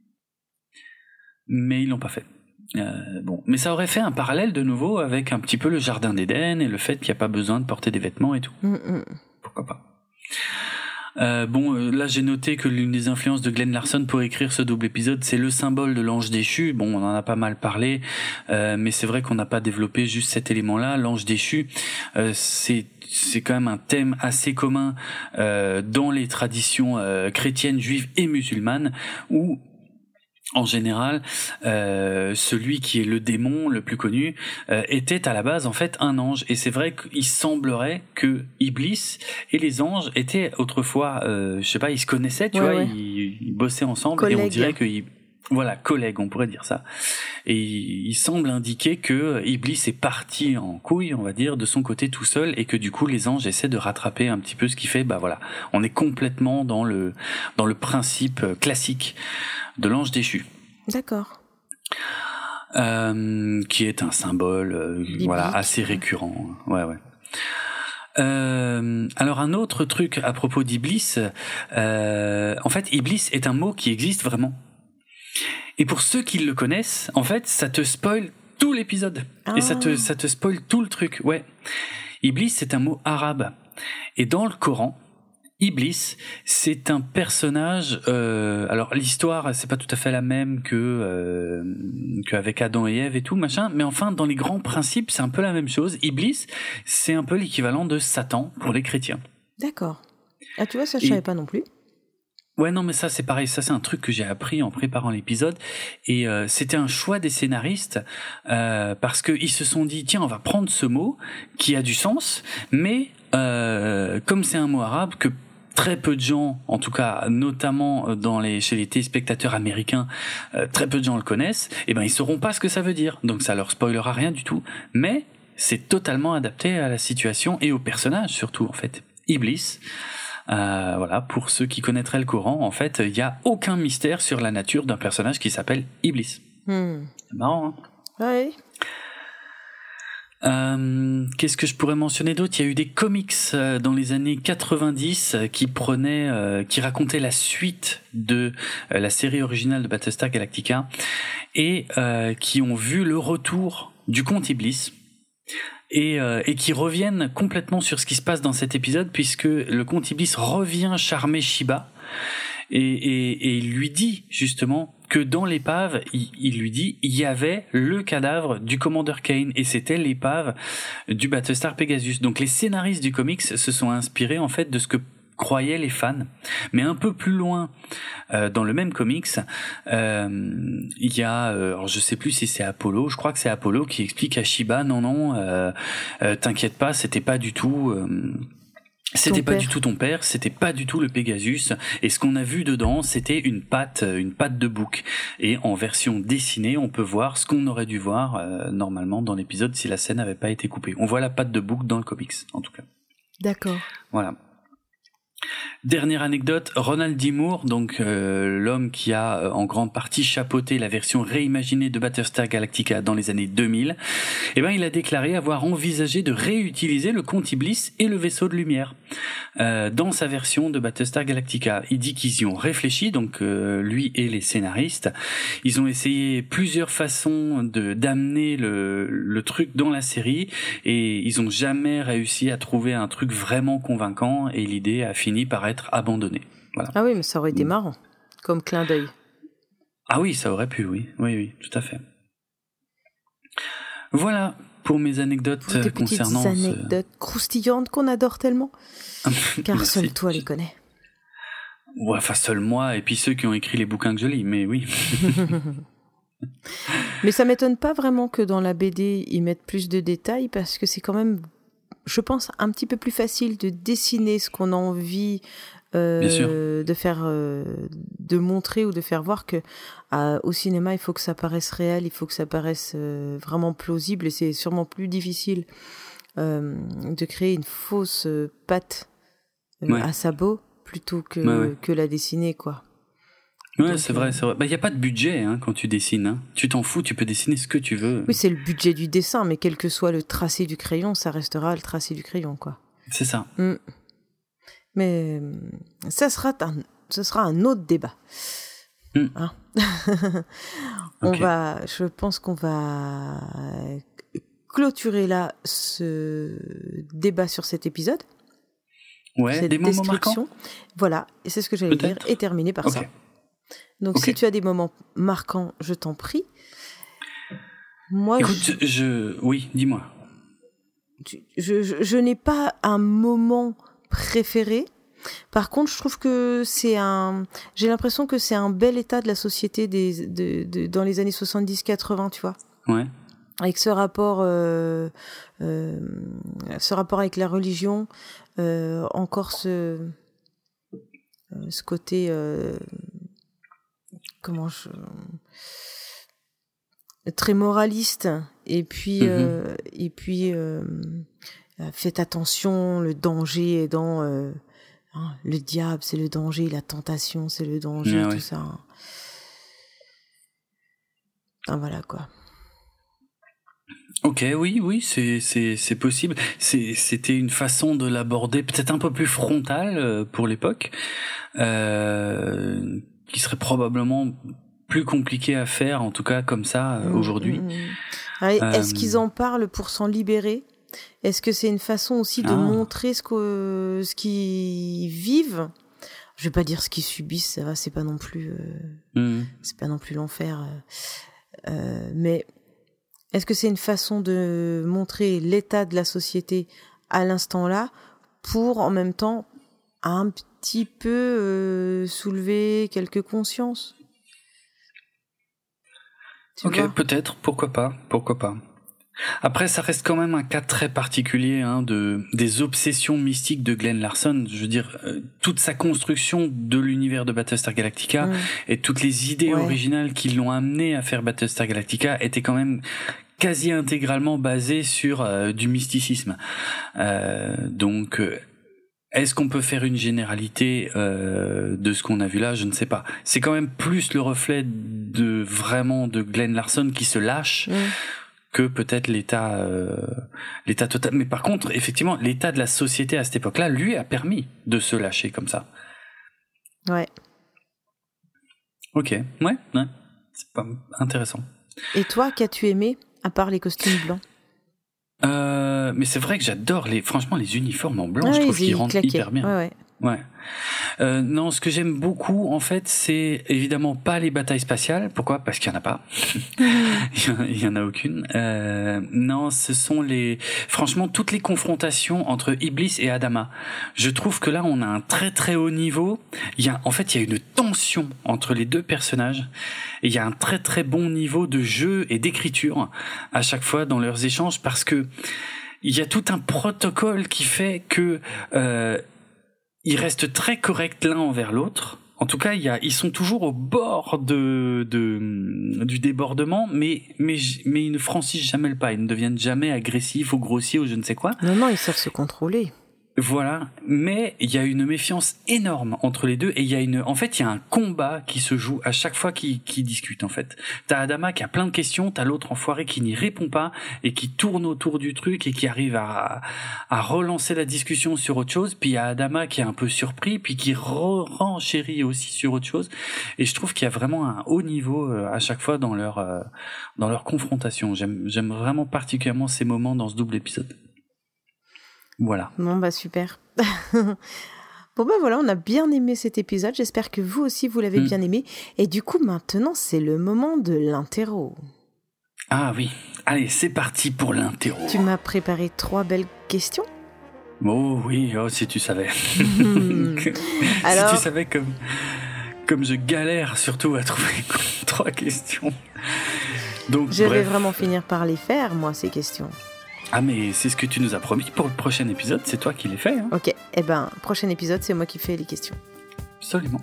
Mais ils l'ont pas fait. Euh, bon, mais ça aurait fait un parallèle de nouveau avec un petit peu le jardin d'Éden et le fait qu'il n'y a pas besoin de porter des vêtements et tout. Mm-mm. Pourquoi pas. Euh, bon, euh, là j'ai noté que l'une des influences de Glenn Larson pour écrire ce double épisode, c'est le symbole de l'ange déchu. Bon, on en a pas mal parlé, euh, mais c'est vrai qu'on n'a pas développé juste cet élément-là. L'ange déchu, euh, c'est c'est quand même un thème assez commun euh, dans les traditions euh, chrétiennes, juives et musulmanes, où en général, euh, celui qui est le démon le plus connu euh, était à la base en fait un ange. Et c'est vrai qu'il semblerait que Iblis et les anges étaient autrefois, euh, je sais pas, ils se connaissaient, tu ouais, vois, ouais. Ils, ils bossaient ensemble. Collègues. Et on dirait qu'ils, voilà, collègues, on pourrait dire ça. Et il, il semble indiquer que Iblis est parti en couille, on va dire, de son côté tout seul, et que du coup les anges essaient de rattraper un petit peu ce qui fait. Bah voilà, on est complètement dans le dans le principe classique de l'ange déchu. D'accord. Euh, qui est un symbole, euh, voilà, assez récurrent. Ouais, ouais. Euh, alors un autre truc à propos d'Iblis, euh, en fait, Iblis est un mot qui existe vraiment. Et pour ceux qui le connaissent, en fait, ça te spoil tout l'épisode. Ah. Et ça te ça te spoil tout le truc. Ouais. Iblis, c'est un mot arabe. Et dans le Coran, Iblis, c'est un personnage. Euh, alors l'histoire, c'est pas tout à fait la même que euh, qu'avec Adam et Ève et tout machin, mais enfin dans les grands principes, c'est un peu la même chose. Iblis, c'est un peu l'équivalent de Satan pour les chrétiens. D'accord. Ah tu vois, ça je et... savais pas non plus. Ouais, non, mais ça, c'est pareil. Ça, c'est un truc que j'ai appris en préparant l'épisode. Et euh, c'était un choix des scénaristes euh, parce qu'ils se sont dit, tiens, on va prendre ce mot qui a du sens, mais euh, comme c'est un mot arabe que très peu de gens, en tout cas, notamment dans les, chez les téléspectateurs américains, euh, très peu de gens le connaissent, et ben, ils sauront pas ce que ça veut dire. Donc, ça leur spoilera rien du tout. Mais c'est totalement adapté à la situation et au personnage, surtout, en fait. Iblis. Euh, voilà, pour ceux qui connaîtraient le Coran, en fait, il n'y a aucun mystère sur la nature d'un personnage qui s'appelle Iblis. Hmm. C'est marrant, hein? Oui. Euh, qu'est-ce que je pourrais mentionner d'autre? Il y a eu des comics euh, dans les années quatre-vingt-dix euh, qui prenaient, euh, qui racontaient la suite de euh, la série originale de Battlestar Galactica et euh, qui ont vu le retour du comte Iblis. Et, euh, et qui reviennent complètement sur ce qui se passe dans cet épisode, puisque le comte Iblis revient charmer Shiba et, et, et il lui dit justement que dans l'épave, il, il lui dit il y avait le cadavre du commandeur Kane et c'était l'épave du Battlestar Pegasus. Donc les scénaristes du comics se sont inspirés en fait de ce que croyaient les fans, mais un peu plus loin euh, dans le même comics euh, il y a euh, alors je sais plus si c'est Apollo, je crois que c'est Apollo qui explique à Shiba non non euh, euh, t'inquiète pas, c'était pas du tout euh, c'était Ton pas père. du tout ton père, c'était pas du tout le Pegasus, et ce qu'on a vu dedans, c'était une patte, une patte de bouc. Et en version dessinée, on peut voir ce qu'on aurait dû voir euh, normalement dans l'épisode si la scène n'avait pas été coupée. On voit la patte de bouc dans le comics, en tout cas. D'accord. Voilà. Dernière anecdote, Ronald D. Moore, donc euh, l'homme qui a euh, en grande partie chapeauté la version réimaginée de Battlestar Galactica dans les années deux mille, eh ben il a déclaré avoir envisagé de réutiliser le comte Iblis et le vaisseau de lumière euh, dans sa version de Battlestar Galactica. Il dit qu'ils y ont réfléchi, donc euh, lui et les scénaristes, ils ont essayé plusieurs façons de d'amener le, le truc dans la série et ils ont jamais réussi à trouver un truc vraiment convaincant et l'idée a fini par être abandonnée. Voilà. Ah oui, mais ça aurait été marrant, comme clin d'œil. Ah oui, ça aurait pu, oui. Oui, oui, tout à fait. Voilà pour mes anecdotes Des petites concernant... anecdotes ce... croustillantes qu'on adore tellement. Car seul toi les connais. Ouais, enfin, seul moi et puis ceux qui ont écrit les bouquins que je lis, mais oui. Mais ça m'étonne pas vraiment que dans la B D, ils mettent plus de détails parce que c'est quand même, je pense, un petit peu plus facile de dessiner ce qu'on a envie euh, de faire, euh, de montrer ou de faire voir que euh, au cinéma, il faut que ça paraisse réel, il faut que ça paraisse euh, vraiment plausible et c'est sûrement plus difficile euh, de créer une fausse euh, patte euh, ouais. à sabot plutôt que, ouais, ouais. que la dessiner, quoi. Ouais, donc, c'est vrai, c'est vrai. Bah, y a pas de budget, hein, quand tu dessines, hein. Tu t'en fous, tu peux dessiner ce que tu veux. Oui, c'est le budget du dessin, mais quel que soit le tracé du crayon, ça restera le tracé du crayon, quoi. C'est ça. Mm. Mais ça sera un, ce sera un autre débat. Mm. Hein. On okay. va, je pense qu'on va clôturer là ce débat sur cet épisode. Ouais, cette des moments marquants. Voilà, et c'est ce que j'allais dire, et terminer par okay. ça. Donc, okay. si tu as des moments marquants, je t'en prie. Moi, Écoute, je... je... Oui, dis-moi. Je, je, je n'ai pas un moment préféré. Par contre, je trouve que c'est un... J'ai l'impression que c'est un bel état de la société des, de, de, dans les années soixante-dix quatre-vingts, tu vois. Ouais. Avec ce rapport, euh, euh, ce rapport avec la religion, euh, encore ce, euh, ce côté... Euh, comment je très moraliste et puis mm-hmm. euh, et puis euh, faites attention, le danger est dans euh, hein, le diable, c'est le danger, la tentation, c'est le danger, ah, tout ouais. ça. Enfin, voilà quoi. Ok, oui, oui, c'est c'est c'est possible. C'est c'était une façon de l'aborder peut-être un peu plus frontale pour l'époque. Euh, qui serait probablement plus compliqué à faire, en tout cas comme ça, mmh, aujourd'hui. Mmh. Alors, euh... Est-ce qu'ils en parlent pour s'en libérer ? Est-ce que c'est une façon aussi de ah. montrer ce, que, ce qu'ils vivent ? Je vais pas dire ce qu'ils subissent, ça va, c'est pas non plus, euh, mmh. c'est pas non plus l'enfer. Euh, euh, mais est-ce que c'est une façon de montrer l'état de la société à l'instant là, pour en même temps un petit peu euh, soulevé quelques consciences. Tu ok, vois peut-être, pourquoi pas, pourquoi pas. Après, ça reste quand même un cas très particulier hein, de des obsessions mystiques de Glenn Larson. Je veux dire, euh, toute sa construction de l'univers de Battlestar Galactica mmh. et toutes les idées ouais. originales qui l'ont amené à faire Battlestar Galactica étaient quand même quasi intégralement basées sur euh, du mysticisme. Euh, donc, euh, est-ce qu'on peut faire une généralité euh, de ce qu'on a vu là ? Je ne sais pas. C'est quand même plus le reflet de vraiment de Glenn Larson qui se lâche. Mmh. que peut-être l'état euh, l'état total. Mais par contre, effectivement, l'état de la société à cette époque-là lui a permis de se lâcher comme ça. Ouais. Ok, ouais, ouais, c'est pas intéressant. Et toi, qu'as-tu aimé à part les costumes blancs ? euh, Mais c'est vrai que j'adore les, franchement, les uniformes en blanc. Ah, je trouve qu'ils rendent claquaient. hyper bien. Ouais, ouais. Ouais. Euh, non, ce que j'aime beaucoup, en fait, c'est évidemment pas les batailles spatiales. Pourquoi ? Parce qu'il y en a pas. Il y en a aucune. Euh, non, ce sont les, franchement, toutes les confrontations entre Iblis et Adama. Je trouve que là, on a un très très haut niveau. Il y a, en fait, il y a une tension entre les deux personnages. Et il y a un très très bon niveau de jeu et d'écriture à chaque fois dans leurs échanges parce que il y a tout un protocole qui fait que euh, ils restent très corrects l'un envers l'autre. En tout cas, il y a, ils sont toujours au bord de, de du débordement, mais mais mais ils ne franchissent jamais le pas. Ils ne deviennent jamais agressifs ou grossiers ou je ne sais quoi. Non, non, ils savent se contrôler. Voilà, mais il y a une méfiance énorme entre les deux et il y a une, en fait, il y a un combat qui se joue à chaque fois qu'ils, qu'ils discutent en fait. T'as Adama qui a plein de questions, t'as l'autre enfoiré qui n'y répond pas et qui tourne autour du truc et qui arrive à à relancer la discussion sur autre chose. Puis il y a Adama qui est un peu surpris, puis qui renchérit aussi sur autre chose. Et je trouve qu'il y a vraiment un haut niveau à chaque fois dans leur dans leur confrontation. J'aime j'aime vraiment particulièrement ces moments dans ce double épisode. Voilà. Bon bah super. Bon bah voilà, on a bien aimé cet épisode. J'espère que vous aussi vous l'avez mmh. bien aimé. Et du coup maintenant c'est le moment de l'interro. Ah oui. Allez, c'est parti pour l'interro. Tu m'as préparé trois belles questions. Oh oui, oh si tu savais. Mmh. Alors... Si tu savais comme comme je galère surtout à trouver trois questions. Donc je bref. vais vraiment finir par les faire moi ces questions. Ah mais c'est ce que tu nous as promis pour le prochain épisode, c'est toi qui les fais. Hein. Ok, eh ben prochain épisode c'est moi qui fais les questions. Absolument.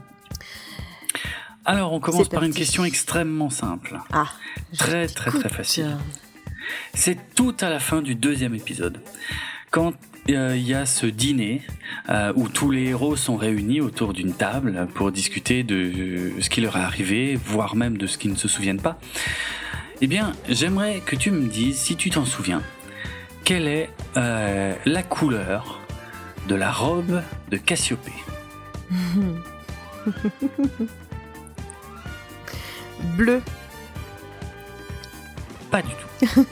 Alors on commence par une question extrêmement simple. Ah. Très très très facile. C'est tout à la fin du deuxième épisode. Quand il euh, y a ce dîner euh, où tous les héros sont réunis autour d'une table pour discuter de euh, ce qui leur est arrivé, voire même de ce qu'ils ne se souviennent pas. Eh bien, j'aimerais que tu me dises, si tu t'en souviens, quelle est euh, la couleur de la robe de Cassiopée? Bleu. Pas du tout.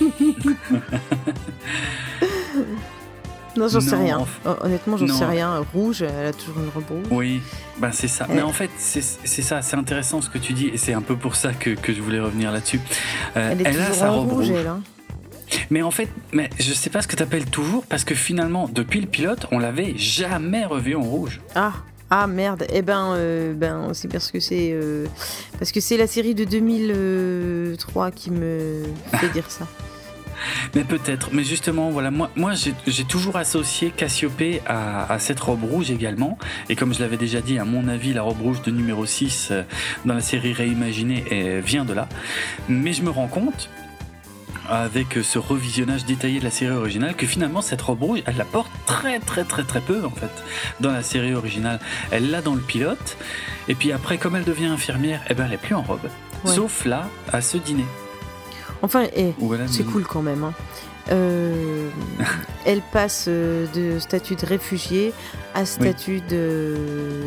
Non, j'en sais non, rien. Enfin, Honnêtement, j'en non. sais rien. Rouge, elle a toujours une robe rouge. Oui, ben c'est ça. Elle... Mais en fait, c'est, c'est ça, c'est intéressant ce que tu dis, et c'est un peu pour ça que, que je voulais revenir là-dessus. Euh, elle est elle a sa robe rouge, rouge. Elle, hein. Mais en fait, mais je sais pas ce que t'appelles toujours, parce que finalement, depuis le pilote, on l'avait jamais revu en rouge. Ah. Ah merde, eh ben, euh, ben c'est parce que c'est euh, parce que c'est la série de deux mille trois qui me fait dire ça. Mais peut-être, mais justement, voilà, moi, moi j'ai, j'ai toujours associé Cassiopée à, à cette robe rouge également, et comme je l'avais déjà dit, à mon avis, la robe rouge de numéro six euh, dans la série réimaginée elle vient de là, mais je me rends compte, avec ce revisionnage détaillé de la série originale, que finalement cette robe rouge, elle la porte très très très très peu en fait dans la série originale. Elle l'a dans le pilote, et puis après, comme elle devient infirmière, eh ben elle est plus en robe, ouais. Sauf là à ce dîner. Enfin, eh, c'est cool quand même. Hein. Euh, elle passe de statut de réfugiée à statut oui. de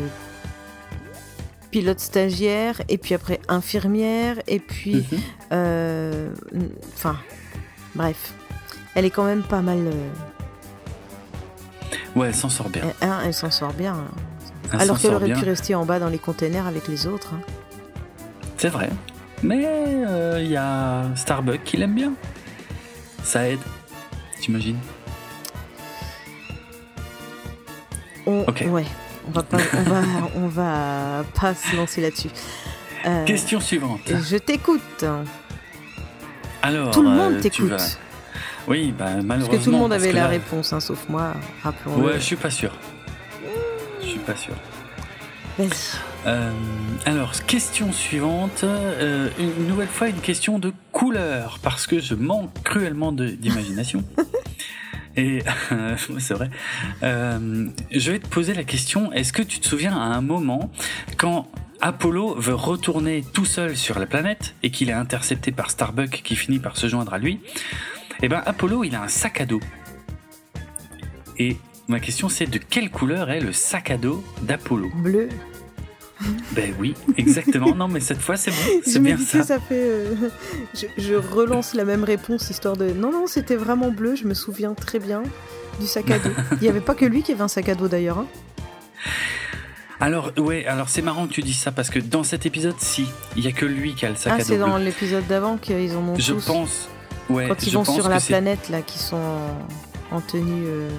pilote stagiaire, et puis après infirmière, et puis mm-hmm. euh, enfin bref, elle est quand même pas mal euh... ouais, elle s'en sort bien. Elle, elle, elle s'en sort bien hein. Elle alors qu'elle aurait bien. pu rester en bas dans les containers avec les autres hein. C'est vrai, mais il euh, y a Starbuck qui l'aime bien, ça aide, t'imagines? on, Ok. Ouais, on va pas, on va, on va pas se lancer là-dessus. Euh, Question suivante. Je t'écoute. Alors, Tout le monde euh, tu t'écoute. vas- Oui, bah, malheureusement. Parce que tout le monde parce avait que la là- réponse, hein, sauf moi, rappelons-le. Ouais, je suis pas sûr. Je suis pas sûr. Vas-y. Euh, alors, question suivante. Euh, une nouvelle fois, une question de couleur, parce que je manque cruellement de- d'imagination. Et euh, c'est vrai. Euh, je vais te poser la question, est-ce que tu te souviens à un moment, quand Apollo veut retourner tout seul sur la planète, et qu'il est intercepté par Starbuck qui finit par se joindre à lui, eh ben Apollo, il a un sac à dos. Et ma question, c'est de quelle couleur est le sac à dos d'Apollo ? Bleu. Ben oui, exactement. Non, mais cette fois, c'est bon. Je C'est me bien dis ça. que ça fait. euh, je, je relance la même réponse histoire de. Non, non, c'était vraiment bleu. Je me souviens très bien du sac à dos. Il n'y avait pas que lui qui avait un sac à dos d'ailleurs. Hein. Alors, ouais, alors c'est marrant que tu dises ça parce que dans cet épisode, si, il y a que lui qui a le sac Ah, à dos c'est dans bleu. l'épisode d'avant qu'ils en ont Je tous. pense. Ouais, Quand ils je vont pense sur que la c'est- planète là, qui sont en, en tenue. euh,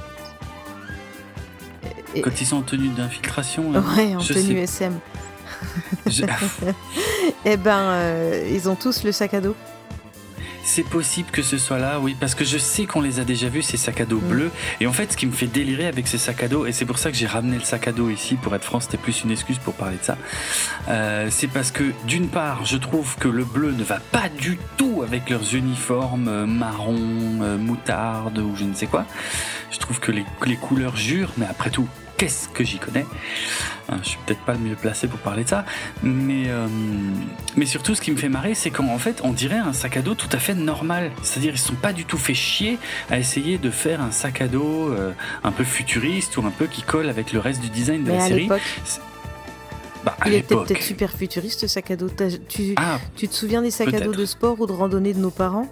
et- Quand ils sont en tenue d'infiltration. là, Ouais, en je tenue sais- S M. je- Eh ben, euh, ils ont tous le sac à dos. C'est possible que ce soit là, oui, parce que je sais qu'on les a déjà vus, ces sacs à dos Mm. bleus. Et en fait, ce qui me fait délirer avec ces sacs à dos, et c'est pour ça que j'ai ramené le sac à dos ici, pour être franc, c'était plus une excuse pour parler de ça, euh, c'est parce que, d'une part, je trouve que le bleu ne va pas du tout avec leurs uniformes euh, marron, euh, moutarde ou je ne sais quoi. Je trouve que les, les couleurs jurent, mais après tout, qu'est-ce que j'y connais ? Hein, je suis peut-être pas le mieux placé pour parler de ça, mais, euh, mais surtout ce qui me fait marrer, c'est qu'en fait on dirait un sac à dos tout à fait normal, c'est-à-dire ils se sont pas du tout fait chier à essayer de faire un sac à dos euh, un peu futuriste ou un peu qui colle avec le reste du design de Mais la à série. l'époque, Bah, à il était l'époque, peut-être super futuriste ce sac à dos. T'as- Tu, ah, tu te souviens des sacs à dos peut-être. de sport ou de randonnée de nos parents?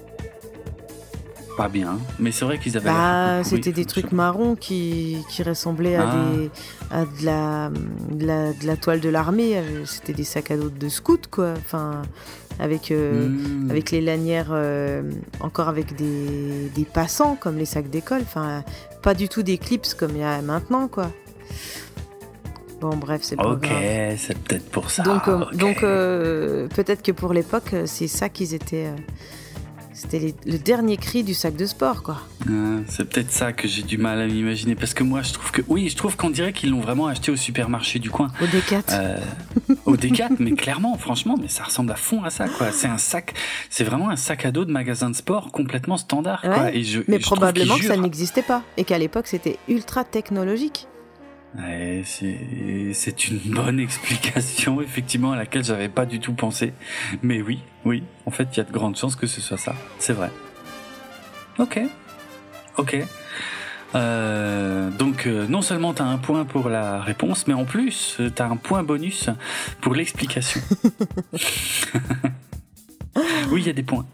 pas bien, mais c'est vrai qu'ils avaient Bah, l'air c'était des je sais trucs pas. marrons qui, qui ressemblaient à, Ah. des, à de, la, de, la, de la toile de l'armée. Euh, C'était des sacs à dos de scout, quoi. Enfin, avec, euh, Mmh. avec les lanières, euh, encore avec des, des passants, comme les sacs d'école. Enfin, pas du tout des clips comme il y a maintenant, quoi. Bon, bref, c'est pas Ok, grave. c'est peut-être pour ça. Donc, euh, ok. donc euh, peut-être que pour l'époque, euh, c'est ça qu'ils étaient. euh, C'était les- le dernier cri du sac de sport, quoi. Ah, c'est peut-être ça que j'ai du mal à m'imaginer parce que moi je trouve que oui, je trouve qu'on dirait qu'ils l'ont vraiment acheté au supermarché du coin. Au D quatre. Euh, au D quatre, mais clairement, franchement, mais ça ressemble à fond à ça, quoi. C'est un sac, c'est vraiment un sac à dos de magasin de sport complètement standard, quoi. Ouais, Et je, Mais et je trouve probablement qu'ils que ça jurent. n'existait pas. Et qu'à l'époque, c'était ultra technologique. Ouais, c'est, c'est une bonne explication, effectivement, à laquelle j'avais pas du tout pensé. Mais oui, oui, en fait, il y a de grandes chances que ce soit ça. C'est vrai. Ok. Ok. Euh, donc euh, non seulement t'as un point pour la réponse, mais en plus euh, t'as un point bonus pour l'explication. Oui, il y a des points.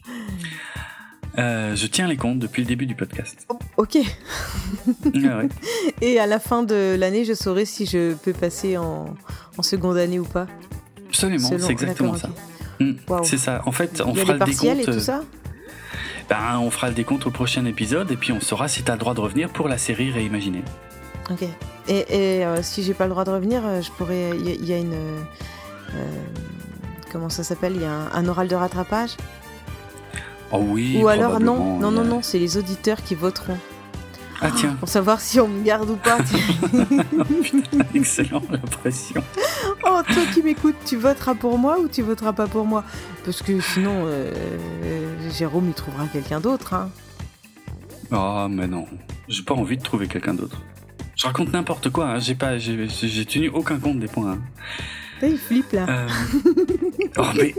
Euh, je tiens les comptes depuis le début du podcast. Ok. Ah ouais. Et à la fin de l'année, je saurai si je peux passer en, en seconde année ou pas. Absolument, Selon- c'est exactement d'accord, ça. ok. Mm, Waouh. C'est ça. En fait, on Il y a fera les le partiels décompte. et tout ça. Ben, on fera le décompte au prochain épisode et puis on saura si t'as le droit de revenir pour la série réimaginée. Ok. Et, et euh, si j'ai pas le droit de revenir, euh, je pourrais. Il y, a- il y a une. euh, euh, comment ça s'appelle? Il y a un, un oral de rattrapage. Oh oui. Ou alors non, probablement, non, il y non, a- non, c'est les auditeurs qui voteront Ah tiens, pour savoir si on me garde ou pas. putain, excellent, la pression. Oh, toi qui m'écoutes, tu voteras pour moi ou tu voteras pas pour moi? Parce que sinon, euh, euh, Jérôme, il trouvera quelqu'un d'autre. Hein. Oh mais non, j'ai pas envie de trouver quelqu'un d'autre. Je raconte n'importe quoi, hein. j'ai pas, j'ai, j'ai tenu aucun compte des points. hein. Là, il flippe là. Euh... Oh mais...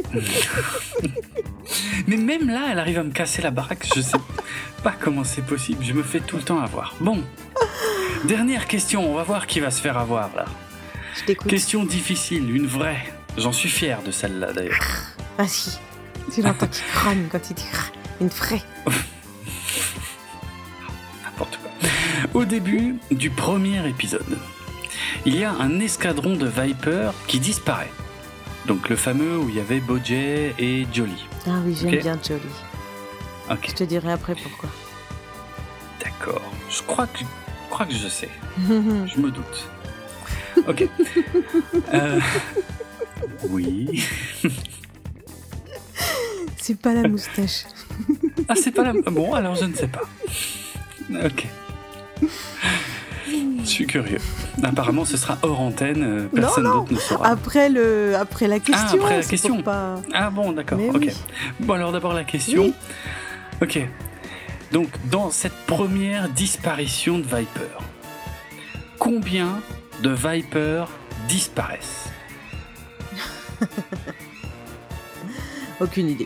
mais même là, elle arrive à me casser la baraque, je sais pas comment c'est possible, je me fais tout le temps avoir. Bon, dernière question, on va voir qui va se faire avoir là. Je t'écoute. Question difficile, une vraie. J'en suis fier de celle-là d'ailleurs. Ah si. Tu l'entends qui crâne quand il dit une vraie. N'importe quoi. Au début du premier épisode, il y a un escadron de Viper qui disparaît. Donc le fameux où il y avait Bojay et Jolly. Ah oui, j'aime Ok. bien Jolly. Je Ok, te dirai après pourquoi. d'accord. Je crois que... crois que je sais. Je me doute. Ok. Euh... Oui. C'est pas la moustache. Ah, c'est pas la... Bon, alors je ne sais pas. Ok. Je suis curieux. Apparemment, ce sera hors antenne. Personne d'autre ne saura. Après, le... Après la question. Ah, après la question. Pas... Ah bon, d'accord. Mais ok. Oui. Bon, alors d'abord la question. Oui. Ok. Donc, dans cette première disparition de Viper, combien de Viper disparaissent? Aucune idée.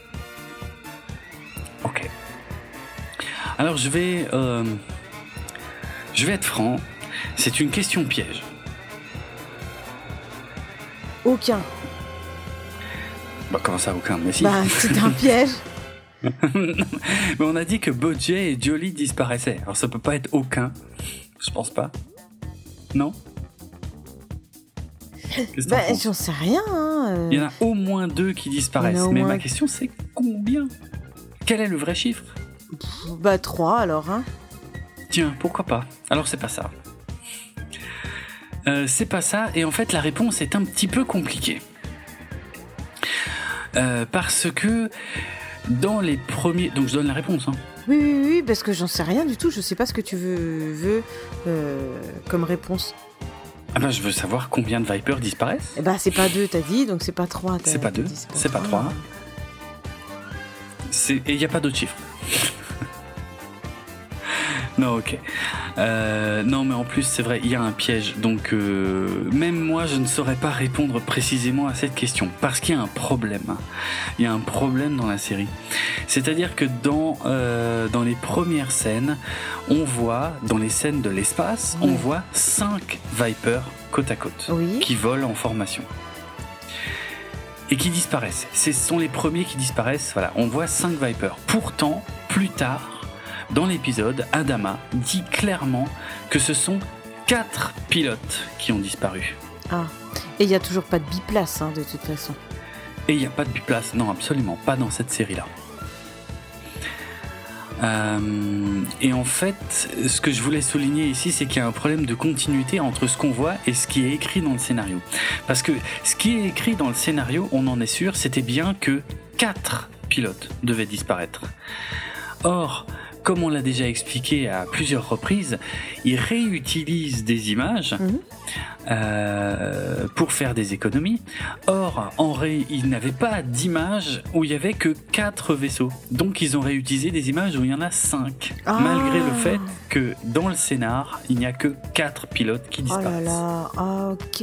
Ok. Alors je vais, euh, je vais être franc. C'est une question piège. Aucun. Bah comment ça aucun? Mais si. Bah c'est un piège. Mais on a dit que Bojack et Jolie disparaissaient. Alors ça peut pas être aucun. Je pense pas. Non? Bah j'en sais rien. Hein. Il y en a au moins deux qui disparaissent. Mais moins... ma question c'est combien? Quel est le vrai chiffre? Bah trois alors. Hein. Tiens, pourquoi pas? Alors c'est pas ça. Euh, c'est pas ça. Et en fait la réponse est un petit peu compliquée. Euh, parce que dans les premiers... Donc je donne la réponse. Hein. Oui, oui, oui, parce que j'en sais rien du tout. Je sais pas ce que tu veux, veux euh, comme réponse. Ah ben, je veux savoir combien de Vipers disparaissent. Eh ben, c'est pas deux, t'as dit, donc c'est pas trois. C'est pas deux, dit, c'est pas, c'est pas trois. C'est... Et il n'y a pas d'autres chiffres. Non, ok. Euh, non, mais en plus, c'est vrai, il y a un piège. Donc, euh, même moi, je ne saurais pas répondre précisément à cette question. Parce qu'il y a un problème. Il y a un problème dans la série. C'est-à-dire que dans, euh, dans les premières scènes, on voit, dans les scènes de l'espace, oui. on voit cinq Vipers côte à côte oui. qui volent en formation. Et qui disparaissent. Ce sont les premiers qui disparaissent. Voilà, on voit cinq Vipers. Pourtant, plus tard, dans l'épisode, Adama dit clairement que ce sont quatre pilotes qui ont disparu. Ah, et il n'y a toujours pas de biplace, hein, de toute façon. Et il n'y a pas de biplace, non, absolument, pas dans cette série-là. Euh, et en fait, ce que je voulais souligner ici, c'est qu'il y a un problème de continuité entre ce qu'on voit et ce qui est écrit dans le scénario. Parce que ce qui est écrit dans le scénario, on en est sûr, c'était bien que quatre pilotes devaient disparaître. Or, comme on l'a déjà expliqué à plusieurs reprises, ils réutilisent des images mmh. euh, pour faire des économies. Or, en ré, ils n'avaient pas d'images où il n'y avait que quatre vaisseaux. Donc, ils ont réutilisé des images où il y en a cinq. Ah. Malgré le fait que dans le scénar, il n'y a que quatre pilotes qui disparaissent. Oh là là, ah, ok.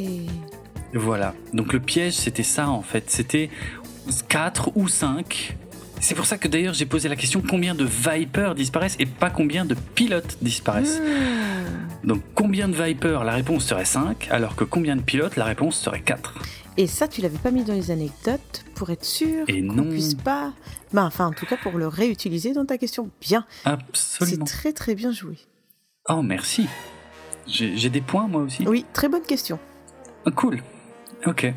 Voilà. Donc, le piège, c'était ça, en fait. C'était quatre ou cinq. C'est pour ça que d'ailleurs j'ai posé la question combien de Vipers disparaissent et pas combien de pilotes disparaissent. Mmh. Donc combien de Vipers, la réponse serait cinq, alors que combien de pilotes, la réponse serait quatre. Et ça, tu l'avais pas mis dans les anecdotes pour être sûr et qu'on non. puisse pas... Bah, enfin, en tout cas, pour le réutiliser dans ta question. Bien. Absolument. C'est très très bien joué. Oh, merci. J'ai, j'ai des points, moi aussi. Oui, très bonne question. Oh, cool. Ok.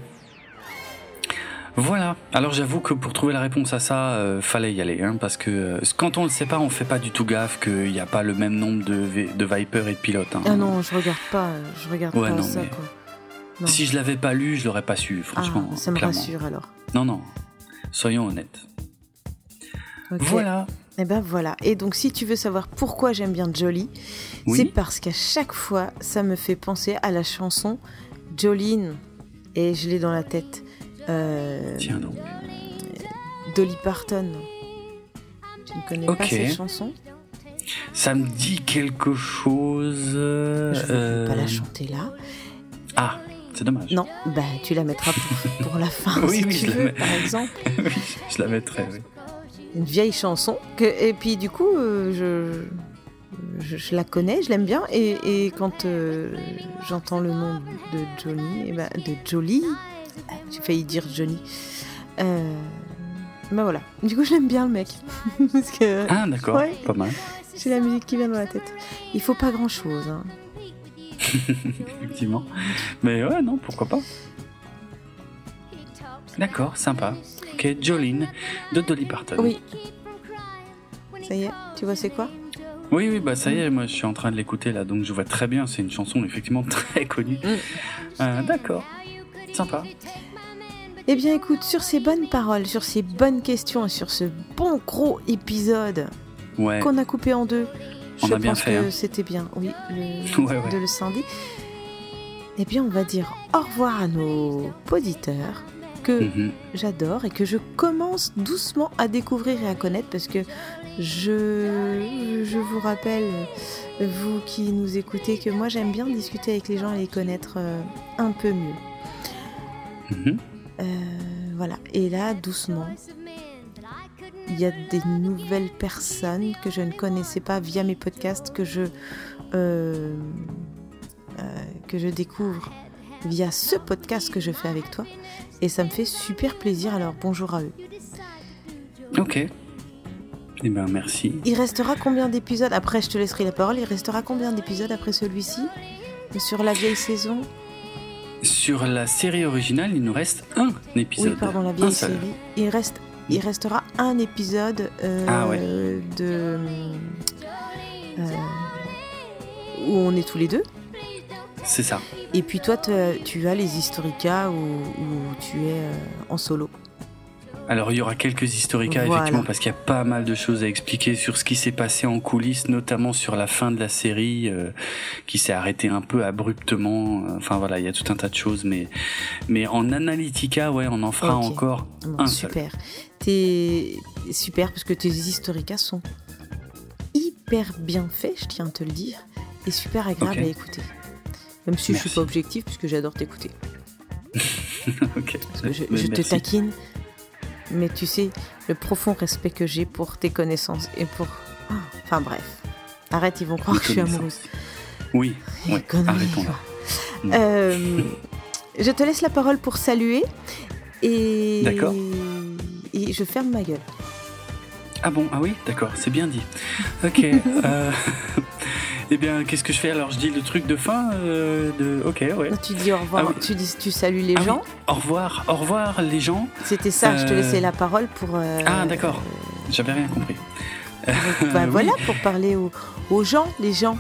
Voilà. Alors j'avoue que pour trouver la réponse à ça, euh, fallait y aller, hein, parce que euh, quand on le sait pas, on fait pas du tout gaffe qu'il n'y a pas le même nombre de, de Vipers et de pilotes. Hein. Ah non, je regarde pas, je regarde ouais, pas non, ça. Mais... Quoi. Non. Si je l'avais pas lu, je l'aurais pas su, franchement. Ah, ça me clairement. rassure alors. Non, non. Soyons honnêtes. Okay. Voilà. Et ben voilà. Et donc si tu veux savoir pourquoi j'aime bien Jolie, oui. c'est parce qu'à chaque fois, ça me fait penser à la chanson Jolene, et je l'ai dans la tête. Euh, Tiens donc. Dolly Parton. Tu ne connais okay. pas cette chanson ? Ça me dit quelque chose. Je ne euh... vais pas la chanter là. Ah, c'est dommage. Non, bah tu la mettras pour, pour la fin oui, si oui, tu je veux, la par exemple. oui, je la mettrai, oui. Une vieille chanson. Que, et puis du coup, euh, je, je, je la connais, je l'aime bien. Et, et quand euh, j'entends le nom de Johnny, et ben, de Jolie, j'ai failli dire Johnny. Euh, ben voilà. Du coup, je l'aime bien le mec. Parce que, ah d'accord, ouais, pas mal. J'ai la musique qui vient dans la tête. Il faut pas grand chose. Hein. Effectivement. Mais ouais, non, pourquoi pas. D'accord, sympa. Ok, Jolene de Dolly Parton. Oui. Ça y est, tu vois c'est quoi ? Oui, oui, bah ça y est, moi je suis en train de l'écouter là, donc je vois très bien, c'est une chanson effectivement très connue. Mm. Euh, d'accord, sympa. Eh bien écoute, sur ces bonnes paroles, sur ces bonnes questions et sur ce bon gros épisode ouais. qu'on a coupé en deux, on je a bien pense fait, que hein. c'était bien, oui, le, ouais, ouais. de le scinder. Eh bien on va dire au revoir à nos auditeurs que mm-hmm. j'adore et que je commence doucement à découvrir et à connaître parce que je, je vous rappelle, vous qui nous écoutez, que moi j'aime bien discuter avec les gens et les connaître euh, un peu mieux. Mm-hmm. Euh, voilà, et là doucement il y a des nouvelles personnes que je ne connaissais pas via mes podcasts que je euh, euh, que je découvre via ce podcast que je fais avec toi et ça me fait super plaisir, alors bonjour à eux. Ok, eh ben merci. Il restera combien d'épisodes, après je te laisserai la parole, il restera combien d'épisodes après celui-ci sur la vieille saison? Sur la série originale, il nous reste un épisode. Oui, pardon, la vieille série. Il, reste, il restera un épisode euh, ah, ouais. de euh, où on est tous les deux. C'est ça. Et puis toi, tu as les historicas où, où tu es euh, en solo. Alors il y aura quelques historicas voilà. effectivement parce qu'il y a pas mal de choses à expliquer sur ce qui s'est passé en coulisses, notamment sur la fin de la série euh, qui s'est arrêtée un peu abruptement. Enfin voilà, il y a tout un tas de choses, mais mais en Analytica, ouais, on en fera okay. encore bon, un super. seul. T'es super parce que tes historicas sont hyper bien faits, je tiens à te le dire, et super agréable okay. à écouter. Même si Merci. Je suis pas objectif puisque j'adore t'écouter. Ok. Parce que je, je te taquine. Mais tu sais, le profond respect que j'ai pour tes connaissances et pour... Enfin bref, arrête, ils vont croire que je suis amoureuse. Oui, oui. Arrêtons là. Euh, je te laisse la parole pour saluer et... D'accord. Et je ferme ma gueule. Ah bon, ah oui, d'accord, c'est bien dit. Ok. euh... Eh bien, qu'est-ce que je fais alors? Je dis le truc de fin euh, de... Ok, ouais. Non, tu dis au revoir, ah, oui. tu, dis, tu salues les ah, gens. Oui. Au revoir, au revoir les gens. C'était ça, euh... je te laissais la parole pour... Euh... Ah d'accord, j'avais rien compris. Ben voilà, oui. Pour parler aux, aux gens, les gens.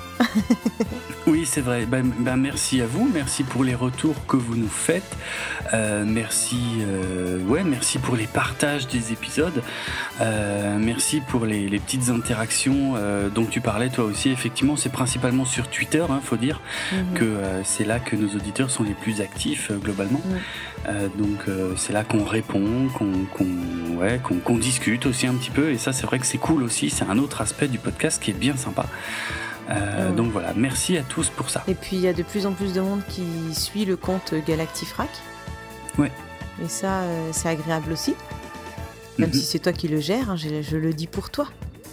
Oui, c'est vrai. Ben, ben, merci à vous, merci pour les retours que vous nous faites. Euh, merci, euh, ouais, merci pour les partages des épisodes. Euh, merci pour les, les petites interactions euh, dont tu parlais toi aussi. Effectivement, c'est principalement sur Twitter, hein, faut dire mm-hmm. que euh, c'est là que nos auditeurs sont les plus actifs euh, globalement. Mm. Euh, donc euh, c'est là qu'on répond, qu'on, qu'on, ouais, qu'on, qu'on discute aussi un petit peu. Et ça, c'est vrai que c'est cool aussi. C'est un autre aspect du podcast qui est bien sympa. Euh, oh. Donc voilà, merci à tous pour ça. Et puis il y a de plus en plus de monde qui suit le compte Galactifrac. Ouais. Et ça, euh, c'est agréable aussi. Même mm-hmm. si c'est toi qui le gères, hein, je, je le dis pour toi.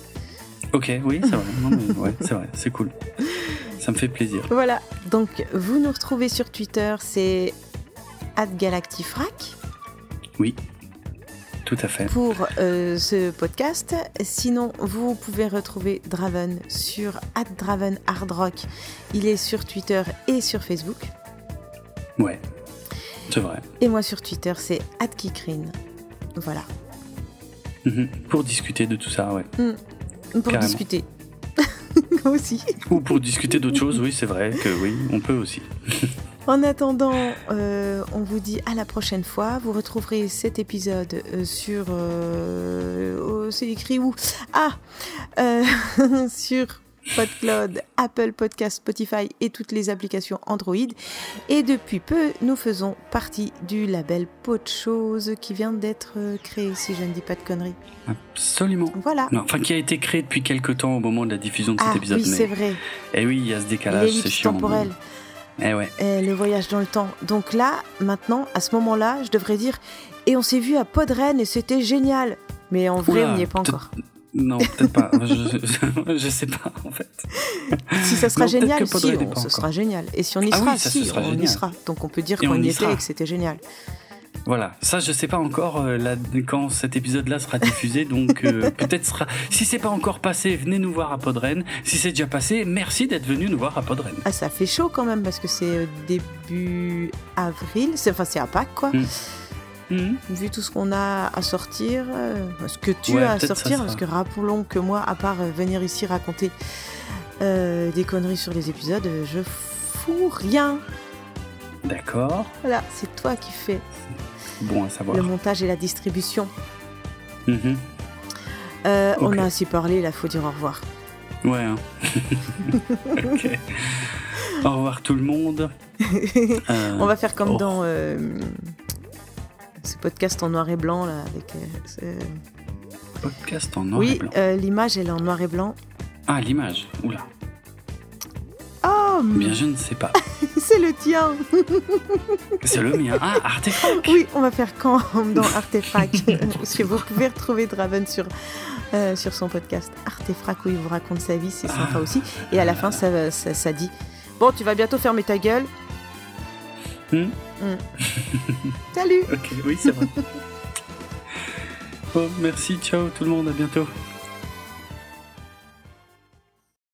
Ok, oui, c'est vrai. Non, mais ouais, c'est vrai, c'est cool. Ça me fait plaisir. Voilà, donc vous nous retrouvez sur Twitter, c'est arobase galactifrac. Oui. Tout à fait. Pour euh, ce podcast. Sinon, vous pouvez retrouver Draven sur arobase draven hard rock. Il est sur Twitter et sur Facebook. Ouais, c'est vrai. Et moi sur Twitter, c'est arobase kikrine. Voilà. Mmh, pour discuter de tout ça, ouais. Mmh, pour Carrément. Discuter. aussi. Ou pour discuter d'autres choses, oui, c'est vrai que oui, on peut aussi. En attendant, euh, on vous dit à la prochaine fois. Vous retrouverez cet épisode euh, sur... Euh, oh, c'est écrit où? Ah euh, sur PodCloud, Apple Podcast, Spotify et toutes les applications Android. Et depuis peu, nous faisons partie du label Podchose qui vient d'être créé, si je ne dis pas de conneries. Absolument. Voilà. Non, enfin, qui a été créé depuis quelque temps au moment de la diffusion de cet ah, épisode. Oui, mais... c'est vrai. Et oui, il y a ce décalage, c'est chiant. Temporel. Eh ouais. Et le voyage dans le temps. Donc là, maintenant, à ce moment-là, je devrais dire « Et on s'est vu à Podren et c'était génial !» Mais en vrai, Oula, on n'y est pas encore. Non, peut-être pas. je, je, je sais pas, en fait. Si ça sera non, génial, si, on, ce sera génial. Et si on y ah sera, oui, ça, si, sera on génial. y sera. Donc on peut dire et qu'on y, y était et que c'était génial. Voilà, ça je sais pas encore euh, là, quand cet épisode-là sera diffusé, donc euh, peut-être sera. Si c'est pas encore passé, venez nous voir à Podren. Si c'est déjà passé, merci d'être venu nous voir à Podren. Ah, ça fait chaud quand même parce que c'est début avril, c'est, enfin c'est à Pâques quoi. Mm. Mmh. Vu tout ce qu'on a à sortir, euh, ce que tu ouais, as à sortir, parce que rappelons que moi, à part euh, venir ici raconter euh, des conneries sur les épisodes, je fous rien. D'accord. Voilà, c'est toi qui fais bon à savoir. Le montage et la distribution. Mmh. Euh, okay. On a assez parlé, là, faut dire au revoir. Ouais. Hein. Ok. Au revoir tout le monde. euh, On va faire comme oh. dans euh, ce podcast en noir et blanc là, avec. Euh, ce... Podcast en noir oui, et blanc. Oui, euh, l'image elle est en noir et blanc. Ah, l'image. Oula. Oh. Bien, je ne sais pas. C'est le tien. C'est le mien. Ah, Artefact. Oui, on va faire quand dans Artefact. Parce que vous pouvez retrouver Draven sur. Euh, sur son podcast Artefact où il vous raconte sa vie, c'est sympa ah, aussi. Et à la fin, ça, ça, ça dit bon, tu vas bientôt fermer ta gueule. Hmm. Mm. Salut. Ok, oui, c'est vrai. Bon, merci, ciao tout le monde, à bientôt.